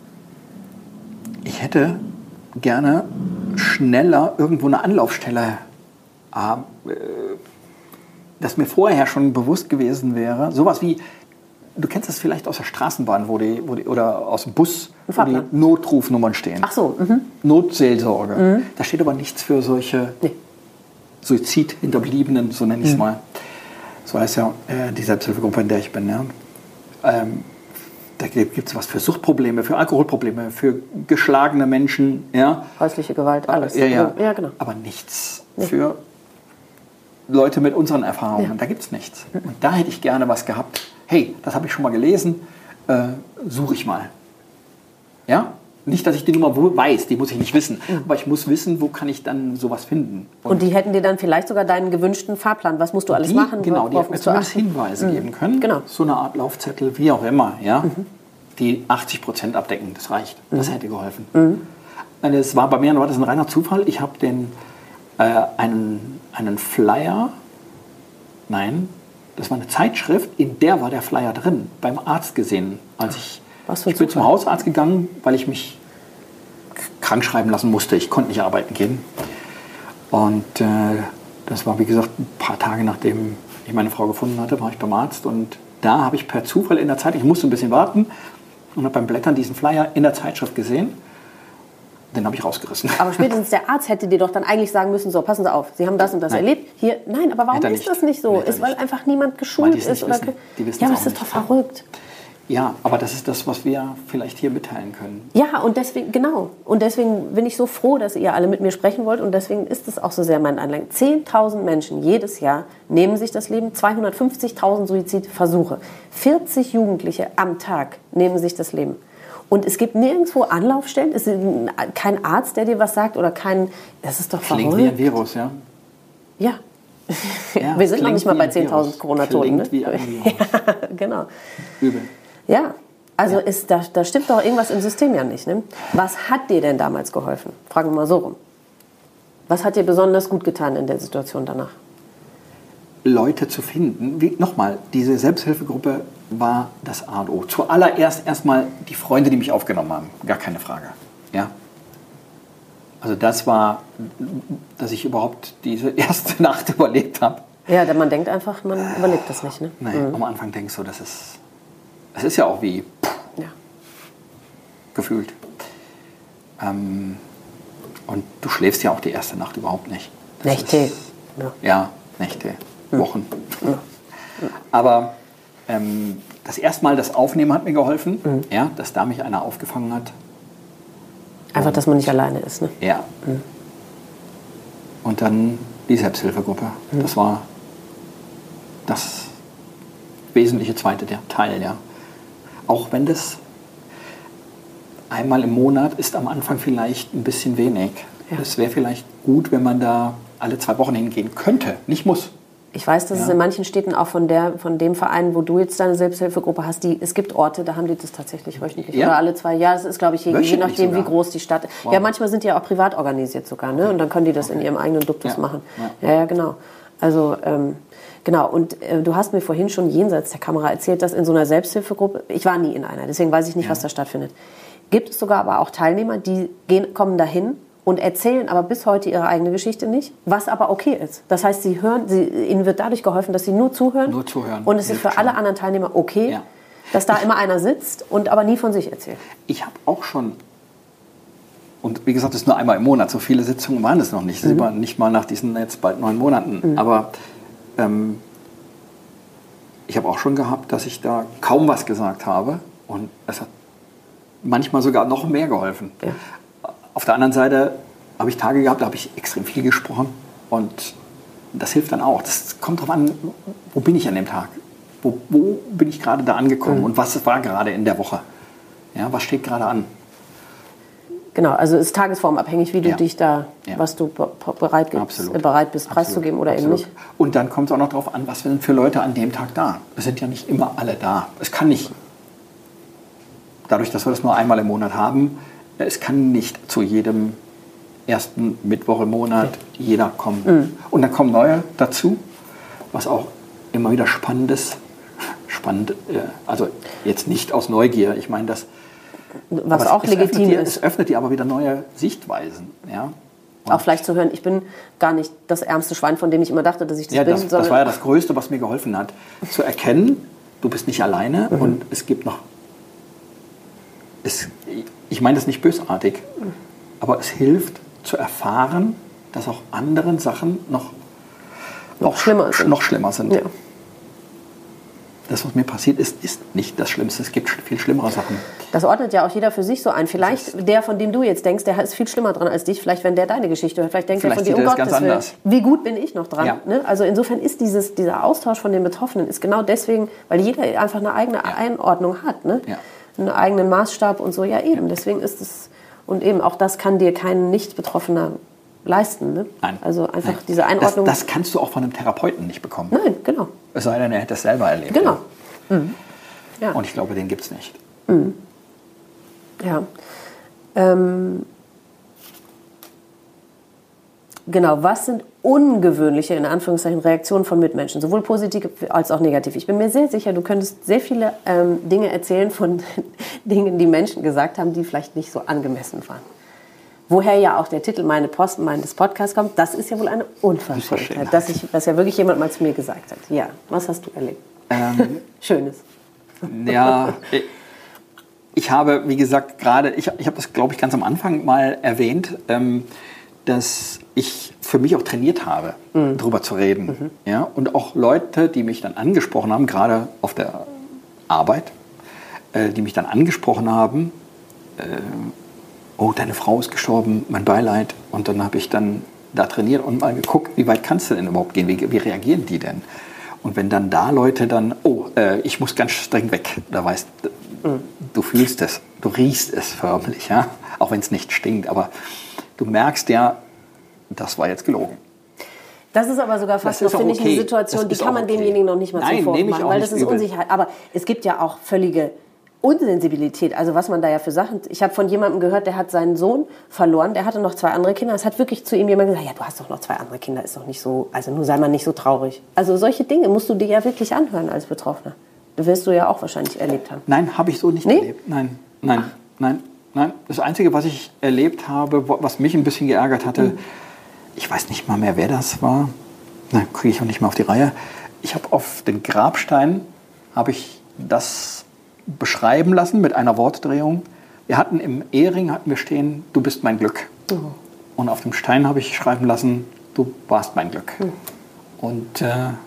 Ich hätte gerne schneller irgendwo eine Anlaufstelle haben, dass mir vorher schon bewusst gewesen wäre, sowas wie, du kennst das vielleicht aus der Straßenbahn, oder aus dem Bus, wo die Notrufnummern stehen. Ach so. Notseelsorge. Da steht aber nichts für solche Suizidhinterbliebenen, so nenne ich es mal. So heißt ja die Selbsthilfegruppe, in der ich bin. Ja. Da gibt es was für Suchtprobleme, für Alkoholprobleme, für geschlagene Menschen. Ja. Häusliche Gewalt, alles. Ja, genau. Aber nichts für Leute mit unseren Erfahrungen. Ja. Da gibt es nichts. Und da hätte ich gerne was gehabt. Hey, das habe ich schon mal gelesen, suche ich mal. Ja? Nicht, dass ich die Nummer weiß, die muss ich nicht wissen. Aber ich muss wissen, wo kann ich dann sowas finden. Und die hätten dir dann vielleicht sogar deinen gewünschten Fahrplan. Was musst du alles machen? Genau, die hätten mir zumindest Hinweise geben können. Genau. So eine Art Laufzettel, wie auch immer. Ja? Die 80% abdecken, das reicht. Das hätte geholfen. Es war bei mir das ein reiner Zufall. Ich habe einen Flyer, das war eine Zeitschrift, in der war der Flyer drin, beim Arzt gesehen, als ich bin zum Hausarzt gegangen, weil ich mich krank schreiben lassen musste. Ich konnte nicht arbeiten gehen. Und das war, wie gesagt, ein paar Tage nachdem ich meine Frau gefunden hatte, war ich beim Arzt. Und da habe ich per Zufall in der Zeit, ich musste ein bisschen warten, und habe beim Blättern diesen Flyer in der Zeitschrift gesehen. Den habe ich rausgerissen. Aber spätestens der Arzt hätte dir doch dann eigentlich sagen müssen, so, passen Sie auf, Sie haben das und das erlebt. Hier, nein, aber warum ist das nicht so? Ist, weil einfach niemand geschult ist? Oder ja, aber das ist doch verrückt. Ja, aber das ist das, was wir vielleicht hier mitteilen können. Ja, und deswegen, genau. Und deswegen bin ich so froh, dass ihr alle mit mir sprechen wollt. Und deswegen ist es auch so sehr mein Anliegen. 10.000 Menschen jedes Jahr nehmen sich das Leben. 250.000 Suizidversuche. 40 Jugendliche am Tag nehmen sich das Leben. Und es gibt nirgendwo Anlaufstellen. Es ist kein Arzt, der dir was sagt. Oder kein... Das ist doch verrückt. Klingt wie ein Virus, ja? Ja. Ja, wir sind noch nicht mal bei 10.000 Corona-Toten. Klingt wie ein Virus. Ja, genau. Übel. Ja, also da stimmt doch irgendwas im System ja nicht. Ne? Was hat dir denn damals geholfen? Fragen wir mal so rum. Was hat dir besonders gut getan in der Situation danach? Leute zu finden. Nochmal, diese Selbsthilfegruppe war das A und O. Zuallererst erstmal die Freunde, die mich aufgenommen haben. Gar keine Frage. Ja? Also das war, dass ich überhaupt diese erste Nacht überlebt habe. Ja, denn man denkt einfach, man überlebt das nicht. Ne? Nein, am Anfang denkst du, das ist ja auch wie gefühlt. Und du schläfst ja auch die erste Nacht überhaupt nicht. Nächte. Ja, Nächte, Wochen. Ja. Aber das erste Mal das Aufnehmen hat mir geholfen, ja, dass da mich einer aufgefangen hat. Einfach, dass man nicht alleine ist. Ne? Ja. Und dann die Selbsthilfegruppe. Das war das wesentliche zweite Teil, ja. Auch wenn das einmal im Monat ist am Anfang vielleicht ein bisschen wenig. Es wäre vielleicht gut, wenn man da alle 2 Wochen hingehen könnte, nicht muss. Ich weiß, dass es in manchen Städten auch von dem Verein, wo du jetzt deine Selbsthilfegruppe hast, es gibt Orte, da haben die das tatsächlich wöchentlich oder alle 2 Jahre. Das ist, glaube ich, je nachdem, sogar. Wie groß die Stadt ist. Wow. Ja, manchmal sind die ja auch privat organisiert sogar, ne? Und dann können die das in ihrem eigenen Duktus machen. Ja, genau. Also Genau, und du hast mir vorhin schon jenseits der Kamera erzählt, dass in so einer Selbsthilfegruppe, ich war nie in einer, deswegen weiß ich nicht, was da stattfindet, gibt es sogar aber auch Teilnehmer, die kommen dahin und erzählen aber bis heute ihre eigene Geschichte nicht, was aber okay ist. Das heißt, ihnen wird dadurch geholfen, dass sie nur zuhören. Und es ist für alle anderen Teilnehmer okay, dass da immer einer sitzt und aber nie von sich erzählt. Ich habe auch schon, und wie gesagt, das ist nur einmal im Monat, so viele Sitzungen waren es noch nicht. Das ist nicht mal nach diesen jetzt bald 9 Monaten. Aber ich habe auch schon gehabt, dass ich da kaum was gesagt habe und es hat manchmal sogar noch mehr geholfen. Ja. Auf der anderen Seite habe ich Tage gehabt, da habe ich extrem viel gesprochen und das hilft dann auch. Das kommt darauf an, wo bin ich an dem Tag? Wo bin ich gerade da angekommen und was war gerade in der Woche? Ja, was steht gerade an? Genau, also es ist tagesformabhängig, wie du dich da, was du bereit bist, preiszugeben oder eben nicht. Und dann kommt es auch noch darauf an, was sind für Leute an dem Tag da. Es sind ja nicht immer alle da. Es kann nicht, dadurch, dass wir das nur einmal im Monat haben, es kann nicht zu jedem ersten Mittwoch im Monat jeder kommen. Und dann kommen neue dazu, was auch immer wieder spannend ist. Also jetzt nicht aus Neugier, ich meine das. Was auch legitim ist. Es öffnet dir aber wieder neue Sichtweisen. Ja? Auch vielleicht zu hören, ich bin gar nicht das ärmste Schwein, von dem ich immer dachte, dass ich das bin. Das war ja das Größte, was mir geholfen hat. Zu erkennen, du bist nicht alleine und es gibt noch... Ich meine das nicht bösartig, aber es hilft zu erfahren, dass auch anderen Sachen noch schlimmer sind. Ja. Das, was mir passiert ist nicht das Schlimmste. Es gibt viel schlimmere Sachen. Das ordnet ja auch jeder für sich so ein. Vielleicht der, von dem du jetzt denkst, der ist viel schlimmer dran als dich. Vielleicht, wenn der deine Geschichte hört, vielleicht denkt er von dir, oh Gott, wie gut bin ich noch dran. Ja. Ne? Also insofern ist dieser Austausch von den Betroffenen ist genau deswegen, weil jeder einfach eine eigene Einordnung hat. Ne? Ja. Einen eigenen Maßstab und so. Ja, eben. Deswegen ist es, und eben auch das kann dir kein Nicht-Betroffener leisten. Ne? Nein. Also einfach diese Einordnung. Das kannst du auch von einem Therapeuten nicht bekommen. Nein, genau. Es sei denn, er hätte es selber erlebt. Genau. Mhm. Ja. Und ich glaube, den gibt es nicht. Mhm. Ja. Genau, was sind ungewöhnliche, in Anführungszeichen, Reaktionen von Mitmenschen, sowohl positiv als auch negativ? Ich bin mir sehr sicher, du könntest sehr viele Dinge erzählen von Dingen, die Menschen gesagt haben, die vielleicht nicht so angemessen waren. Woher ja auch der Titel meines Podcasts kommt, das ist ja wohl eine Unverschämtheit, dass ja wirklich jemand mal zu mir gesagt hat. Ja, was hast du erlebt? Schönes. Ja, ich habe, wie gesagt, ich habe das, glaube ich, ganz am Anfang mal erwähnt, dass ich für mich auch trainiert habe, darüber zu reden. Ja? Und auch Leute, die mich dann angesprochen haben, gerade auf der Arbeit, die mich dann angesprochen haben, oh, deine Frau ist gestorben, mein Beileid. Und dann habe ich dann da trainiert und mal geguckt, wie weit kannst du denn überhaupt gehen, wie reagieren die denn? Und wenn dann da Leute dann, ich muss ganz streng weg, da weißt du, fühlst es, du riechst es förmlich, ja? Auch wenn es nicht stinkt, aber du merkst ja, das war jetzt gelogen. Das ist aber sogar fast noch, finde ich, eine Situation, die kann man demjenigen noch nicht mal zum Vorwurf machen, weil das ist Unsicherheit. Aber es gibt ja auch völlige Unsensibilität, also was man da ja für Sachen... Ich habe von jemandem gehört, der hat seinen Sohn verloren, der hatte noch 2 andere Kinder. Es hat wirklich zu ihm jemand gesagt, ja, du hast doch noch 2 andere Kinder, ist doch nicht so... Also nur sei mal nicht so traurig. Also solche Dinge musst du dir ja wirklich anhören als Betroffener. Das wirst du ja auch wahrscheinlich erlebt haben. Nein, habe ich so nicht erlebt. Nein. Das Einzige, was ich erlebt habe, was mich ein bisschen geärgert hatte, ich weiß nicht mal mehr, wer das war. Nein, kriege ich auch nicht mehr auf die Reihe. Ich habe auf den Grabstein, das beschreiben lassen mit einer Wortdrehung. Wir hatten im Ehering stehen, du bist mein Glück. Und auf dem Stein habe ich schreiben lassen, du warst mein Glück. Und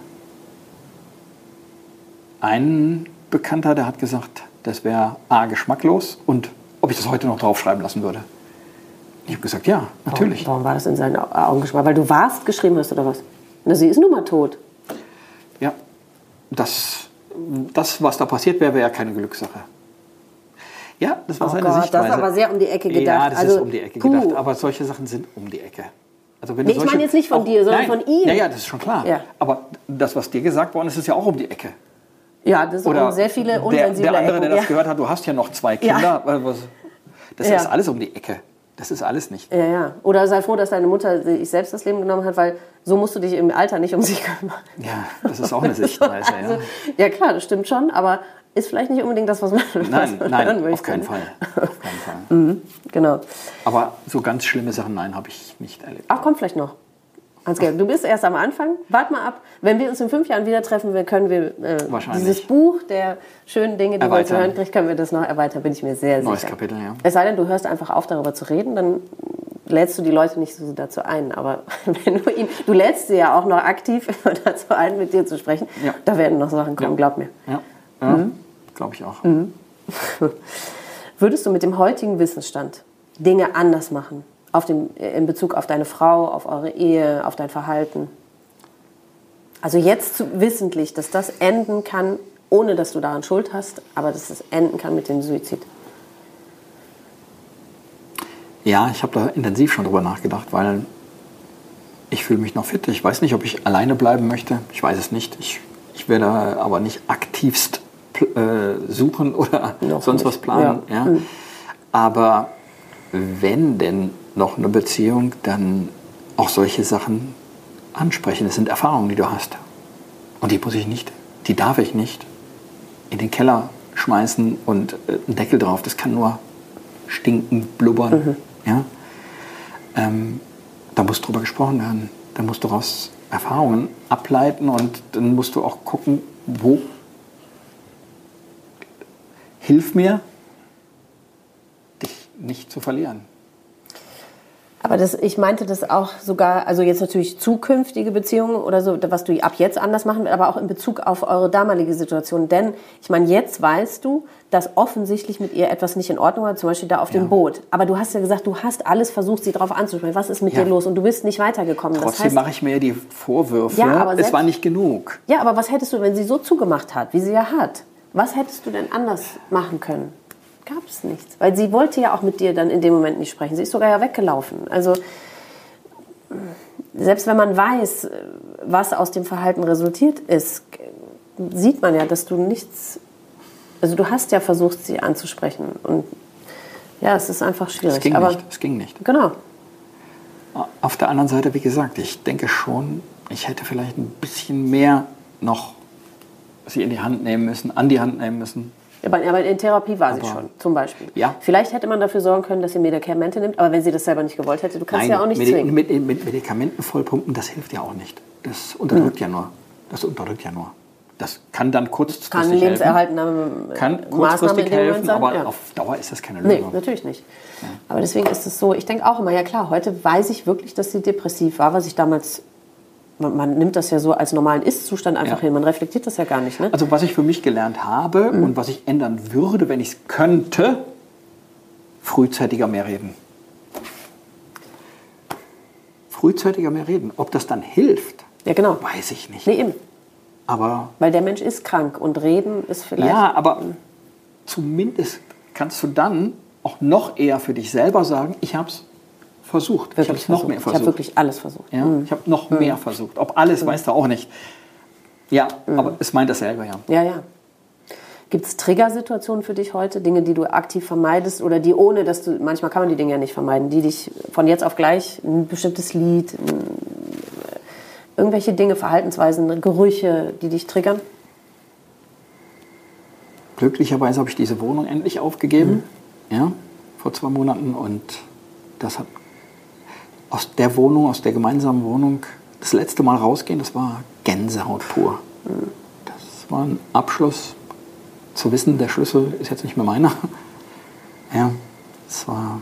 ein Bekannter, der hat gesagt, das wäre geschmacklos und ob ich das heute noch draufschreiben lassen würde. Ich habe gesagt, ja, natürlich. Warum war das in seinen Augen Geschmack? Weil du warst geschrieben hast oder was? Na, sie ist nun mal tot. Ja, das, was da passiert wäre, wäre ja keine Glückssache. Ja, das war seine Sichtweise. Das ist aber sehr um die Ecke gedacht. Ja, das ist um die Ecke gedacht, aber solche Sachen sind um die Ecke. Also wenn ich meine jetzt nicht von dir, sondern von ihm. Ja, das ist schon klar. Ja. Aber das, was dir gesagt worden ist, ist ja auch um die Ecke. Ja, das sind sehr viele unsensible der andere, der das gehört hat, du hast ja noch 2 Kinder. Ja. Das ist alles um die Ecke. Das ist alles nicht. Ja, ja. Oder sei froh, dass deine Mutter sich selbst das Leben genommen hat, weil so musst du dich im Alter nicht um sich kümmern. Ja, das ist auch eine Sichtweise. Also, ja klar, das stimmt schon, aber ist vielleicht nicht unbedingt das, was man Nein, hören möchte. auf keinen Fall. Auf keinen Fall. Genau. Aber so ganz schlimme Sachen, nein, habe ich nicht erlebt. Ach, kommt vielleicht noch. Hans-Georg, du bist erst am Anfang. Wart mal ab. Wenn wir uns in 5 Jahren wieder treffen, können wir dieses Buch der schönen Dinge, die man zu hören kriegt, können wir das noch erweitern, bin ich mir sehr sicher. Neues Kapitel, ja. Es sei denn, du hörst einfach auf, darüber zu reden, dann lädst du die Leute nicht so dazu ein. Aber wenn du lädst sie ja auch noch aktiv dazu ein, mit dir zu sprechen. Ja. Da werden noch Sachen kommen, glaub mir. Ja, glaube ich auch. Würdest du mit dem heutigen Wissensstand Dinge anders machen? In Bezug auf deine Frau, auf eure Ehe, auf dein Verhalten. Also jetzt wissentlich, dass das enden kann, ohne dass du daran Schuld hast, aber dass es enden kann mit dem Suizid. Ja, ich habe da intensiv schon drüber nachgedacht, weil ich fühle mich noch fit. Ich weiß nicht, ob ich alleine bleiben möchte. Ich weiß es nicht. Ich werde aber nicht aktivst suchen oder noch sonst nicht. Was planen. Ja. Ja. Aber wenn denn noch eine Beziehung, dann auch solche Sachen ansprechen. Das sind Erfahrungen, die du hast. Und die darf ich nicht in den Keller schmeißen und einen Deckel drauf. Das kann nur stinken, blubbern. Ja? Da muss drüber gesprochen werden. Da musst du daraus Erfahrungen ableiten und dann musst du auch gucken, wo hilf mir, dich nicht zu verlieren. Aber ich meinte das auch sogar, also jetzt natürlich zukünftige Beziehungen oder so, was du ab jetzt anders machen willst, aber auch in Bezug auf eure damalige Situation. Denn ich meine, jetzt weißt du, dass offensichtlich mit ihr etwas nicht in Ordnung war, zum Beispiel da auf dem Boot. Aber du hast ja gesagt, du hast alles versucht, sie darauf anzusprechen. Was ist mit dir los? Und du bist nicht weitergekommen. Trotzdem mache ich mir die Vorwürfe, es war nicht genug. Ja, aber was hättest du, wenn sie so zugemacht hat, wie sie ja hat, was hättest du denn anders machen können? Gab es nichts. Weil sie wollte ja auch mit dir dann in dem Moment nicht sprechen. Sie ist sogar ja weggelaufen. Also selbst wenn man weiß, was aus dem Verhalten resultiert ist, sieht man ja, dass du nichts... Also du hast ja versucht, sie anzusprechen. Und ja, es ist einfach schwierig. Es ging nicht. Genau. Auf der anderen Seite, wie gesagt, ich denke schon, ich hätte vielleicht ein bisschen mehr noch sie an die Hand nehmen müssen. Aber in Therapie war sie schon, zum Beispiel. Ja. Vielleicht hätte man dafür sorgen können, dass sie Medikamente nimmt, aber wenn sie das selber nicht gewollt hätte, du kannst ja auch nicht zwingen. Mit Medikamenten vollpumpen, das hilft ja auch nicht. Das unterdrückt ja nur. Das kann dann kurzfristig helfen. Kann lebenserhaltende kurzfristig helfen, aber auf Dauer ist das keine Lösung. Nee, natürlich nicht. Ja. Aber deswegen ist es so, ich denke auch immer, ja klar, heute weiß ich wirklich, dass sie depressiv war, was ich damals... Man nimmt das ja so als normalen Ist-Zustand einfach hin. Man reflektiert das ja gar nicht. Ne? Also was ich für mich gelernt habe und was ich ändern würde, wenn ich es könnte, frühzeitiger mehr reden. Frühzeitiger mehr reden. Ob das dann hilft, weiß ich nicht. Nee, eben. Aber weil der Mensch ist krank und reden ist vielleicht... Ja, aber zumindest kannst du dann auch noch eher für dich selber sagen, ich habe es versucht. Ich habe noch mehr versucht. Ich habe wirklich alles versucht. Ja, ich habe noch mehr versucht. Ob alles, weißt du auch nicht. Ja, aber es meint dasselbe, ja. Ja. Gibt es Triggersituationen für dich heute? Dinge, die du aktiv vermeidest oder die ohne, dass du, manchmal kann man die Dinge ja nicht vermeiden, die dich von jetzt auf gleich, ein bestimmtes Lied, irgendwelche Dinge, Verhaltensweisen, Gerüche, die dich triggern? Glücklicherweise habe ich diese Wohnung endlich aufgegeben, vor 2 Monaten und das hat aus der gemeinsamen Wohnung, das letzte Mal rausgehen, das war Gänsehaut pur. Das war ein Abschluss, zu wissen, der Schlüssel ist jetzt nicht mehr meiner. Ja, es war...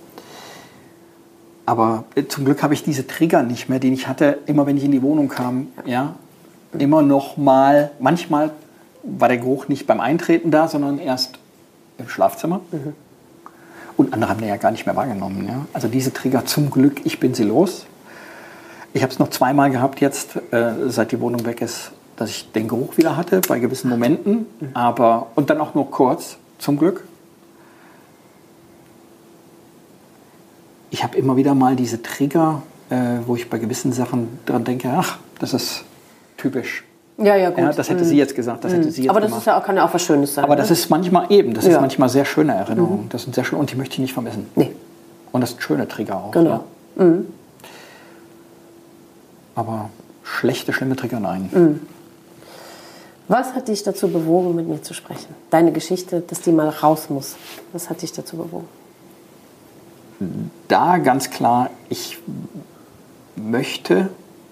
Aber zum Glück habe ich diese Trigger nicht mehr, die ich hatte, immer wenn ich in die Wohnung kam. Ja, immer noch mal, manchmal war der Geruch nicht beim Eintreten da, sondern erst im Schlafzimmer. Und andere haben den ja gar nicht mehr wahrgenommen. Ja? Also diese Trigger, zum Glück, ich bin sie los. Ich habe es noch 2-mal gehabt jetzt, seit die Wohnung weg ist, dass ich den Geruch wieder hatte, bei gewissen Momenten. Und dann auch nur kurz, zum Glück. Ich habe immer wieder mal diese Trigger, wo ich bei gewissen Sachen dran denke, ach, das ist typisch. Ja, gut. Ja, das hätte sie jetzt gesagt, das hätte sie jetzt aber das gemacht. kann ja auch was Schönes sein. Aber das ist manchmal ist manchmal sehr schöne Erinnerungen. Das sind sehr schön und die möchte ich nicht vermissen. Nee. Und das sind schöne Trigger auch. Genau. Ja? Mhm. Aber schlechte, schlimme Trigger, nein. Mhm. Was hat dich dazu bewogen, mit mir zu sprechen? Deine Geschichte, dass die mal raus muss. Was hat dich dazu bewogen? Da ganz klar, ich möchte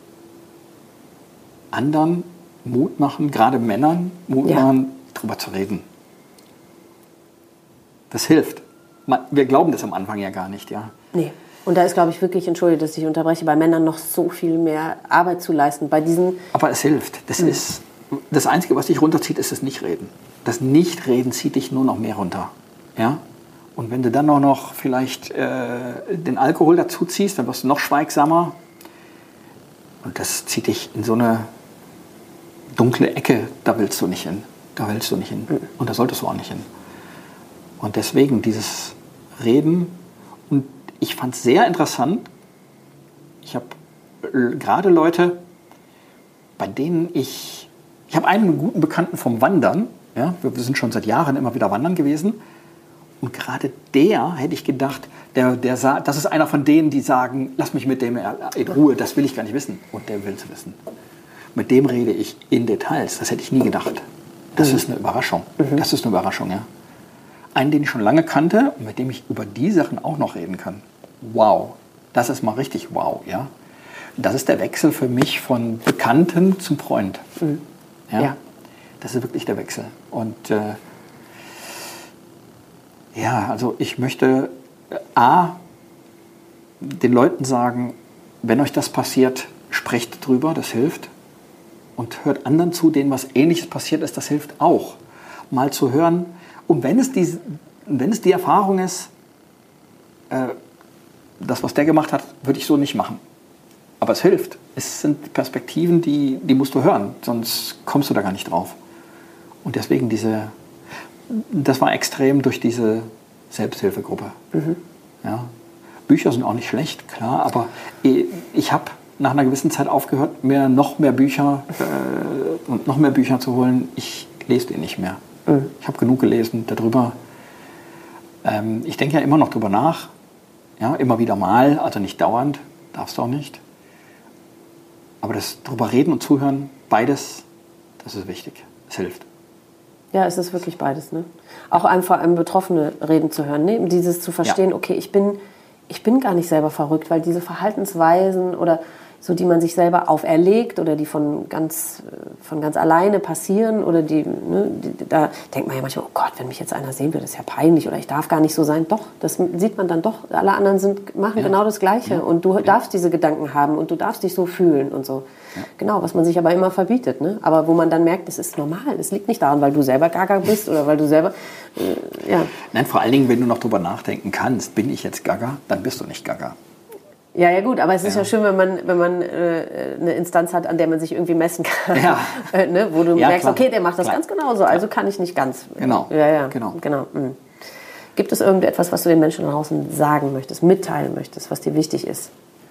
anderen Mut machen, gerade Männern Mut machen, darüber zu reden. Das hilft. Wir glauben das am Anfang ja gar nicht, ja. Nee. Und da ist, glaube ich, wirklich, entschuldige, dass ich unterbreche, bei Männern noch so viel mehr Arbeit zu leisten. Bei diesen Aber es hilft. Das ist das Einzige, was dich runterzieht, ist das Nichtreden. Das Nichtreden zieht dich nur noch mehr runter. Ja? Und wenn du dann auch noch vielleicht den Alkohol dazu ziehst, dann wirst du noch schweigsamer. Und das zieht dich in so eine dunkle Ecke, da willst du nicht hin. Da willst du nicht hin. Und da solltest du auch nicht hin. Und deswegen dieses Reden. Und ich fand es sehr interessant. Ich habe gerade Leute, bei denen ich habe einen guten Bekannten vom Wandern. Ja, wir sind schon seit Jahren immer wieder wandern gewesen. Und gerade der, hätte ich gedacht, das ist einer von denen, die sagen, lass mich mit dem in Ruhe, das will ich gar nicht wissen. Und der will es wissen. Mit dem rede ich in Details. Das hätte ich nie gedacht. Das ist eine Überraschung. Das ist eine Überraschung, ja. Einen, den ich schon lange kannte und mit dem ich über die Sachen auch noch reden kann. Wow. Das ist mal richtig wow, ja. Das ist der Wechsel für mich von Bekannten zum Freund. Ja. Das ist wirklich der Wechsel. Und also ich möchte den Leuten sagen, wenn euch das passiert, sprecht drüber, das hilft. Und hört anderen zu, denen was Ähnliches passiert ist, das hilft auch. Mal zu hören. Und wenn es die Erfahrung ist, das, was der gemacht hat, würde ich so nicht machen. Aber es hilft. Es sind Perspektiven, die musst du hören, sonst kommst du da gar nicht drauf. Und deswegen das war extrem durch diese Selbsthilfegruppe. Ja. Bücher sind auch nicht schlecht, klar, aber ich habe nach einer gewissen Zeit aufgehört, mir noch mehr Bücher zu holen. Ich lese die nicht mehr. Ich habe genug gelesen darüber. Ich denke ja immer noch drüber nach. Ja, immer wieder mal, also nicht dauernd, darfst du auch nicht. Aber das drüber reden und zuhören, beides, das ist wichtig. Es hilft. Ja, es ist wirklich beides. Ne? Auch vor allem Betroffene reden zu hören. Ne? Dieses zu verstehen, okay, ich bin gar nicht selber verrückt, weil diese Verhaltensweisen oder so, die man sich selber auferlegt oder die von ganz alleine passieren oder da denkt man ja manchmal, oh Gott, wenn mich jetzt einer sehen will, das ist ja peinlich oder ich darf gar nicht so sein. Doch, das sieht man dann doch. Alle anderen machen genau das Gleiche und du darfst diese Gedanken haben und du darfst dich so fühlen und so. Ja. Genau, was man sich aber immer verbietet. Ne? Aber wo man dann merkt, das ist normal. Es liegt nicht daran, weil du selber gaga bist oder weil du selber, Nein, vor allen Dingen, wenn du noch drüber nachdenken kannst, bin ich jetzt gaga, dann bist du nicht gaga. Ja, gut, aber es ist ja schön, wenn man eine Instanz hat, an der man sich irgendwie messen kann. Ja. Wo du merkst, klar. Okay, der macht das ganz genauso, also kann ich nicht ganz. Genau. Genau. Gibt es irgendetwas, was du den Menschen da draußen sagen möchtest, mitteilen möchtest, was dir wichtig ist?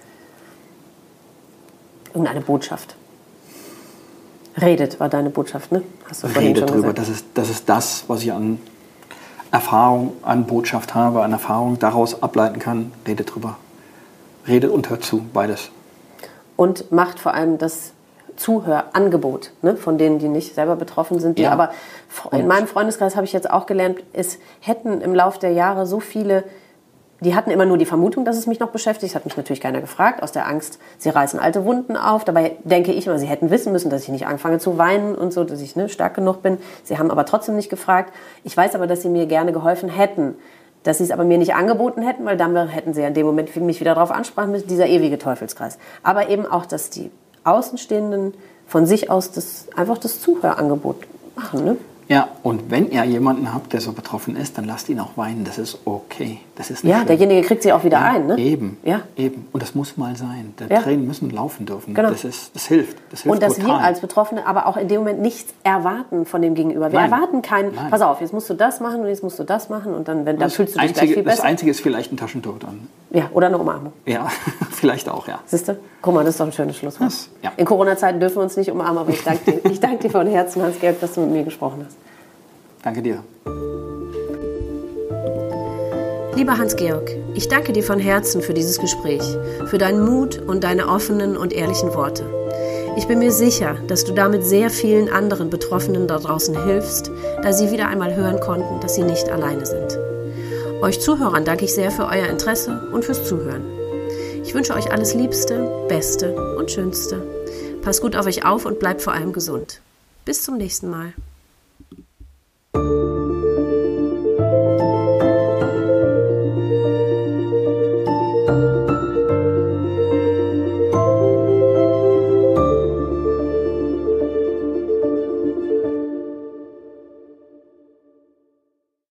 Irgendeine Botschaft. Redet war deine Botschaft, ne? Hast du vorhin schon drüber. gesagt. Das ist das, was ich an Erfahrung, an Botschaft habe, an Erfahrung daraus ableiten kann. Redet drüber. Redet und hört zu, beides. Und macht vor allem das Zuhörangebot, ne, von denen, die nicht selber betroffen sind. Die aber in meinem Freundeskreis habe ich jetzt auch gelernt, es hätten im Laufe der Jahre so viele, die hatten immer nur die Vermutung, dass es mich noch beschäftigt. Das hat mich natürlich keiner gefragt, aus der Angst, sie reißen alte Wunden auf. Dabei denke ich immer, sie hätten wissen müssen, dass ich nicht anfange zu weinen und so, dass ich stark genug bin. Sie haben aber trotzdem nicht gefragt. Ich weiß aber, dass sie mir gerne geholfen hätten. Dass sie es aber mir nicht angeboten hätten, weil dann hätten sie ja in dem Moment mich wieder darauf ansprechen müssen, dieser ewige Teufelskreis. Aber eben auch, dass die Außenstehenden von sich aus einfach das Zuhörangebot machen. Ne? Ja, und wenn ihr jemanden habt, der so betroffen ist, dann lasst ihn auch weinen. Das ist okay. Das ist nicht schlimm. Derjenige kriegt sie auch wieder ein. Ne? Eben. Und das muss mal sein. Tränen müssen laufen dürfen. Genau. Das hilft. Das hilft und dass total. wir als Betroffene aber auch in dem Moment nichts erwarten von dem Gegenüber. Wir erwarten keinen, pass auf, jetzt musst du das machen und jetzt musst du das machen und dann fühlst du dich gleich viel besser. Das Einzige ist vielleicht ein Taschentuch dann. Ja, oder eine Umarmung. Ja, vielleicht auch, ja. Siehst du? Guck mal, das ist doch ein schönes Schlusswort. In Corona-Zeiten dürfen wir uns nicht umarmen, aber ich danke dir von Herzen, Hans-Gerd, dass du mit mir gesprochen hast. Danke dir. Lieber Hans-Georg, ich danke dir von Herzen für dieses Gespräch, für deinen Mut und deine offenen und ehrlichen Worte. Ich bin mir sicher, dass du damit sehr vielen anderen Betroffenen da draußen hilfst, da sie wieder einmal hören konnten, dass sie nicht alleine sind. Euch Zuhörern danke ich sehr für euer Interesse und fürs Zuhören. Ich wünsche euch alles Liebste, Beste und Schönste. Passt gut auf euch auf und bleibt vor allem gesund. Bis zum nächsten Mal.